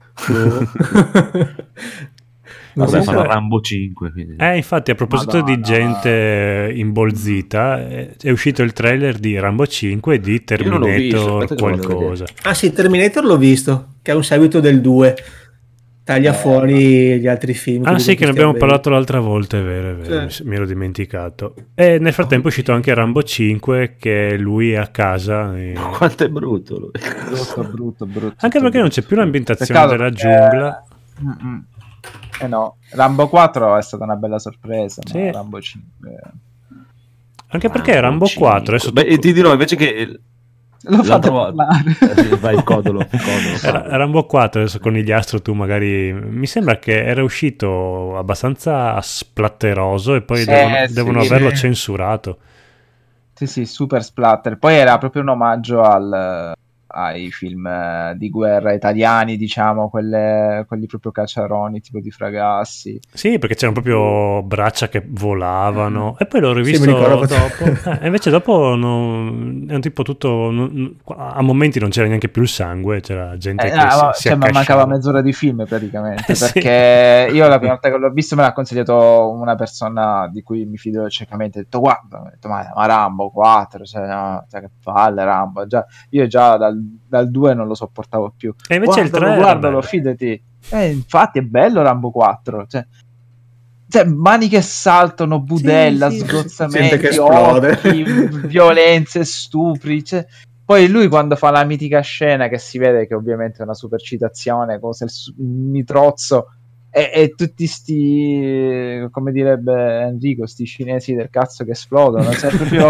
Non Vabbè, so fanno se- Rambo cinque. Quindi. Eh, infatti, a proposito di Madonna. gente imbolzita, eh, è uscito il trailer di Rambo cinque e di Io non l'ho visto, Terminator aspetta che vado a qualcosa. Ah sì, Terminator l'ho visto, che è un seguito del due. Taglia fuori gli altri film. Ah quelli sì, con che ne Christian abbiamo Bale. parlato l'altra volta, è vero, è vero, Sì. mi ero dimenticato. E nel frattempo è uscito anche Rambo cinque, che lui è a casa. e- Quanto è brutto lui. Brutto, brutto, brutto. Anche perché non c'è più l'ambientazione Peccato della perché- giungla. Mm-mm. Eh no, Rambo quattro è stata una bella sorpresa, Sì. ma Rambo cinque Anche perché Rambo cinque. quattro adesso Beh, e ti dirò invece che lo l'ha fate trovato. parlare. Eh, sì, vai, codolo, codolo, Era- parla. Rambo quattro adesso con gli astro tu magari mi sembra che era uscito abbastanza splatteroso e poi Sì, devono, sì, devono sì. averlo censurato. Sì, sì, super splatter. Poi era proprio un omaggio al, ai film eh, di guerra italiani, diciamo, quelle, quelli proprio cacciaroni, tipo di Fragassi. Sì, perché c'erano proprio braccia che volavano e poi l'ho rivisto mi ricordo. dopo. Eh, invece dopo non- è un tipo tutto non- a momenti non c'era neanche più il sangue, c'era gente Eh, che ah, si, ma- si cioè, ma mancava accasciava. mezz'ora di film praticamente, Eh, sì. perché io la prima volta che l'ho visto me l'ha consigliato una persona di cui mi fido ciecamente. Ho detto guarda, ho detto, ma, ma Rambo quattro, cioè, no, cioè, che palle Rambo. Già, io già dal, dal due non lo sopportavo più. E invece il Guardalo, tre era guardalo, bello. fidati. Eh, infatti è bello Rambo quattro, cioè, cioè, mani che saltano, budella, Sì, sì, sgozzamenti, gente che esplode. occhi, violenze, stupri. Cioè. Poi lui quando fa la mitica scena che si vede che ovviamente è una super citazione, come se il, su- il mitrozzo e, e tutti sti, come direbbe Enrico, sti cinesi del cazzo che esplodono, cioè proprio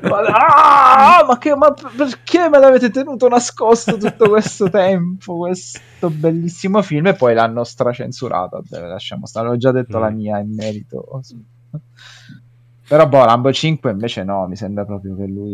ah, ma, che, ma perché me l'avete tenuto nascosto tutto questo tempo questo bellissimo film e poi l'hanno stracensurato, vabbè, lasciamo stare, ho già detto Mm. la mia in merito. Però boh, Rambo cinque invece no, mi sembra proprio che lui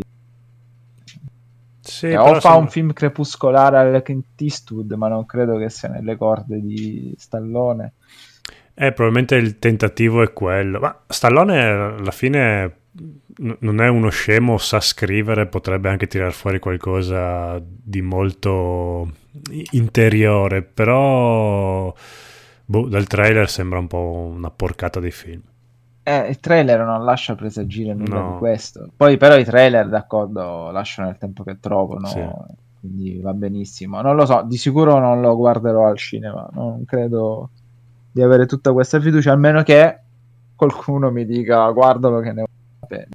Sì, eh, però o fa sembra- un film crepuscolare alla Clint Eastwood, ma non credo che sia nelle corde di Stallone. Eh, probabilmente il tentativo è quello. Ma Stallone alla fine n- non è uno scemo, sa scrivere, potrebbe anche tirar fuori qualcosa di molto i- interiore, però boh, dal trailer sembra un po' una porcata di film. Eh, il trailer non lascia presagire nulla No. di questo. Poi però i trailer, d'accordo, lasciano il tempo che trovano. Sì. quindi va benissimo. Non lo so, di sicuro non lo guarderò al cinema, non credo di avere tutta questa fiducia, almeno che qualcuno mi dica guardalo che ne va bene.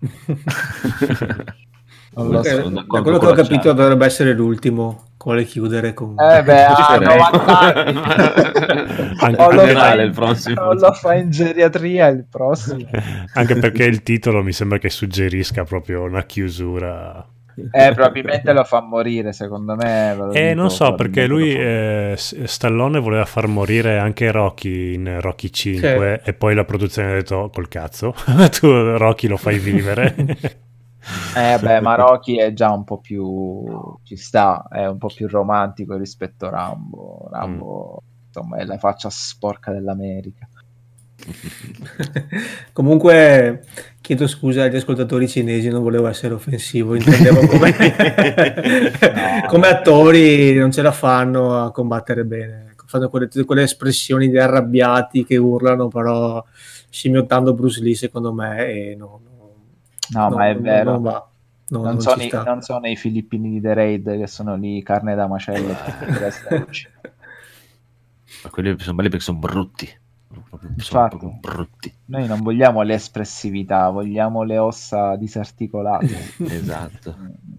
Non lo Comunque, so. sono da d'accordo quello che con ho la capito chat. dovrebbe essere l'ultimo, vuole chiudere con... Eh beh, ha Sì, novanta anni. Anche, O lo anche- fa il in- prossimo. o lo fa in geriatria il prossimo. anche perché il titolo mi sembra che suggerisca proprio una chiusura. Eh, probabilmente lo fa morire, secondo me. ve lo E dico, non so, perché lui, probabilmente eh, S- Stallone voleva far morire anche Rocky in Rocky cinque e poi la produzione ha detto col cazzo, tu Rocky lo fai vivere. lo fa. Eh beh, ma Rocky è già un po' più... ci sta, è un po' più romantico rispetto a Rambo. Rambo, insomma, è la faccia sporca dell'America. Comunque chiedo scusa agli ascoltatori cinesi, non volevo essere offensivo, intendevo come, come attori non ce la fanno a combattere bene, fanno quelle, tutte quelle espressioni di arrabbiati che urlano, però scimmiottando Bruce Lee secondo me e no, no, No, no, ma è non- vero. non va, no, non, non sono ci i, sta. non sono i filippini di The Raid che sono lì carne da macello. per essere uccisi. Ma quelli sono belli perché sono brutti. Proprio- sono Infatti. proprio brutti. Noi non vogliamo l'espressività, vogliamo le ossa disarticolate. Esatto.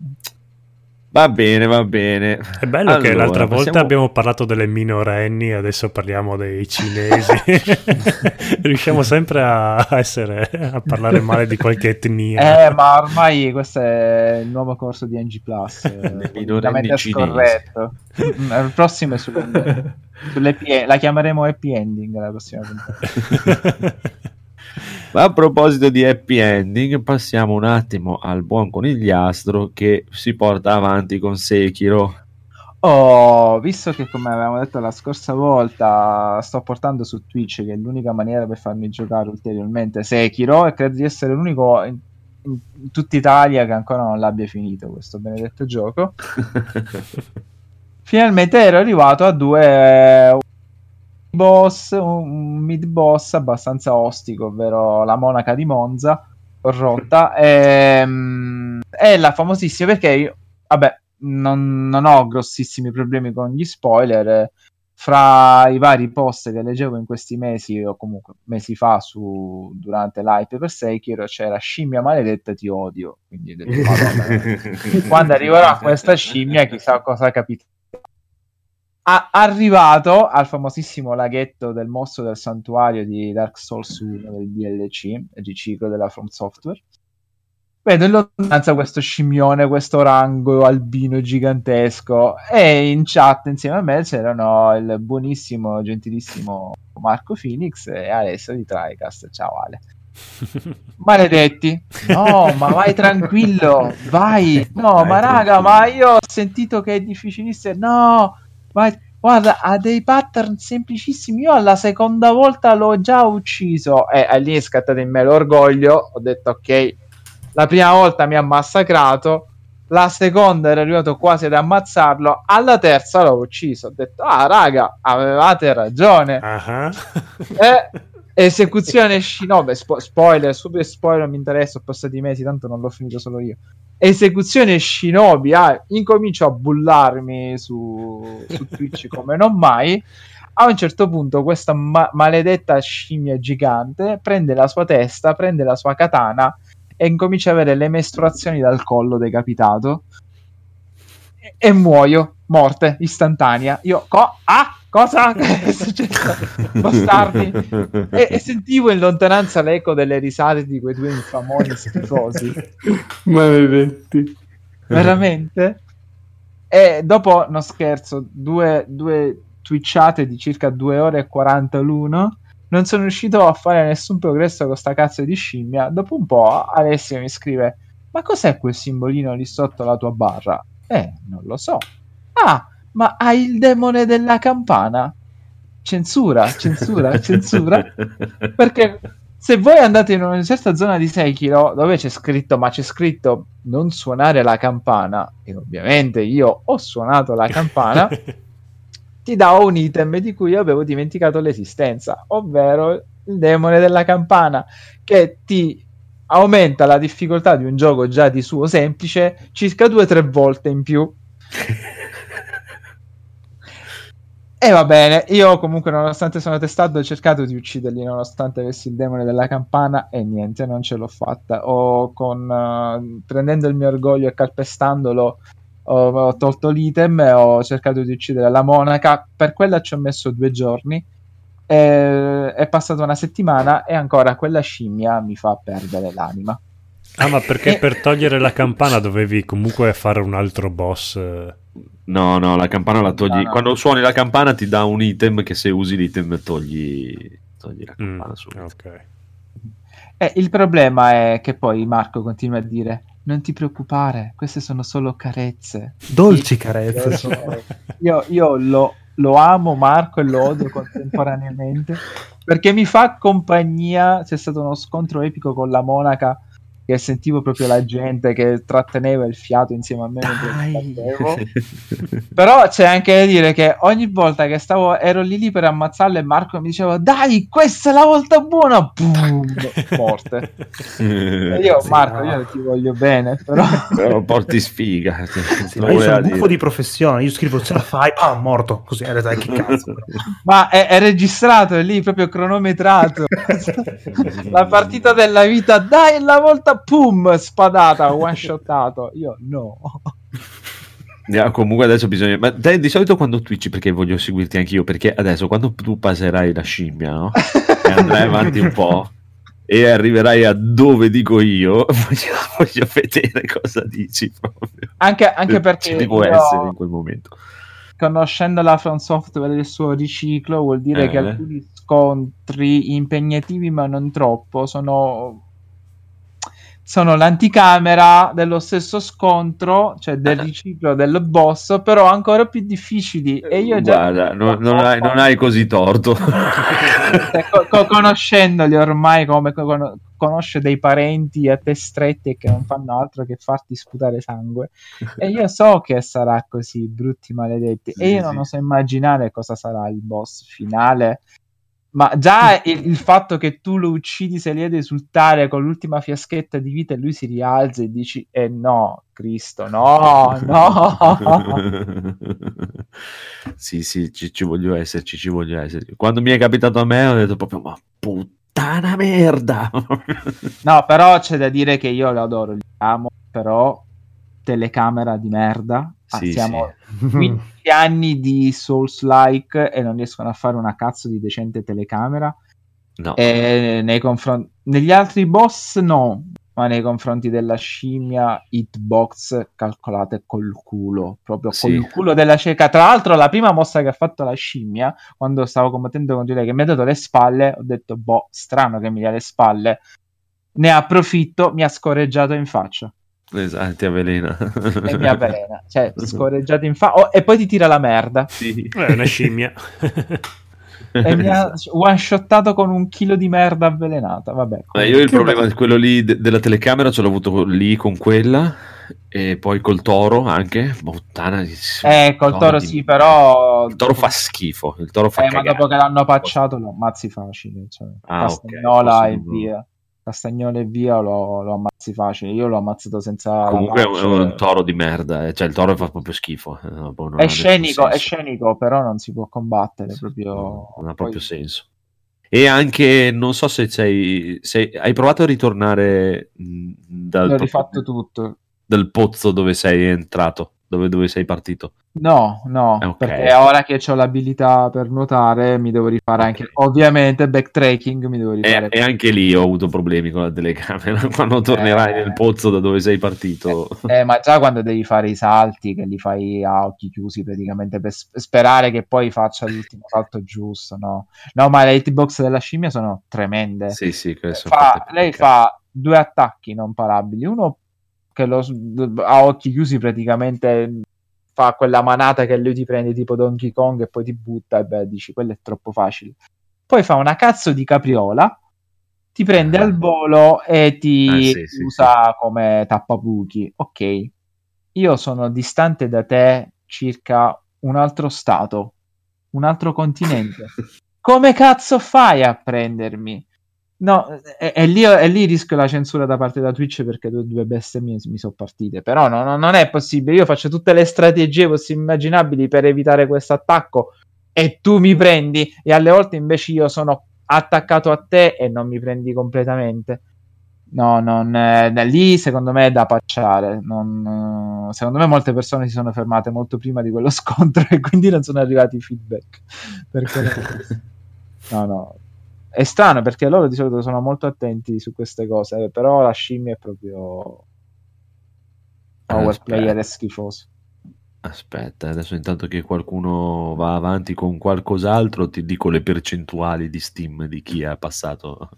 Va bene, va bene. È bello che Allora, l'altra volta passiamo- abbiamo parlato delle minorenni, adesso parliamo dei cinesi. Riusciamo sempre a essere a parlare male di qualche etnia. Eh, ma ormai questo è il nuovo corso di N G Plus. eh, minorenni politicamente cinesi. scorretto. Mm, Il prossimo è sulle, sulle la chiameremo happy ending la prossima puntata. Ma a proposito di happy ending, passiamo un attimo al buon conigliastro che si porta avanti con Sekiro. Oh, visto che come avevamo detto la scorsa volta sto portando su Twitch, che è l'unica maniera per farmi giocare ulteriormente Sekiro, e credo di essere l'unico in, in, in tutta Italia che ancora non l'abbia finito questo benedetto gioco. Finalmente ero arrivato a due boss, un mid boss abbastanza ostico, ovvero la monaca di Monza corrotta, e, è la famosissima, perché io, vabbè, non, non ho grossissimi problemi con gli spoiler. Fra i vari post che leggevo in questi mesi, o comunque mesi fa, su, durante l'hype per Sekiro, c'era scimmia maledetta ti odio, quindi ho detto, Madonna, quando arriverà questa scimmia chissà cosa capita. A- arrivato al famosissimo laghetto del mostro del santuario di Dark Souls uno del D L C, il riciclo della From Software, vedo in lontananza questo scimmione, questo rango albino gigantesco, e in chat insieme a me c'erano il buonissimo, gentilissimo Marco Phoenix e Alessio di TriCast. Ciao Ale. Maledetti, no, ma vai tranquillo, vai, no, Vai ma raga, tranquillo. ma io ho sentito che è difficilissimo, no, vai, guarda, ha dei pattern semplicissimi, io alla seconda volta l'ho già ucciso, e, e lì è scattato in me l'orgoglio, ho detto ok, la prima volta mi ha massacrato, la seconda ero arrivato quasi ad ammazzarlo, alla terza l'ho ucciso, ho detto ah raga, avevate ragione. Ah. Eh, esecuzione Shinobi, spo- spoiler, super spoiler, non mi interessa, ho passato i mesi, tanto non l'ho finito solo io. Esecuzione Shinobi, ah, incomincio a bullarmi su, su Twitch come non mai. A un certo punto questa ma- maledetta scimmia gigante prende la sua testa, prende la sua katana e incomincia a avere le mestruazioni dal collo decapitato e, e muoio, morte istantanea. Io, co- ah, cosa? Che è successo? Bastardi. E, e sentivo in lontananza l'eco delle risate di quei due infamoni schifosi. Maledetti. Veramente. E dopo, no scherzo, due, due twitchate di circa due ore e quaranta l'uno, non sono riuscito a fare nessun progresso con sta cazzo di scimmia. Dopo un po' Alessio mi scrive: ma cos'è quel simbolino lì sotto la tua barra? Eh, non lo so. Ah, ma hai il demone della campana? Censura, censura, censura. Perché se voi andate in una certa zona di Sekiro dove c'è scritto, ma c'è scritto non suonare la campana, e ovviamente io ho suonato la campana, ti dà un item di cui io avevo dimenticato l'esistenza, ovvero il demone della campana, che ti aumenta la difficoltà di un gioco già di suo semplice circa due o tre volte in più. E va bene, io comunque nonostante sono testato ho cercato di ucciderli nonostante avessi il demone della campana e niente, non ce l'ho fatta. Ho con uh, prendendo il mio orgoglio e calpestandolo ho, ho tolto l'item e ho cercato di uccidere la monaca. Per quella ci ho messo due giorni, e, è passata una settimana e ancora quella scimmia mi fa perdere l'anima. Ah, ma perché E- per togliere la campana dovevi comunque fare un altro boss? eh. No, no, la campana la togli. No, no. Quando suoni la campana ti dà un item che se usi l'item togli, togli la Mm, campana subito. ok. E il problema è che poi Marco continua a dire: non ti preoccupare, queste sono solo carezze. Dolci Io- carezze. sono. Io, io lo, lo amo Marco e lo odio contemporaneamente perché mi fa compagnia. C'è stato uno scontro epico con la monaca che sentivo proprio la gente che tratteneva il fiato insieme a me mentre Dai. combattevo. Però c'è anche da dire che ogni volta che stavo ero lì lì per ammazzarlo e Marco mi diceva dai questa è la volta buona, boom, morte. E io Sì, Marco no. io ti voglio bene però Però porti sfiga. Sì, Lo ma io voleva sono buffo dire. di professione, io scrivo ce la fai, pam, morto, così, eh, dai, che cazzo. ma è, è registrato, è lì proprio cronometrato. La partita della vita, dai la volta, pum, spadata, one shotato. Io no. Yeah, comunque adesso bisogna. Ma te, di solito quando twitchi, perché voglio seguirti anch'io, perché adesso quando tu passerai la scimmia, no? E andrai avanti un po' e arriverai a dove dico io, voglio, voglio vedere cosa dici proprio. Anche, anche perché ci devo io, essere in quel momento. conoscendo la From Software e il suo riciclo, vuol dire Eh. che alcuni scontri impegnativi, ma non troppo, sono sono l'anticamera dello stesso scontro, cioè del riciclo del boss, però ancora più difficili. E io già Guarda, non, non hai, non hai così torto. Cioè, co- co- conoscendoli ormai come con- conosce dei parenti a te stretti e che non fanno altro che farti sputare sangue, e io so che sarà così, brutti maledetti. Sì, E io sì. non oso immaginare cosa sarà il boss finale. Ma già il, il fatto che tu lo uccidi se li vedi esultare con l'ultima fiaschetta di vita e lui si rialza e dici eh no, Cristo, no, no. Sì, sì, ci, ci voglio esserci, ci voglio esserci. Quando mi è capitato a me ho detto proprio, ma puttana merda. No, però c'è da dire che io lo adoro, li amo, però telecamera di merda. Ah, Sì, siamo quindici anni di Souls-like e non riescono a fare una cazzo di decente telecamera. No. E nei confronti negli altri boss no, ma nei confronti della scimmia hitbox calcolate col culo, proprio Sì. col culo della cieca. Tra l'altro la prima mossa che ha fatto la scimmia quando stavo combattendo contro lei, che mi ha dato le spalle, ho detto boh, strano che mi dia le spalle, ne approfitto, mi ha scorreggiato in faccia Esatto, ti avvelena. e mi avvelena, cioè scorreggiato in faccia oh, e poi ti tira la merda. Sì. È una scimmia. E mi ha one shottato con un chilo di merda avvelenata. Vabbè, Ma io il Che problema bello. è quello lì de- della telecamera, ce l'ho avuto lì con quella e poi col toro anche. Puttana di- eh, col toro di- sì, però il toro fa schifo, il toro fa eh, ma cagare. dopo che l'hanno patchato lo ammazzi facile, cioè, Ah, ok, castagnola forse e non- via. Castagnola e via lo, lo ammazzi facile. Io l'ho ammazzato senza la Comunque è un, pace. è un toro di merda, eh. Cioè il toro fa proprio schifo. eh, no, non ha È nessun scenico, è senso. scenico, però non si può combattere Sì, proprio. no, non ha Poi- proprio senso. E anche, non so se sei, sei- hai provato a ritornare mh, dal, L'ho proprio- rifatto tutto. dal pozzo dove sei entrato, dove, dove sei partito. No, no, Ok. perché ora che ho l'abilità per nuotare mi devo rifare Ok. anche, ovviamente, backtracking mi devo E, rifare. e anche lì ho avuto problemi con la telecamera. Quando tornerai Eh. nel pozzo da dove sei partito, Eh, ma già quando devi fare i salti, che li fai a occhi chiusi praticamente per s- sperare che poi faccia l'ultimo salto giusto, no? No, ma le hitbox della scimmia sono tremende. sì, sì, quelle sono Fa- fatte per lei cazzo. fa due attacchi non parabili, uno che lo, s- a occhi chiusi praticamente fa quella manata che lui ti prende tipo Donkey Kong e poi ti butta e beh, dici quello è troppo facile. Poi fa una cazzo di capriola, ti prende Ah. al volo e ti Ah, sì, sì, usa come tappabuchi. Ok, io sono distante da te circa un altro stato, un altro continente. Come cazzo fai a prendermi? No, e, e lì, e lì rischio la censura da parte da Twitch perché due, due bestemmie mi sono partite. Però no, no, non è possibile. Io faccio tutte le strategie possibili e immaginabili per evitare questo attacco e tu mi prendi, e alle volte invece io sono attaccato a te e non mi prendi completamente. No, non, eh, da lì secondo me è da pacciare. Non, eh, secondo me molte persone si sono fermate molto prima di quello scontro e quindi non sono arrivati i feedback. Perché no, no, è strano perché loro di solito sono molto attenti su queste cose, eh, però la scimmia è proprio power Aspetta. player è schifoso. Aspetta, adesso intanto che qualcuno va avanti con qualcos'altro, ti dico le percentuali di Steam di chi ha passato.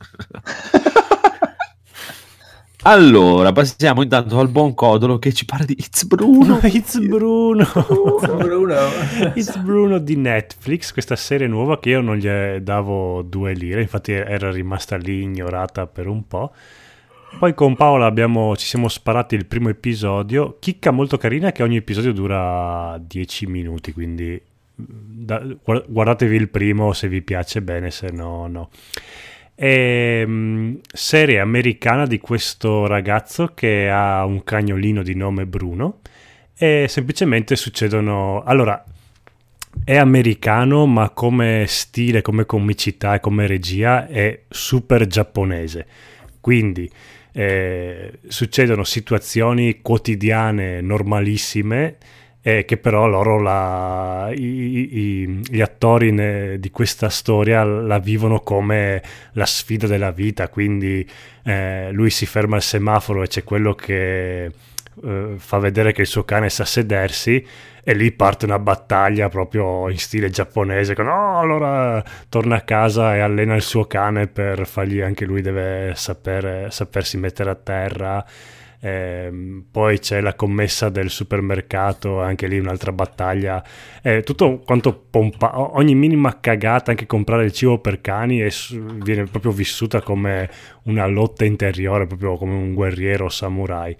Allora, passiamo intanto al buon Codolo che ci parla di It's Bruno. It's Bruno. Bruno. It's Bruno di Netflix, questa serie nuova che io non gli davo due lire, infatti era rimasta lì ignorata per un po'. Poi con Paola abbiamo, ci siamo sparati il primo episodio, chicca molto carina che ogni episodio dura dieci minuti, quindi da, guardatevi il primo se vi piace bene, se no no. È um, serie americana di questo ragazzo che ha un cagnolino di nome Bruno e semplicemente succedono... Allora, è americano ma come stile, come comicità e come regia è super giapponese, quindi eh, succedono situazioni quotidiane normalissime eh, che però loro la, i, i, gli attori ne, di questa storia la vivono come la sfida della vita, quindi eh, lui si ferma al semaforo e c'è quello che eh, fa vedere che il suo cane sa sedersi e lì parte una battaglia proprio in stile giapponese con no, allora torna a casa e allena il suo cane per fargli, anche lui deve sapere, sapersi mettere a terra. Eh, poi c'è la commessa del supermercato, anche lì un'altra battaglia, eh, tutto quanto pompa, ogni minima cagata, anche comprare il cibo per cani, e viene proprio vissuta come una lotta interiore, proprio come un guerriero samurai.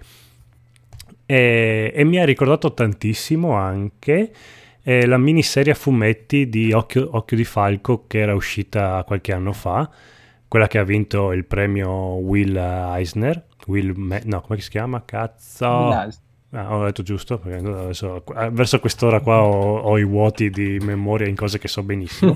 E, e mi ha ricordato tantissimo anche eh, la miniserie a fumetti di Occhio, Occhio di Falco che era uscita qualche anno fa, quella che ha vinto il premio Will Eisner. Will Ma- no, come si chiama? Cazzo. Ah, ho detto giusto, perché adesso, verso quest'ora qua ho, ho i vuoti di memoria in cose che so benissimo.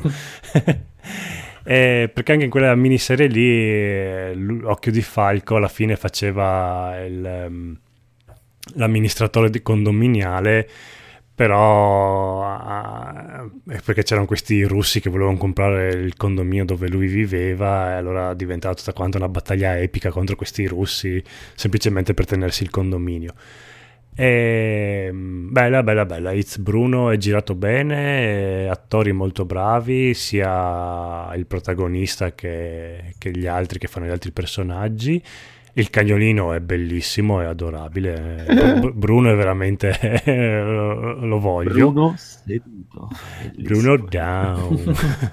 eh, perché anche in quella miniserie lì Occhio di Falco alla fine faceva il, um, l'amministratore di condominiale, però uh, perché c'erano questi russi che volevano comprare il condominio dove lui viveva, e allora diventava tutta quanta una battaglia epica contro questi russi semplicemente per tenersi il condominio. E, bella bella bella It's Bruno, è girato bene, attori molto bravi, sia il protagonista che, che gli altri che fanno gli altri personaggi. Il cagnolino è bellissimo, è adorabile. Bruno è veramente lo, lo voglio. Bruno seduto. Bruno down.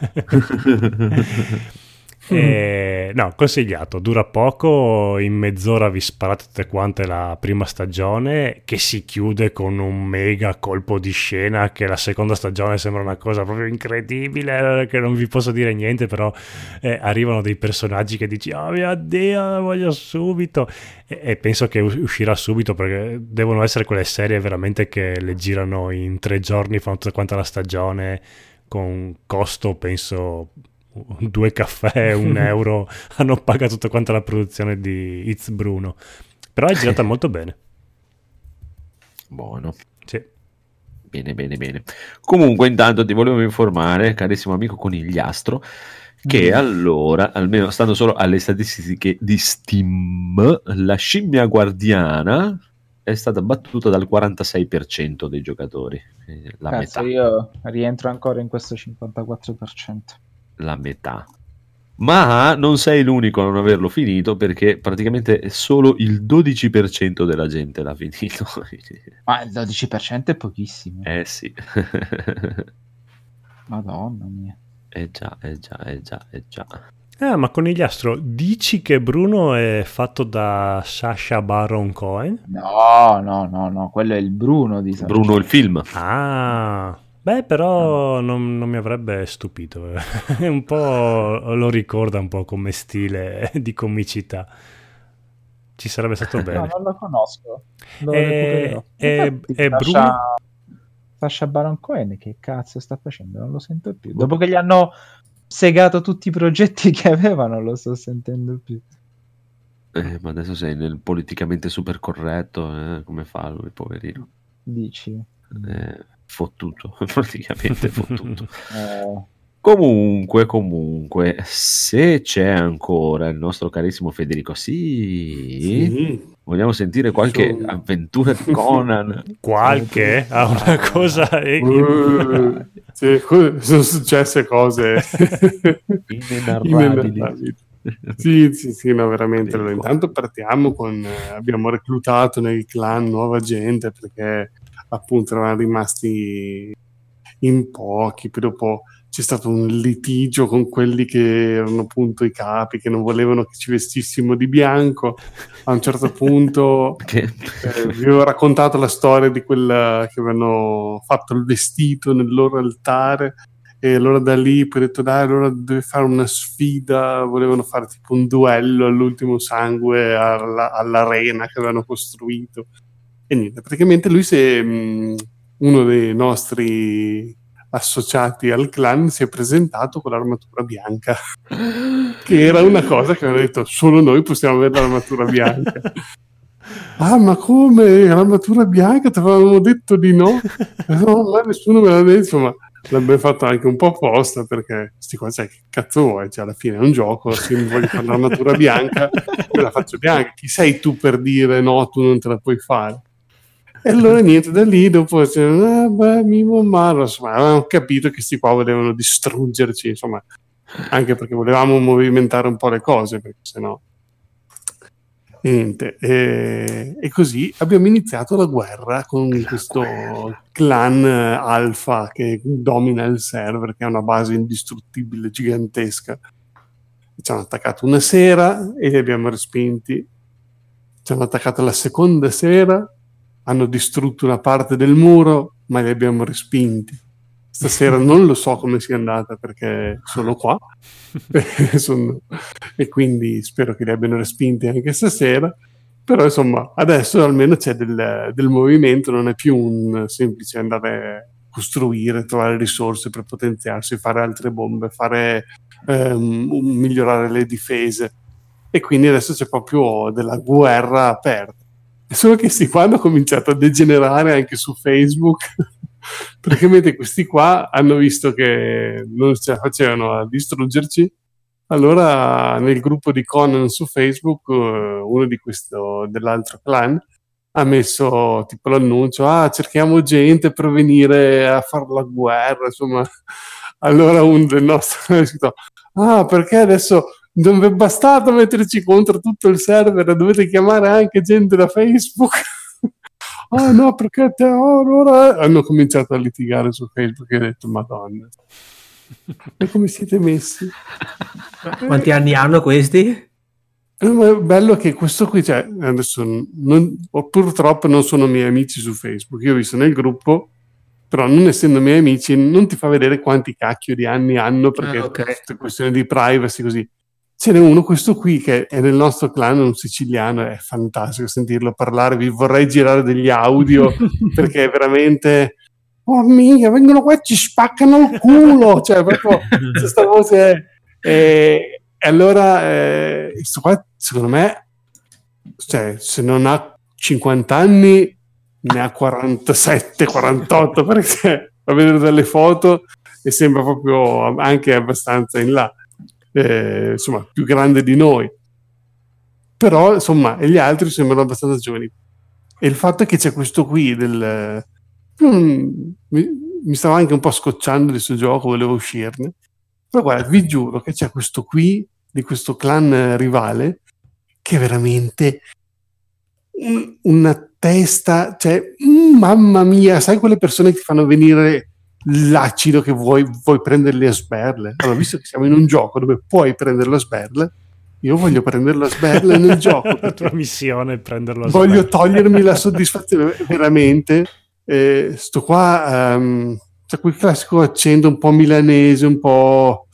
E, no, consigliato, dura poco, in mezz'ora vi sparate tutte quante la prima stagione, che si chiude con un mega colpo di scena, che la seconda stagione sembra una cosa proprio incredibile, che non vi posso dire niente, però eh, arrivano dei personaggi che dici oh mio Dio, lo voglio subito, e, e penso che uscirà subito, perché devono essere quelle serie veramente che le girano in tre giorni, fanno tutta quanta la stagione con costo penso due caffè, un euro, hanno pagato tutta quanta la produzione di It's Bruno, però è girata molto bene. Buono. Sì. Bene, bene, bene. Comunque intanto ti volevo informare, carissimo amico Conigliastro, che mm. allora, almeno stando solo alle statistiche di Steam, la scimmia guardiana è stata battuta dal quarantasei per cento dei giocatori. La Cazzo, metà. Io rientro ancora in questo cinquantaquattro per cento. La metà. Ma non sei l'unico a non averlo finito, perché praticamente solo il dodici per cento della gente l'ha finito. Ma il dodici per cento è pochissimo. Eh sì. Madonna mia. Eh già, eh già, eh già, eh già. Ah, ma Conigliastro, dici che Bruno è fatto da Sacha Baron Cohen? No, no, no, no, quello è il Bruno di Sacha. Bruno il film. Ah, beh, però non, non mi avrebbe stupito. Un po' lo ricorda un po' come stile di comicità. Ci sarebbe stato bene. No, non lo conosco. Lo è, è, è Bruno... Sasha Baron Cohen che cazzo sta facendo? Non lo sento più. Dopo che gli hanno segato tutti i progetti che aveva, non lo sto sentendo più. Eh, ma adesso sei nel politicamente super corretto, eh? Come fa lui, poverino? Dici? Eh, fottuto, praticamente fottuto. Eh, Comunque, comunque, se c'è ancora il nostro carissimo Federico, sì, Sì. vogliamo sentire qualche Insomma. avventura di Conan? Qualche ha una cosa e- Uh, sì, co- sono successe cose Inenarrabili. inenarrabili. Sì, sì, sì, no, veramente. Allora, intanto partiamo con eh, abbiamo reclutato nel clan nuova gente perché appunto erano rimasti in pochi, poi dopo c'è stato un litigio con quelli che erano appunto i capi che non volevano che ci vestissimo di bianco. A un certo punto Che... eh, vi ho raccontato la storia di quella che avevano fatto il vestito nel loro altare, e allora da lì poi ho detto dai, allora deve fare una sfida, volevano fare tipo un duello all'ultimo sangue alla- all'arena che avevano costruito, e niente, praticamente lui si è, mh, uno dei nostri associati al clan si è presentato con l'armatura bianca che era una cosa che avevano detto solo noi possiamo avere l'armatura bianca. Ah, ma come? L'armatura bianca? Ti avevamo detto di no? No, ma nessuno me l'ha detto, ma l'abbiamo fatto anche un po' apposta perché sti qua, cioè, che cazzo vuoi? Cioè, alla fine è un gioco, se mi voglio fare l'armatura bianca me la faccio bianca. Chi sei tu per dire no, tu non te la puoi fare? E allora niente, da lì dopo cioè, ah, beh, Mimo Maro, insomma, avevamo capito che sti qua volevano distruggerci, insomma, anche perché volevamo movimentare un po' le cose, perché sennò e niente, e, e così abbiamo iniziato la guerra con questo clan eh, alfa che domina il server, che è una base indistruttibile, gigantesca. Ci hanno attaccato una sera e li abbiamo respinti. Ci hanno attaccato la seconda sera, hanno distrutto una parte del muro, ma li abbiamo respinti. Stasera non lo so come sia andata perché sono qua sono... e quindi spero che li abbiano respinti anche stasera, però insomma adesso almeno c'è del, del movimento, non è più un semplice andare a costruire, trovare risorse per potenziarsi, fare altre bombe, fare ehm, migliorare le difese, e quindi adesso c'è proprio della guerra aperta. Solo che questi qua hanno cominciato a degenerare anche su Facebook praticamente questi qua hanno visto che non ce la facevano a distruggerci, allora nel gruppo di Conan su Facebook uno di questo dell'altro clan ha messo tipo l'annuncio, ah cerchiamo gente per venire a fare la guerra, insomma. Allora uno del nostro ha scritto, ah perché adesso non vi è bastato metterci contro tutto il server, dovete chiamare anche gente da Facebook. Ah no, perché te ora hanno cominciato a litigare su Facebook e ho detto madonna, e come siete messi? Quanti anni hanno questi? Eh, ma è bello che questo qui, cioè, adesso non, purtroppo non sono miei amici su Facebook, io ho visto nel gruppo, però non essendo miei amici non ti fa vedere quanti cacchio di anni hanno perché Ah, ok. è questione di privacy così. Ce n'è uno, questo qui, che è nel nostro clan, un siciliano, è fantastico sentirlo parlare, vi vorrei girare degli audio, perché è veramente, oh mia, vengono qua e ci spaccano il culo, cioè proprio questa voce, e, e allora, eh, questo qua, secondo me, cioè, se non ha cinquanta anni, ne ha quarantasette, quarantotto, perché a vedere dalle foto e sembra proprio anche abbastanza in là. Eh, insomma più grande di noi, però insomma e gli altri sembrano abbastanza giovani, e il fatto è che c'è questo qui del mm, mi, mi stava anche un po' scocciando di questo gioco, volevo uscirne, però guarda, vi giuro che c'è questo qui di questo clan rivale che è veramente un, una testa, cioè mm, mamma mia, sai quelle persone che ti fanno venire l'acido che vuoi, vuoi prenderli a sberle. Allora, visto che siamo in un gioco dove puoi prenderlo a sberle, io voglio prenderlo a sberle nel gioco. La tua missione è prenderlo a Voglio sberle. togliermi la soddisfazione, veramente. Eh, sto qua, um, c'è quel classico accento un po' milanese, un po'...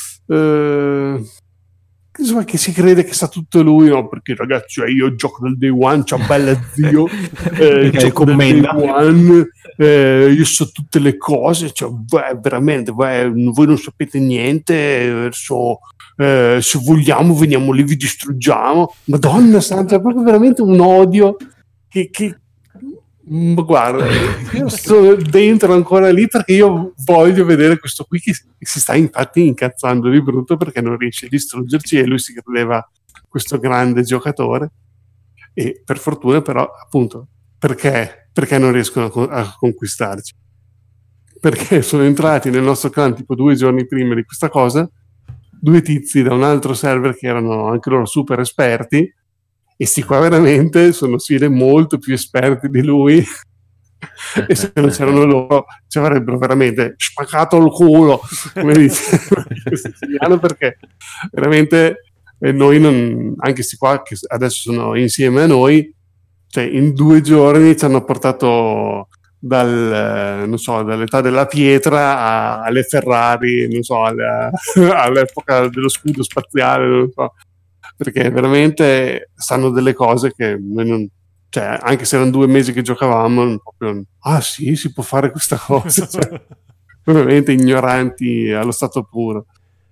Eh, insomma, che si crede che sa tutto lui, no? Perché ragazzi, io gioco del day one, ciao bella zio, eh, Perché gioco del day commenda. one, eh, io so tutte le cose, cioè, beh, veramente, beh, voi non sapete niente, eh, so, eh, se vogliamo veniamo lì, vi distruggiamo. Madonna santa, è proprio veramente un odio che... che... Ma guarda, io sono dentro ancora lì perché io voglio vedere questo qui che si sta infatti incazzando di brutto perché non riesce a distruggerci e lui si credeva questo grande giocatore e per fortuna però appunto perché, perché non riescono a, con- a conquistarci? Perché sono entrati nel nostro clan tipo due giorni prima di questa cosa due tizi da un altro server che erano anche loro super esperti e sti qua veramente sono sfide molto più esperti di lui e se non c'erano loro ci avrebbero veramente spaccato il culo come dice perché veramente eh, noi non, anche sti qua che adesso sono insieme a noi, cioè in due giorni ci hanno portato dal, non so, dall'età della pietra a, alle Ferrari, non so, alla, all'epoca dello scudo spaziale, non so, perché veramente sanno delle cose che noi non, cioè anche se erano due mesi che giocavamo non proprio, ah sì, si può fare questa cosa, cioè, veramente ignoranti allo stato puro.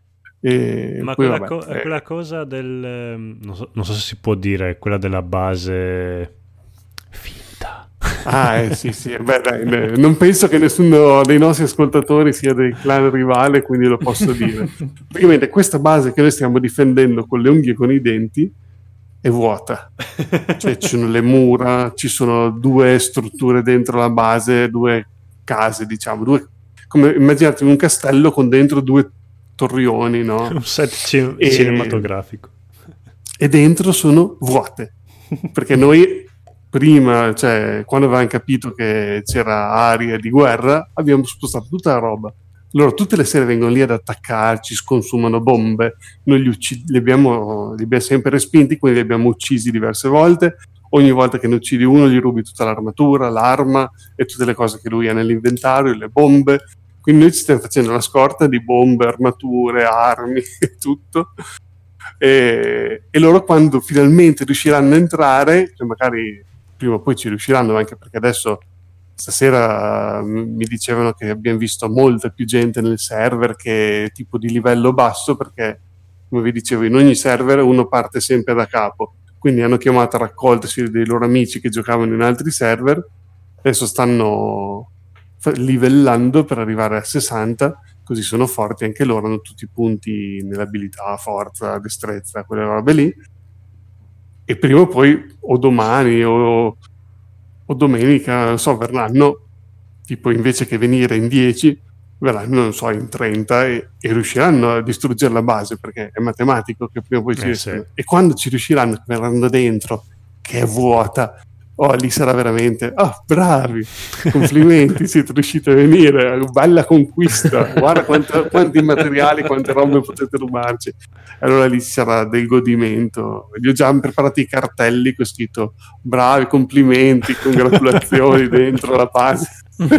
E Ma poi, quella, vabbè, co- eh, quella cosa del ehm, non so, non so se si può dire quella della base finta. ah eh, sì sì, beh, dai, dai, non penso che nessuno dei nostri ascoltatori sia del clan rivale, quindi lo posso dire. Praticamente questa base che noi stiamo difendendo con le unghie e con i denti è vuota, cioè ci sono le mura, ci sono due strutture dentro la base, due case diciamo, due, come immaginate un castello con dentro due torrioni, no? Un set cin- E- cinematografico. e dentro sono vuote perché noi prima, cioè quando avevamo capito che c'era aria di guerra abbiamo spostato tutta la roba, loro tutte le sere vengono lì ad attaccarci, sconsumano bombe, noi li, uccid- li, abbiamo, li abbiamo sempre respinti, quindi li abbiamo uccisi diverse volte, ogni volta che ne uccidi uno gli rubi tutta l'armatura, l'arma e tutte le cose che lui ha nell'inventario, le bombe, quindi noi ci stiamo facendo una scorta di bombe, armature, armi e tutto. E, e loro quando finalmente riusciranno a entrare, cioè magari prima o poi ci riusciranno, anche perché adesso stasera m- mi dicevano che abbiamo visto molta più gente nel server che tipo di livello basso, perché come vi dicevo in ogni server uno parte sempre da capo, quindi hanno chiamato a raccoltersi dei loro amici che giocavano in altri server, adesso stanno fa- livellando per arrivare a sessanta, così sono forti anche loro, hanno tutti i punti nell'abilità, forza, destrezza, quelle robe lì, e prima o poi o domani o, o domenica, non so, verranno tipo invece che venire in dieci verranno, non so, in trenta e, e riusciranno a distruggere la base, perché è matematico che prima o poi ci Eh, riescono. sì. E quando ci riusciranno, verranno dentro che è vuota, oh, lì sarà veramente, ah, bravi, complimenti, siete riusciti a venire, bella conquista, guarda quanta- quanti materiali, quante robe potete rubarci. Allora lì ci sarà del godimento. Gli ho già preparato i cartelli con scritto bravi, complimenti, congratulazioni dentro la base.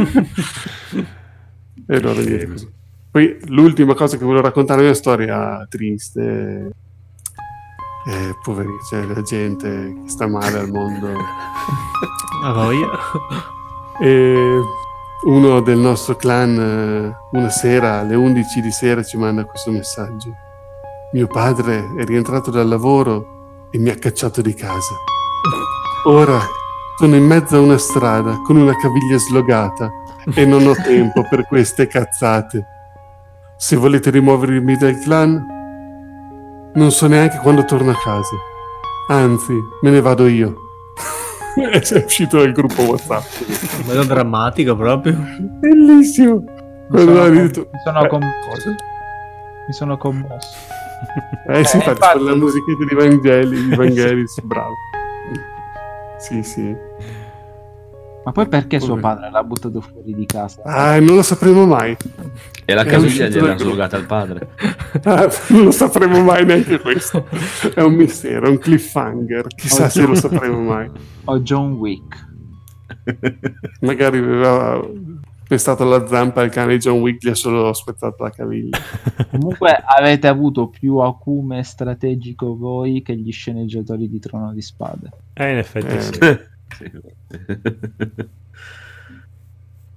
E allora niente, così. Poi l'ultima cosa che volevo raccontare è una storia triste. Eh, poveri, c'è la gente che sta male al mondo. A voglia. E uno del nostro clan eh, una sera alle undici di sera ci manda questo messaggio: mio padre è rientrato dal lavoro e mi ha cacciato di casa. Ora sono in mezzo a una strada con una caviglia slogata e non ho tempo per queste cazzate. Se volete rimuovermi dal clan, non so neanche quando torno a casa. Anzi, me ne vado io. E c'è uscito dal gruppo WhatsApp. Bello drammatico proprio. Bellissimo. Mi sono, Quello ha com- detto, mi sono eh, com- cosa? mi sono commosso. Eh sì, Eh, infatti, infatti. con la musichetta di Vangelis, di Vangelis, bravo. Sì, sì. Ma poi perché suo Come? padre l'ha buttato fuori di casa? Ah, non lo sapremo mai. E la È caviglia uscito gliel'ha dal gruppo. slogata al padre. Ah, non lo sapremo mai neanche questo. È un mistero, è un cliffhanger. Chissà Oh, se lo sapremo mai. O John Wick. Magari aveva pestato la zampa al cane di John Wick, gli ha solo spezzato la caviglia. Comunque avete avuto più acume strategico voi che gli sceneggiatori di Trono di Spade. Eh, in effetti Eh, sì. Sì.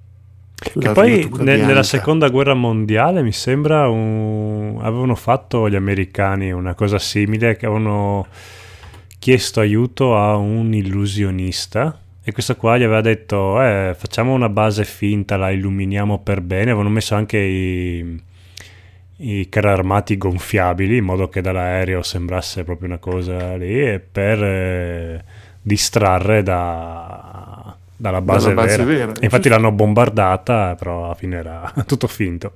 Che La poi virtù ne- nella bianca. seconda guerra mondiale mi sembra un- avevano fatto gli americani una cosa simile, che avevano chiesto aiuto a un illusionista e questo qua gli aveva detto eh, facciamo una base finta, la illuminiamo per bene. Avevano messo anche i, i carri armati gonfiabili in modo che dall'aereo sembrasse proprio una cosa lì, e per eh, distrarre da, dalla base, Dalla base vera. vera. E infatti l'hanno bombardata, però alla fine era tutto finto.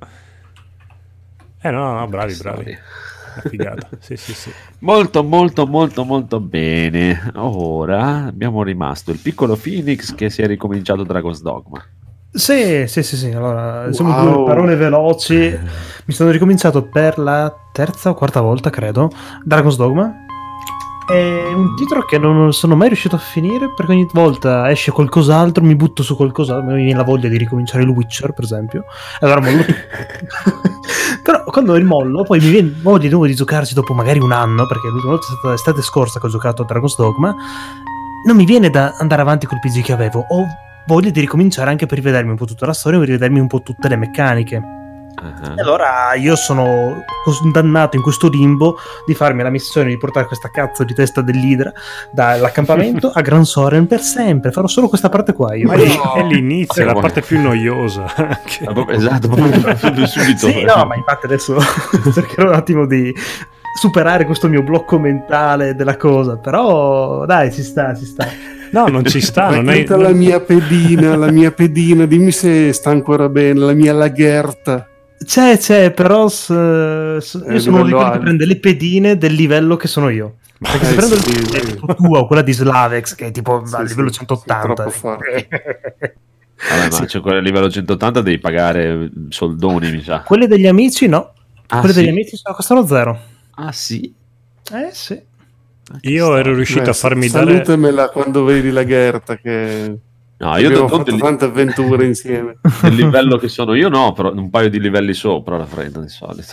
Eh no, no, bravi, bravi. Storia. Una figata. Sì, sì, sì. Molto, molto, molto, molto bene. Ora abbiamo rimasto il piccolo Phoenix che si è ricominciato Dragon's Dogma. Sì, sì, sì, sì. Allora, diciamo Wow. due parole veloci. Mi sono ricominciato per la terza o quarta volta, credo, Dragon's Dogma. È un titolo che non sono mai riuscito a finire, perché ogni volta esce qualcos'altro, mi butto su qualcos'altro, mi viene la voglia di ricominciare il Witcher, per esempio. Allora mollo tutto. Però quando rimollo, poi mi viene voglia di nuovo di giocarci dopo magari un anno, perché l'ultima volta è stata l'estate scorsa che ho giocato a Dragon's Dogma. Non mi viene da andare avanti col P G che avevo, ho voglia di ricominciare anche per rivedermi un po' tutta la storia, per rivedermi un po' tutte le meccaniche. Uh-huh. E allora io sono condannato in questo limbo di farmi la missione di portare questa cazzo di testa dell'idra dall'accampamento a Gran Soren per sempre. Farò solo questa parte qua io. Ma è, è l'inizio, è la No. parte più noiosa anche. Ah, proprio- esatto, proprio subito. Sì, no, ma infatti adesso cercherò un attimo di superare questo mio blocco mentale della cosa, però dai, ci sta, ci sta. No, non ci sta, non è... Racconta la mia pedina, la mia pedina, dimmi se sta ancora bene, la mia lagherta. C'è, c'è, però s- s- io Eh, sono uno di livello quelli che alto. prende le pedine del livello che sono io. Perché se Eh, prendo sì, il sì. tipo tua o quella di Slavex, che è tipo Sì, a sì, livello sì, centottanta, troppo forte. Vabbè, ma c'è quella a livello centottanta devi pagare soldoni, mi sa. quelle degli amici no. Ah, Quelle sì? degli amici sono, costano zero. Ah, sì. Eh sì. Io ero riuscito Beh, a farmi dare... salutamela quando vedi la Gherta, che No, io abbiamo non fatto del, tante avventure insieme. del livello che sono io, no, però un paio di livelli sopra la prendo di solito.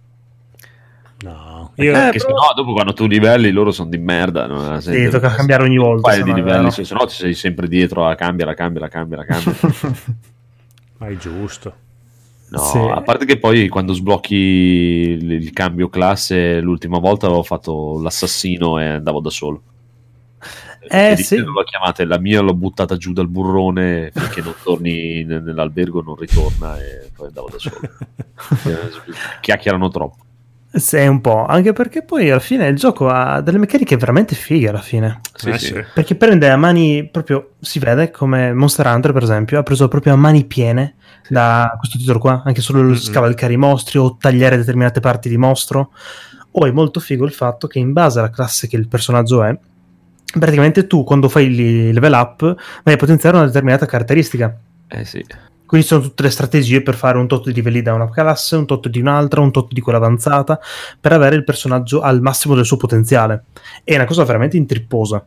No, io... Eh, Perché però- se no, dopo quando tu livelli, loro sono di merda. Non ha Sì, senso. tocca cambiare ogni Un volta. paio se di no è livelli, vero. se se no ti sei sempre dietro a cambiare, cambiare, cambiare, cambiare. Ma è giusto. No, Sì. a parte che poi quando sblocchi il, il cambio classe, l'ultima volta avevo fatto l'assassino e andavo da solo. Eh, E di sì. che l'ho chiamata, la mia l'ho buttata giù dal burrone finché non torni n- nell'albergo, non ritorna e poi andavo da solo. Eh, Chiacchierano troppo. Sì, un po', anche perché poi alla fine il gioco ha delle meccaniche veramente fighe alla fine. Sì, Eh, sì. sì. Perché prende a mani proprio, si vede come Monster Hunter per esempio, ha preso proprio a mani piene da questo titolo qua, anche solo il Mm-mm. scavalcare i mostri o tagliare determinate parti di mostro. O è molto figo il fatto che in base alla classe che il personaggio è, praticamente tu quando fai il level up vai a potenziare una determinata caratteristica. Eh sì. Quindi ci sono tutte le strategie per fare un tot di livelli da una classe, un tot di un'altra, un tot di quella avanzata, per avere il personaggio al massimo del suo potenziale. È una cosa veramente intripposa.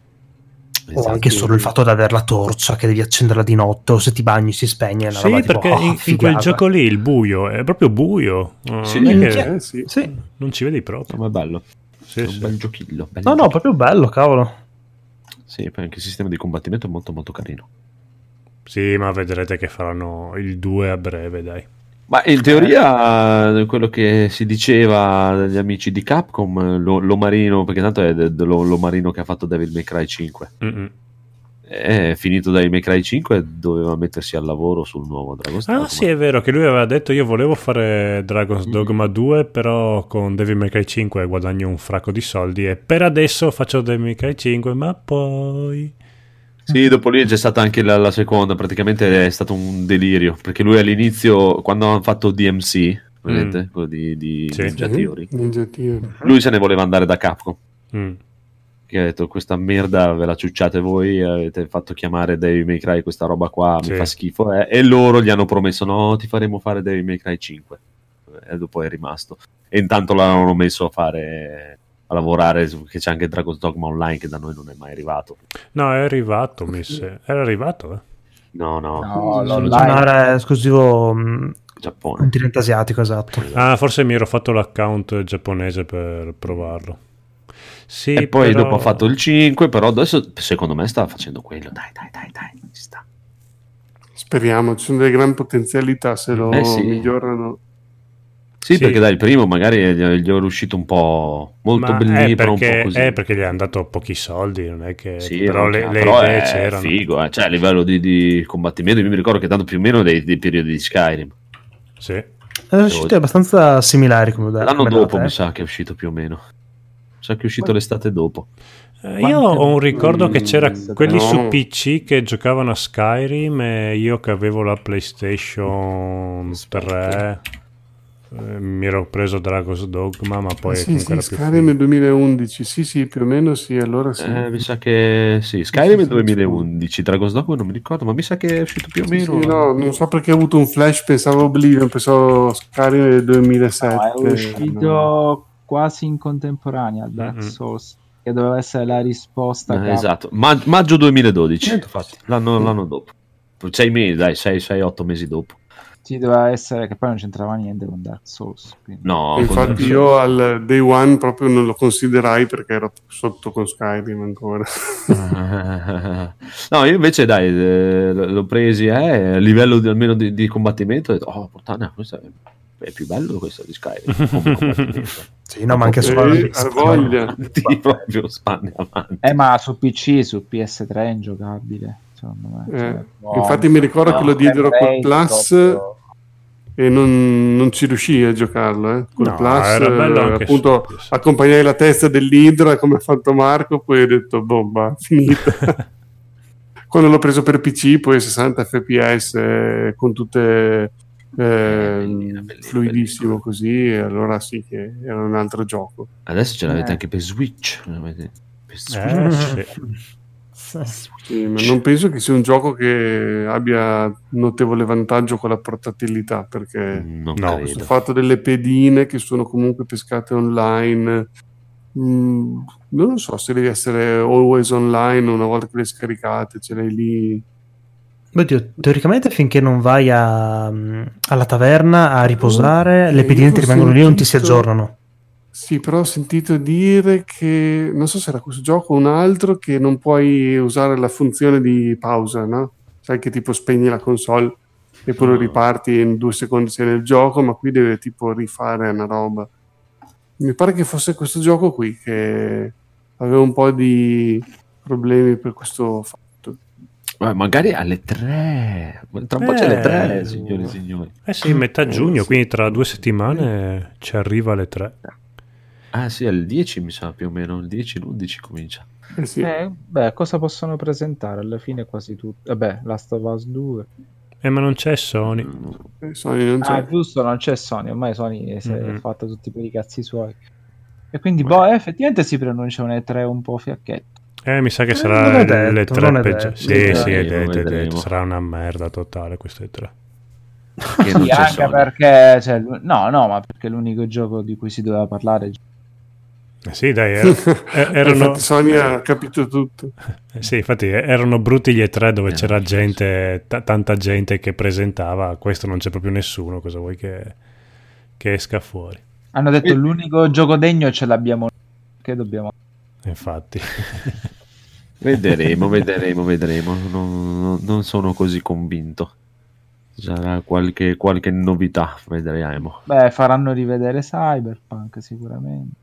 O Esatto. anche solo il fatto di avere la torcia che devi accenderla di notte, o se ti bagni si spegne. è una Sì, roba tipo, perché oh, in, in figata. quel gioco lì il buio è proprio buio. Uh, Sì, non, è minchia. che Eh, sì. Sì. non ci vedi proprio. Ma è bello. Sì, È un sì. bel giochillo. bel No, no, giochillo. proprio bello, cavolo. Sì, poi anche il sistema di combattimento è molto molto carino. Sì, ma vedrete che faranno il due a breve, dai. Ma in teoria quello che si diceva dagli amici di Capcom, lo, l'Omarino, perché tanto è de- de- lo- l'Omarino che ha fatto Devil May Cry cinque, Mm-mm. è finito Devil May Cry cinque e doveva mettersi al lavoro sul nuovo Dragon's Dogma. Ah, sì, è vero che lui aveva detto io volevo fare Dragon's Dogma due, però con Devil May Cry cinque guadagno un fracco di soldi e per adesso faccio Devil May Cry cinque, ma poi... Sì, dopo lì c'è stata anche la, la seconda, praticamente è stato un delirio, perché lui all'inizio, quando hanno fatto D M C, vedete, quello di, di Sì. Ninja Theory, Ninja Theory. lui se ne voleva andare da Capcom, Mm. che ha detto questa merda ve la ciucciate voi, avete fatto chiamare Devil May Cry questa roba qua, Sì. mi fa schifo, eh. E loro gli hanno promesso no, ti faremo fare Devil May Cry cinque, e dopo è rimasto, e intanto l'hanno messo a fare... a lavorare, su- che c'è anche Dragon's Dogma Online che da noi non è mai arrivato. No, è arrivato, mi se- era arrivato, eh. No, no, No, solo l'online. No, era esclusivo mh, Giappone. continente asiatico, esatto. Ah, forse mi ero fatto l'account giapponese per provarlo. Sì, E poi però- dopo ha fatto il cinque, però adesso secondo me sta facendo quello. Dai, dai, dai, dai, ci sta. Speriamo, ci sono delle gran potenzialità se lo Eh sì. migliorano. Sì, Sì. perché dai, il primo magari gli gli è uscito un po' molto Ma bellino, è però un po' perché, così. è perché gli hanno dato pochi soldi, non è che... Sì, però no, le, chiaro, le però idee è c'erano. figo, eh. Cioè a livello di, di combattimento io mi ricordo che tanto più o meno dei, dei periodi di Skyrim. Sì. Sono usciti abbastanza similari come da- L'anno come dopo data, mi eh. sa che è uscito più o meno. Mi sa che è uscito l'estate dopo. Eh, Io ho un ricordo che c'era Mm, quelli no. su P C che giocavano a Skyrim e io che avevo la PlayStation tre eh, mi ero preso Dragon's Dogma, ma poi Ah, sì, comunque sì, era più Skyrim figo. duemilaundici, sì, sì, più o meno sì, allora sì. Eh, mi sa che sì, Skyrim sì, sì, duemilaundici, Dragon's Dogma non mi ricordo, ma mi sa che è uscito più o Sì, meno. sì, no, non so perché ho avuto un flash, pensavo Oblivion, pensavo Skyrim del duemilasette. No, è uscito no. quasi in contemporanea a Dark Mm-mm. Souls, che doveva essere la risposta. Eh, che- esatto, Ma- maggio duemiladodici, infatti, l'anno, l'anno dopo. Sei mesi, dai, sei otto mesi dopo. Sì, doveva essere, che poi non c'entrava niente con Dark Souls. quindi- No, E infatti con- io al day one proprio non lo considerai perché ero sotto con Skyrim ancora. No, io invece dai, eh, l- l'ho presi eh, a livello di, almeno di, di combattimento, ho detto, oh, puttana, questo è, è più bello questo di Skyrim. come combattimento. Sì, no, ma anche solo Eh, ha voglia. Avanti, proprio spanne avanti. Eh, ma su P C, su P S tre è ingiocabile, secondo me. Eh, Cioè, no, infatti mi ricordo no, che lo diedero frame col rate Plus proprio- e non, non ci riuscì a giocarlo. Eh. Col No, Plus, era bello eh, anche appunto, su P S. accompagnai la testa dell'Idra come ha fatto Marco, poi ho detto, bomba, finita. Quando l'ho preso per P C, poi sessanta F P S eh, con tutte... Eh, bellino, bellino, fluidissimo bellino. così, e allora sì che era un altro gioco. Adesso ce l'avete Eh. anche per Switch. l'avete- Per Eh, Switch. sì. Sì, ma non penso che sia un gioco che abbia notevole vantaggio con la portatilità, perché Non No, questo credo. fatto delle pedine che sono comunque pescate online, mh, non lo so se devi essere always online una volta che le scaricate, ce l'hai lì. Oddio, teoricamente finché non vai a- alla taverna a riposare, Eh, le pedine ti io ho rimangono lì e non ti si sentito- aggiornano. Sì, però ho sentito dire che, non so se era questo gioco o un altro, che non puoi usare la funzione di pausa, no? Sai che tipo spegni la console e poi lo riparti in due secondi sei nel gioco, ma qui deve tipo rifare una roba. Mi pare che fosse questo gioco qui che aveva un po' di problemi per questo fatto. Eh, magari alle tre. Tra un po' c'è Eh. le tre, signori e signori. Eh sì, metà giugno, sì. quindi tra due settimane ci arriva alle tre. Ah sì, al dieci mi sa più o meno, il dieci, l'undici comincia. Eh sì. Eh, beh, cosa possono presentare? Alla fine quasi tutto. Vabbè, Last of Us due. Eh, ma non c'è Sony. Eh, Sony non c'è. Ah, giusto, non c'è Sony. Ormai Sony si è Mhm. fatta tutti quei cazzi suoi. E quindi, boh, eh, effettivamente si pronuncia un E tre un po' fiacchetto. Eh, mi sa che Eh, sarà non è le detto, tre non è peggiori. detto. Sì, Vedremo, sì, è detto, è vedremo. detto. Sarà una merda totale queste tre. Che non Sì, c'è anche Sony. perché, cioè, l- no, no, ma perché l'unico gioco di cui si doveva parlare. Eh sì, dai, er- er- erano... Infatti Sony ha capito tutto. eh sì, infatti eh, erano brutti gli E tre dove Eh, c'era sì, gente, ta- tanta gente che presentava. Questo non c'è proprio nessuno. Cosa vuoi che, che esca fuori? Hanno detto l'unico gioco degno ce l'abbiamo. Che dobbiamo. Infatti. Vedremo, vedremo, vedremo. Non, non- non sono così convinto. Sarà qualche, qualche novità, vedremo. Beh, faranno rivedere Cyberpunk sicuramente.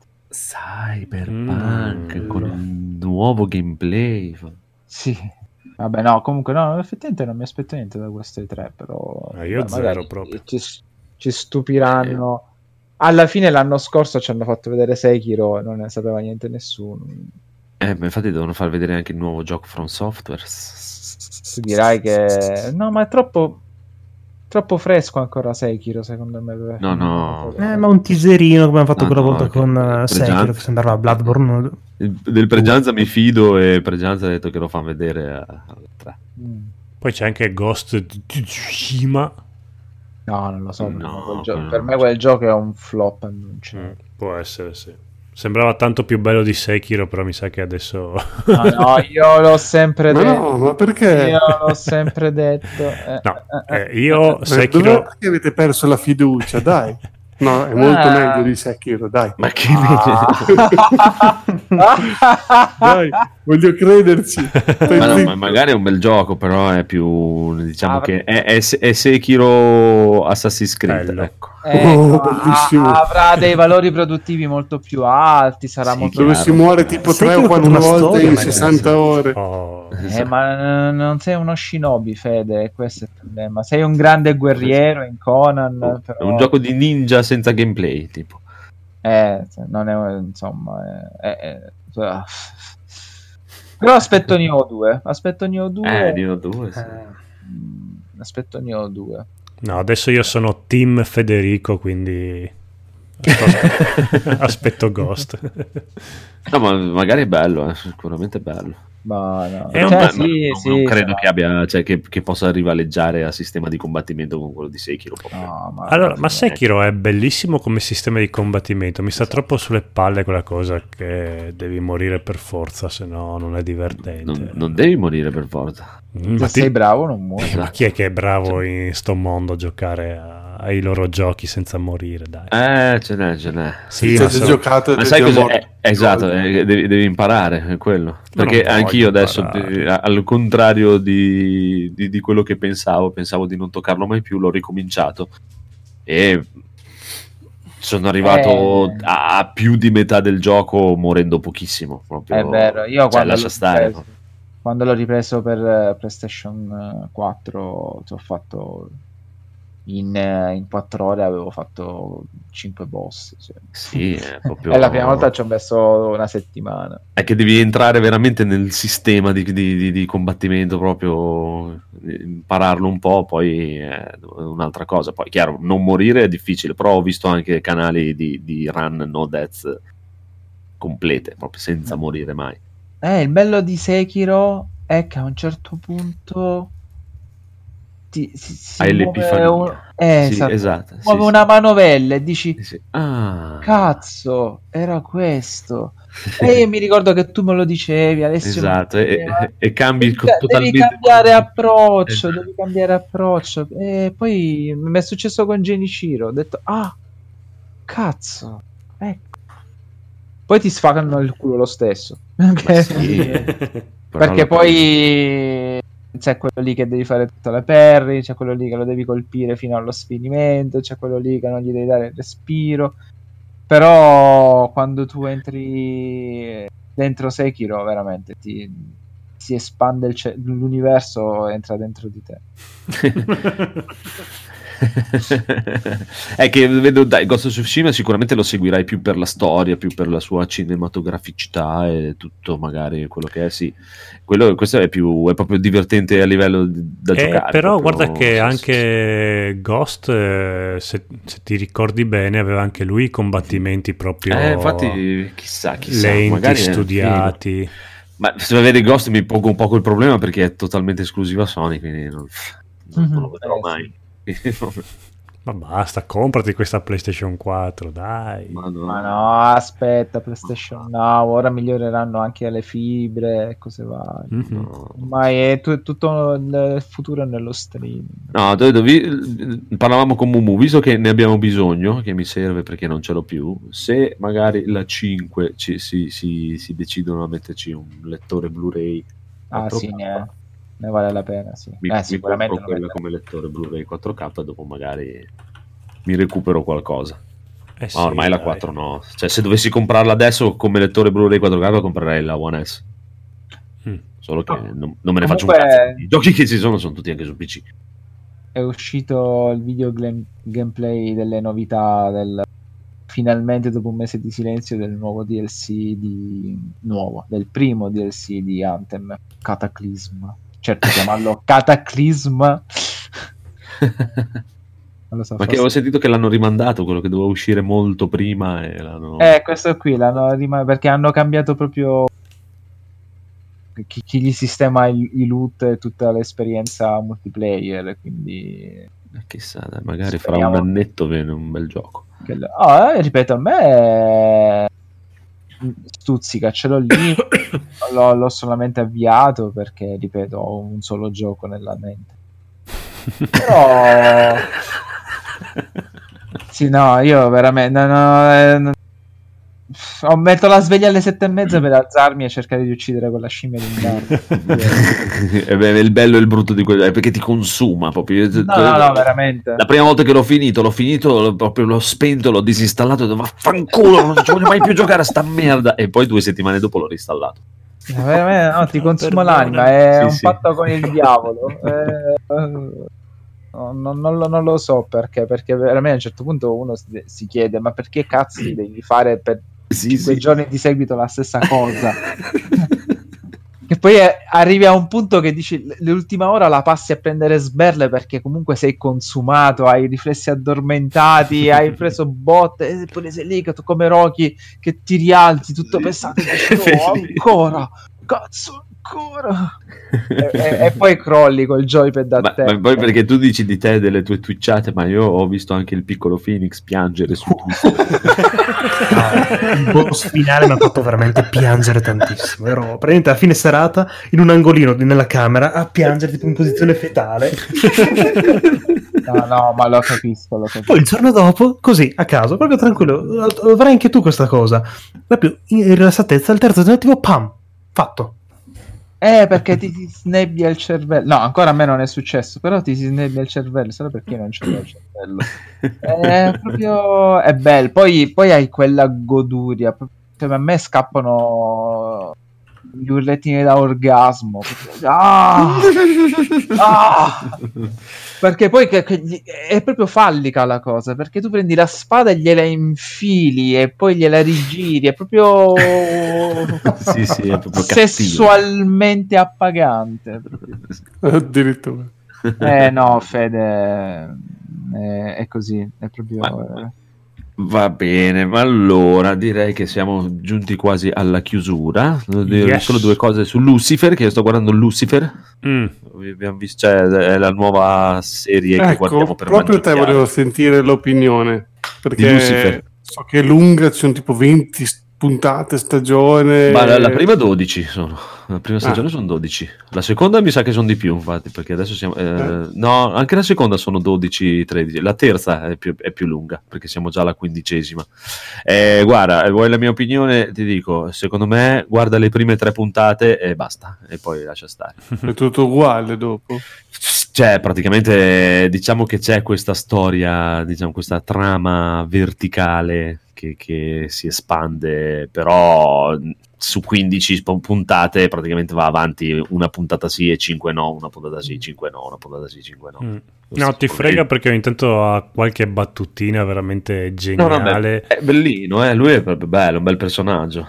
Cyberpunk Mm. con un nuovo gameplay. Sì. Vabbè, no, comunque no, effettivamente non mi aspetto niente da queste tre, però Eh, io beh, zero magari proprio. Ci, ci stupiranno. Alla fine l'anno scorso ci hanno fatto vedere Sekiro e non ne sapeva niente nessuno. Eh, ma infatti devono far vedere anche il nuovo gioco From Software. Tu dirai che no, ma è troppo troppo fresco ancora Sekiro, secondo me. dove- No, no. Eh, ma un teaserino come hanno fatto No, quella no, volta che- con che uh, Sekiro, Pregianza- che sembrava Bloodborne. Il- Del Pregianza mi fido e Pregianza ha detto che lo fa vedere a- alle tre. Mm. Poi c'è anche Ghost di Tsushima. No, non lo so. No, per me quel gio- quello per non me c'è. quel gioco è un flop annuncio. Mm, può essere, sì. Sembrava tanto più bello di Sekiro, però mi sa che adesso... No, no, io l'ho sempre Ma detto. no, ma perché? Io l'ho sempre detto. eh, No, eh, eh, io Ma Sekiro... dov'è che avete perso la fiducia? Dai. No, è molto Ah. meglio di Sekiro, dai. Ma che Dai, voglio crederci. Stai ma, no, zitto. ma magari è un bel gioco, però è più diciamo Ah, che è, è, è Sekiro Assassin's Creed, Bello. ecco. Ecco, Oh, a- bellissimo. avrà dei valori produttivi molto più alti, sarà Sì, molto Dove chiaro. si muore tipo Sekiro tre o con quattro una volte storia, in magari. sessanta ore. Oh. Eh, ma n- non sei uno shinobi, Fede, questo è il problema. Sei un grande guerriero in Conan, È però un gioco di ninja senza gameplay, tipo. eh, non è insomma, è- è- è- ah. Però aspetto Nioh due, aspetto Nioh due. Eh, Nioh due, sì. Mm, aspetto Nioh due. No, adesso io sono team Federico, quindi aspetto, aspetto Ghost. No, ma magari è bello, eh, sicuramente è bello. Ma no. È un Cioè, Ma- sì, ma non, sì, non credo sarà- che abbia, cioè, che, che possa rivaleggiare a sistema di combattimento con quello di Sekiro. proprio. No, ma Allora, ma sì. Sekiro è bellissimo come sistema di combattimento, mi sta troppo sulle palle quella cosa che devi morire per forza, se no non è divertente. Non, non devi morire per forza. Mm, Se ma, ti- sei bravo non muori. ma chi è che è bravo in sto mondo a giocare a- ai loro giochi senza morire, dai? Eh, ce n'è, ce n'è. Sì, Ci ma hai già so- giocato ed Ma è sai già cos'è? morto. Eh, esatto, eh, devi, devi imparare, è quello. Perché non voglio anch'io adesso, imparare. eh, al contrario di, di- di quello che pensavo, pensavo di non toccarlo mai più, l'ho ricominciato e sono arrivato Eh. a, a più di metà del gioco morendo pochissimo. Proprio. È vero, io Cioè, quando, lascia l'ho stare. ripreso, quando l'ho ripreso per eh, PlayStation quattro, ci ho fatto in, eh, in quattro ore avevo fatto cinque boss. Cioè. Sì, è proprio... E la prima volta ci ho messo una settimana. È che devi entrare veramente nel sistema di, di- di- di combattimento, proprio impararlo un po', poi è un'altra cosa. Poi, chiaro, non morire è difficile, però ho visto anche canali di, di run no death complete, proprio senza morire mai. Eh, il bello di Sekiro è che a un certo punto ti, si, si Hai muove l'epifania. un- eh, Sì, esatto. esatto, Muove sì, una manovella e dici sì, sì. Ah. cazzo, era questo. E io mi ricordo che tu me lo dicevi, Alessio. me lo Esatto, e, diceva. e- e cambi Devi, co- devi totalmente cambiare approccio, Esatto. devi cambiare approccio. E poi mi è successo con Genichiro, ho detto "Ah, cazzo". Ecco. Poi ti sfagano il culo lo stesso. Perché, Sì, però perché la- poi c'è quello lì che devi fare tutte le parry, c'è quello lì che lo devi colpire fino allo sfinimento, c'è quello lì che non gli devi dare il respiro. Però quando tu entri dentro Sekiro, veramente ti si espande il ce- l'universo, entra dentro di te. È che vedo, dai, Ghost of Tsushima sicuramente lo seguirai più per la storia, più per la sua cinematograficità e tutto, magari quello che è, sì. Quello, questo è più è proprio divertente a livello di- da Eh, giocare. però proprio, guarda che sì, anche Ghost, eh, se, se ti ricordi bene, aveva anche lui i combattimenti proprio sì. Eh, infatti, chissà, chissà, lenti, magari è studiati. figo. Ma se vedi Ghost mi pongo un po' il problema perché è totalmente esclusiva Sony, quindi non, non- non lo vedrò Eh, mai. Ma basta, comprati questa PlayStation quattro, dai. Ma no. Ma no, aspetta, PlayStation Now, ora miglioreranno anche le fibre e cose varie. Mhm. No. Ormai è tu- tutto il futuro è nello streaming. No, dove- dove- parlavamo con Mumu, visto che ne abbiamo bisogno, che mi serve perché non ce l'ho più, se magari la cinque ci- si, si- si decidono a metterci un lettore Blu-ray Ah quattro K, sì, ne, ne vale la pena, sì. mi, Eh, mi sicuramente compro lo quella metterò. come lettore Blu-ray quattro K, dopo magari mi recupero qualcosa. Eh sì, Ma ormai la dai. quattro no, cioè se dovessi comprarla adesso come lettore Blu-ray quattro K comprerei la One S, Mm. solo che No. non, non me ne faccio un Comunque- cazzo. I giochi che ci sono sono tutti anche su P C. È uscito il video glam- gameplay delle novità del finalmente dopo un mese di silenzio del nuovo D L C di nuovo, del primo D L C di Anthem, Cataclysm. Certo chiamarlo Cataclysm. Non lo so, Ma che forse- avevo sentito che l'hanno rimandato, quello che doveva uscire molto prima e l'hanno... Eh, questo qui l'hanno rima- perché hanno cambiato proprio chi, chi gli sistema i, i loot e tutta l'esperienza multiplayer, quindi Eh, chissà, dai, magari Speriamo. fra un annetto viene un bel gioco. che l- ah, eh, ripeto, a me stuzzica, ce l'ho lì, l'ho, l'ho solamente avviato perché, ripeto, ho un solo gioco nella mente. Però Sì, no, io veramente no, no, eh, no. Oh, metto la sveglia alle sette e mezza per alzarmi e cercare di uccidere quella scimmia di un gatto. Eh beh, il bello e il brutto di quello è perché ti consuma proprio. No, no, no, veramente. La prima volta che l'ho finito, l'ho finito, l'ho, proprio l'ho spento, l'ho disinstallato e ho detto vaffanculo, non ci voglio mai più giocare a sta merda. E poi due settimane dopo l'ho reinstallato. No, veramente, no, ti consuma Perdona. l'anima, è Sì, un sì. patto con il diavolo. Eh, no, non, non lo, non lo so perché, perché veramente a un certo punto uno si, si chiede ma perché cazzo devi fare per Sì, cinque sì. giorni di seguito la stessa cosa? Che poi è- arrivi a un punto che dici l- l'ultima ora la passi a prendere sberle perché comunque sei consumato, hai i riflessi addormentati, hai preso botte e poi sei lì che tu come Rocky che ti rialzi tutto pesante e dici no, ancora cazzo ancora e, e- e poi crolli col joypad a Ma, te. ma poi perché tu dici di te delle tue twitchate, ma io ho visto anche il piccolo Phoenix piangere su Twitter. Il boss finale mi ha fatto veramente piangere tantissimo. Ero praticamente a fine serata in un angolino di- nella camera a piangere tipo in posizione fetale. No, no, ma lo capisco, lo capisco. Poi il giorno dopo, così a caso, proprio tranquillo, avrai anche tu questa cosa. Proprio in rilassatezza, il terzo tentativo, pam, fatto. Eh, perché ti, ti snebbia il cervello. No, ancora a me non è successo, però ti si snebbia il cervello, solo perché io non c'ho il cervello. È proprio... è bello. Poi, poi hai quella goduria. Cioè, a me scappano gli urlettini da orgasmo. Ah! Ah! Perché poi che- che gli- è proprio fallica la cosa, perché tu prendi la spada e gliela infili e poi gliela rigiri, è proprio Sì, sì, è proprio cattivo. sessualmente appagante. Addirittura. Eh no, Fede, è, è così, è proprio... Ma- Va bene, ma allora direi che siamo giunti quasi alla chiusura. Devo dire Yes. solo due cose su Lucifer, che io sto guardando Lucifer. Mm. Abbiamo visto, cioè, è la nuova serie che guardiamo Ecco, per proprio te mangiare. volevo sentire l'opinione, perché Di Lucifer. so che è lunga, ci sono tipo venti puntate stagione. Ma la, la prima dodici sono, la prima stagione Ah. sono dodici, la seconda mi sa che sono di più, infatti, perché adesso siamo... eh, Eh. No, anche la seconda sono dodici tredici, la terza è più, è più lunga, perché siamo già alla quindicesima. Eh, guarda, vuoi la mia opinione? Ti dico, secondo me guarda le prime tre puntate e basta, e poi lascia stare. È tutto uguale dopo. Cioè, praticamente diciamo che c'è questa storia, diciamo questa trama verticale che, che si espande, però su quindici sp- puntate praticamente va avanti una puntata sì e cinque no, una puntata sì, cinque no, una puntata sì, cinque no. Mm. Questo No, ti secondo frega me- perché ogni tanto ha qualche battutina veramente No, no, beh, geniale. è bellino, eh? Lui è proprio bello, un bel personaggio.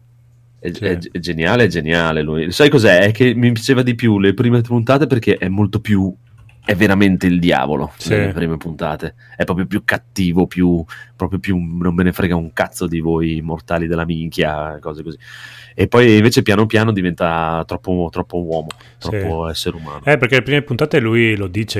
È, Sì. è- è geniale, è geniale lui. Sai cos'è? È che mi piaceva di più le prime puntate perché è molto più... è veramente il diavolo Sì. nelle prime puntate. È proprio più cattivo, più... proprio più... non me ne frega un cazzo di voi mortali della minchia, cose così. E poi invece piano piano diventa troppo, troppo uomo, troppo essere umano. Eh, perché le prime puntate lui lo dice,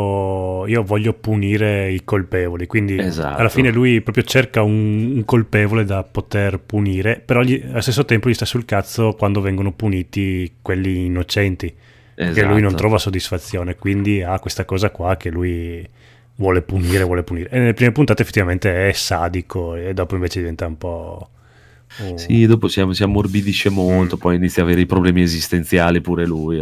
io, io voglio punire i colpevoli, quindi Esatto. alla fine lui proprio cerca un, un colpevole da poter punire, però gli- allo stesso tempo gli sta sul cazzo quando vengono puniti quelli innocenti, perché lui non Esatto. trova soddisfazione, quindi ha questa cosa qua che lui vuole punire, vuole punire. E nelle prime puntate effettivamente è sadico e dopo invece diventa un po'... oh. Sì, dopo si, am- si ammorbidisce molto, poi inizia a avere i problemi esistenziali pure lui.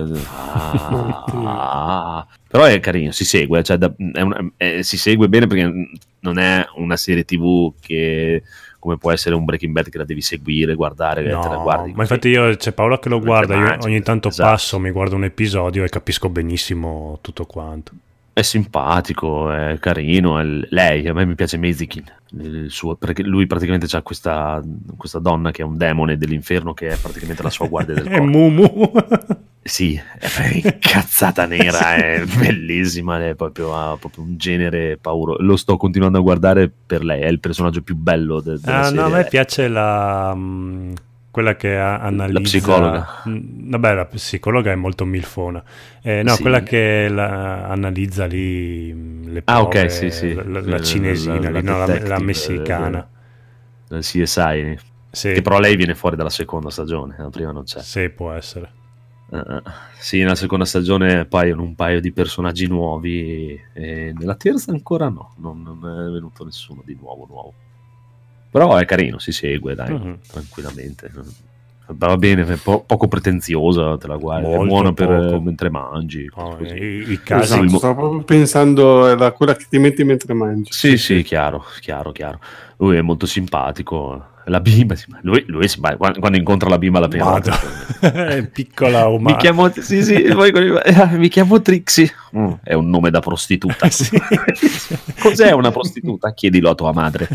Ah, però è carino, si segue, cioè da- è una- è- si segue bene perché non è una serie tivù che come può essere un Breaking Bad che la devi seguire, guardare, te la No, guardi. ma infatti io c'è Paola che lo Mentre guarda, io mangi, ogni tanto esatto. passo, mi guardo un episodio e capisco benissimo tutto quanto. È simpatico, è carino. È l- lei, a me mi piace Mezikin, il suo, perché lui praticamente ha questa, questa donna che è un demone dell'inferno che è praticamente la sua guardia del È corpo. Mumu. Sì, è cazzata nera, è bellissima, è proprio, ha proprio un genere pauroso. Lo sto continuando a guardare per lei, è il personaggio più bello de- della Ah, serie. no, a me piace la mh, quella che a- analizza La psicologa. Mm, vabbè, la psicologa è molto milfona. Eh, no, Sì. quella che la, analizza lì mh, le Ah, prove, ok, sì, sì. la, la- la La- cinesina, la- lì, la no, la, detective, la messicana. La C S I, Sì, che però lei viene fuori dalla seconda stagione, la prima non c'è. sì, può essere. Uh, sì, nella seconda stagione appaiono un paio di personaggi nuovi e nella terza ancora no, non, non è venuto nessuno di nuovo nuovo. Però è carino, si segue, dai, Mhm. tranquillamente. Va bene, è po- poco pretenziosa, te la guardi, è Molto buona per poco. mentre mangi. No, così. i, i casi Esatto, mo- stavo proprio pensando a quella che ti metti mentre mangi. Sì, sì, chiaro, chiaro, chiaro. Lui è molto simpatico. La bimba, sì, ma lui, lui si- ma quando, quando incontra la bimba la prima Vado. volta. È piccola Mi umana. chiamo, sì, sì, poi con i- eh, mi chiamo Trixie. Mm, è un nome da prostituta. Sì. Cos'è una prostituta? Chiedilo a tua madre.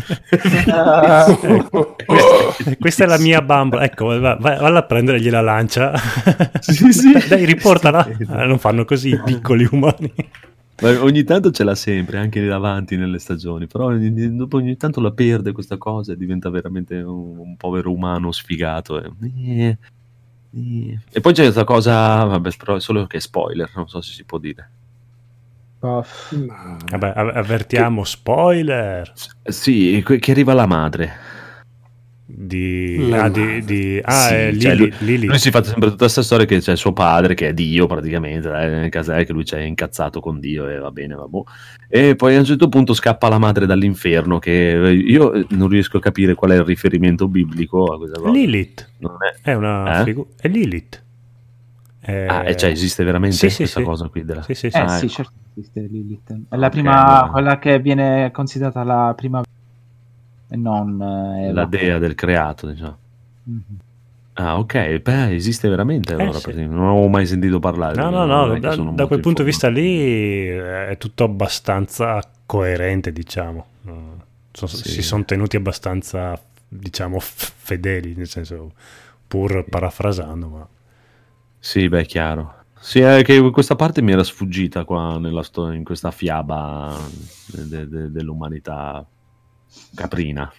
Questa, questa è la mia bambola. Ecco, va, va, valla a prendere e gliela lancia. Sì, sì. Dai, dai, riportala. Sì. Ah, non fanno così i piccoli umani. Ma ogni tanto ce l'ha sempre, anche davanti nelle stagioni, però ogni, dopo ogni tanto la perde questa cosa e diventa veramente un, un povero umano sfigato. E, eh, eh. E poi c'è questa cosa, vabbè, però è solo che è spoiler, non so se si può dire. Ma- Vabbè, a- avvertiamo, spoiler Sì, que- che arriva la madre. di... La Ah, madre. di, di- ah Sì, è cioè, Lili, lui, Lili. lui si fa sempre tutta questa storia che c'è suo padre che è Dio praticamente, eh, nel caso è che lui c'è incazzato con Dio e va bene, vabbè. E poi a un certo punto scappa la madre dall'inferno, che io non riesco a capire qual è il riferimento biblico a questa cosa. Lilith. Non è... È una Eh? figu- È Lilith. È- Ah, e cioè esiste veramente Sì, sì, questa sì. cosa qui della... Sì, sì, sì. Eh Ah, sì, ecco. certo esiste Lilith. È la Ok, prima, allora. quella che viene considerata la prima e non eh, Eva. La dea del creato, diciamo. Mhm. Ah, ok, beh, esiste veramente allora, sì. perché non avevo mai sentito parlare. No, no, non no, è che da, sono da molto quel punto di vista informato. lì eh, è tutto abbastanza coerente, diciamo. Eh, so- Sì. Si sono tenuti abbastanza, diciamo, f- fedeli, nel senso, pur parafrasando, ma... Sì, beh, chiaro. Sì, è che questa parte mi era sfuggita qua nella sto- in questa fiaba de- de- dell'umanità caprina.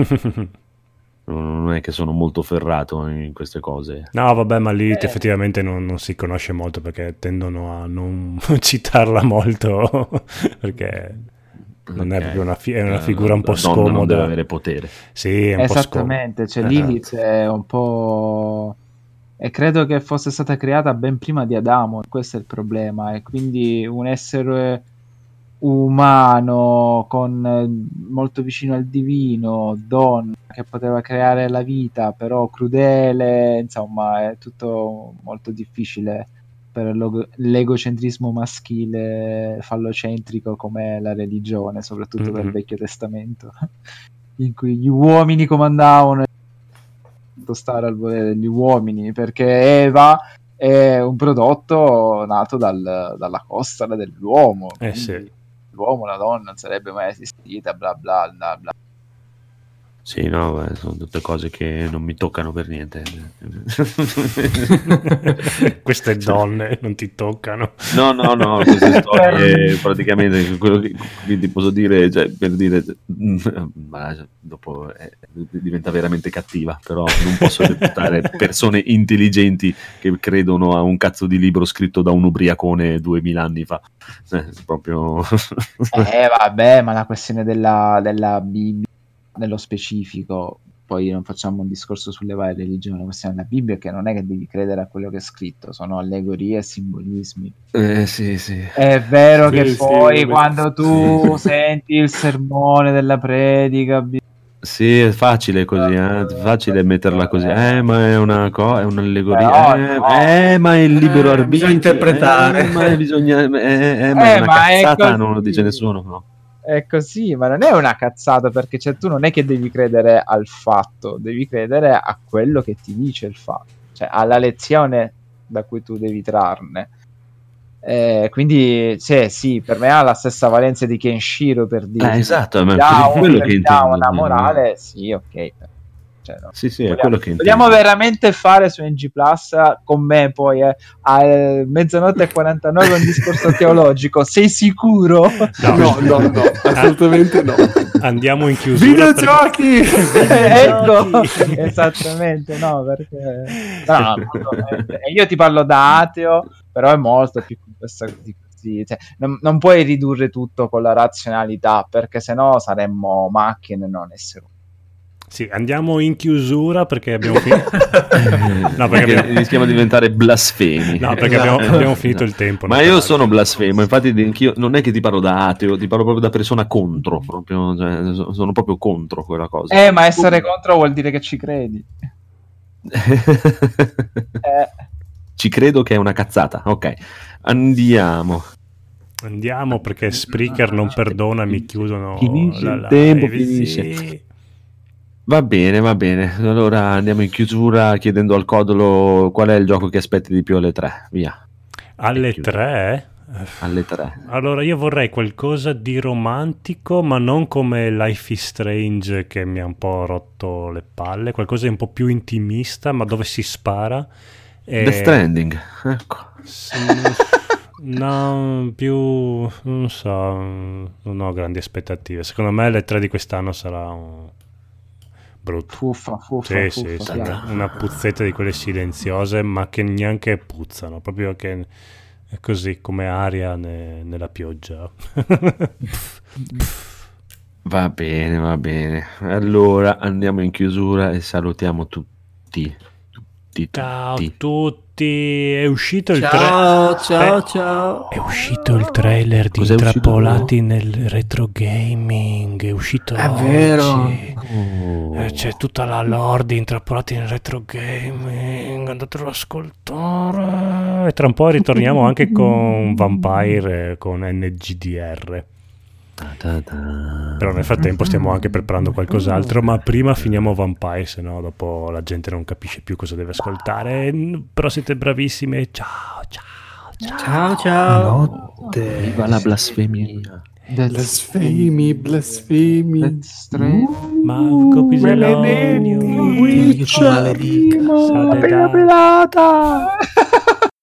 Non è che sono molto ferrato in queste cose. No, vabbè, ma lì Eh. effettivamente non, non si conosce molto perché tendono a non citarla molto perché non è Ok. proprio una, fi- è una Eh, figura un po' la donna non scomoda. deve avere potere. Sì, è un po' scomoda. Esattamente, cioè Esatto. Lilith è un po'... E credo che fosse stata creata ben prima di Adamo, questo è il problema, e quindi un essere umano con eh, molto vicino al divino, donna che poteva creare la vita, però crudele, insomma, è tutto molto difficile per l'ego- l'egocentrismo maschile fallocentrico come la religione, soprattutto del Mhm. Vecchio Testamento, in cui gli uomini comandavano e stare al volere degli uomini, perché Eva è un prodotto nato dal- dalla costola dell'uomo, Eh, quindi sì. l'uomo, la donna non sarebbe mai esistita, bla bla bla bla. Sì, no, beh, sono tutte cose che non mi toccano per niente. Queste donne non ti toccano. No, no, no, queste storie praticamente quello che quindi posso dire, cioè, per dire, ma dopo eh, diventa veramente cattiva, però non posso reputare persone intelligenti che credono a un cazzo di libro scritto da un ubriacone duemila anni fa. Eh, proprio... Eh vabbè, ma la questione della, della Bibbia nello specifico, poi non facciamo un discorso sulle varie religioni, la questione della Bibbia è che non è che devi credere a quello che è scritto, sono allegorie e simbolismi. Eh, sì, sì. È vero Sì, che sì, poi vabbè. quando tu senti il sermone della predica, bi- Sì, è facile così, eh? È facile metterla così. Eh, ma è una cosa, è un'allegoria. Però eh, no. eh, ma è il libero Eh, arbitrio. bisogna interpretare. Eh, ma bisogna, eh, eh, ma è Eh, una ma è cazzata, così. non lo dice nessuno. No. è così, ma non è una cazzata, perché cioè, tu non è che devi credere al fatto, devi credere a quello che ti dice il fatto, cioè alla lezione da cui tu devi trarne. Eh, quindi cioè, sì, per me ha la stessa valenza di Kenshiro, per dire Eh, esatto, ma da è quello che da intendo. una morale, sì, ok. Cioè, no. Sì, sì, è Vogliamo- quello che intendo. Vogliamo veramente fare su N G Plus con me poi eh, a eh, mezzanotte e quarantanove un discorso teologico? Sei sicuro? No, no, no, assolutamente no. Andiamo in chiusura. Videogiochi! ecco, esattamente, no, perché no, no, molto- eh, io ti parlo da ateo, però è molto più complesso di così, cioè, non, non puoi ridurre tutto con la razionalità, perché sennò saremmo macchine, non esseri umani. Sì, andiamo in chiusura perché abbiamo finito. No, perché abbiamo... rischiamo di diventare blasfemi. No, perché abbiamo, abbiamo finito il tempo. Ma io sono blasfemo, infatti anch'io, non è che ti parlo da ateo, ti parlo proprio da persona contro, proprio, cioè, sono proprio contro quella cosa. Eh, ma essere contro vuol dire che ci credi. eh. Ci credo che è una cazzata. Ok, andiamo. Andiamo perché Spreaker non perdona, mi chiudono. Finisce la il live, tempo, sì. finisce. Va bene, va bene. Allora andiamo in chiusura chiedendo al Codolo qual è il gioco che aspetti di più alle tre. Via. Alle tre? Alle tre. Allora io vorrei qualcosa di romantico, ma non come Life is Strange che mi ha un po' rotto le palle, qualcosa di un po' più intimista, ma dove si spara. E... Death Stranding, ecco. Sì, no, più non so, non ho grandi aspettative. Secondo me le tre di quest'anno sarà un... brutto. Fuffa, fuffa, Sì, fuffa, sì, sì, chiaro. una, una puzzetta di quelle silenziose, ma che neanche puzzano, proprio che è così come aria ne- nella pioggia. Va bene, va bene. Allora andiamo in chiusura e salutiamo tutti. Tutti, Ciao a tutti. tutti, è uscito il Ciao, tra- ciao, eh, ciao. È uscito il trailer di Cos'è uscito? Intrappolati nel retro gaming, è uscito È oggi. vero. Oh. Eh, c'è tutta la lore di Intrappolati nel retro gaming, andatelo ad ascoltare. E tra un po' ritorniamo anche con Vampire, eh, con N G D R. Ta ta. Però nel frattempo stiamo anche preparando qualcos'altro, ma prima finiamo Vampire, se no dopo la gente non capisce più cosa deve ascoltare. Però siete bravissimi, ciao ciao ciao. Ciao, ciao. Notte. Viva la blasfemia. Blasfemi, blasfemi. Death Stranding. Marco Piselonio, Dio ti maledica. Sadedà.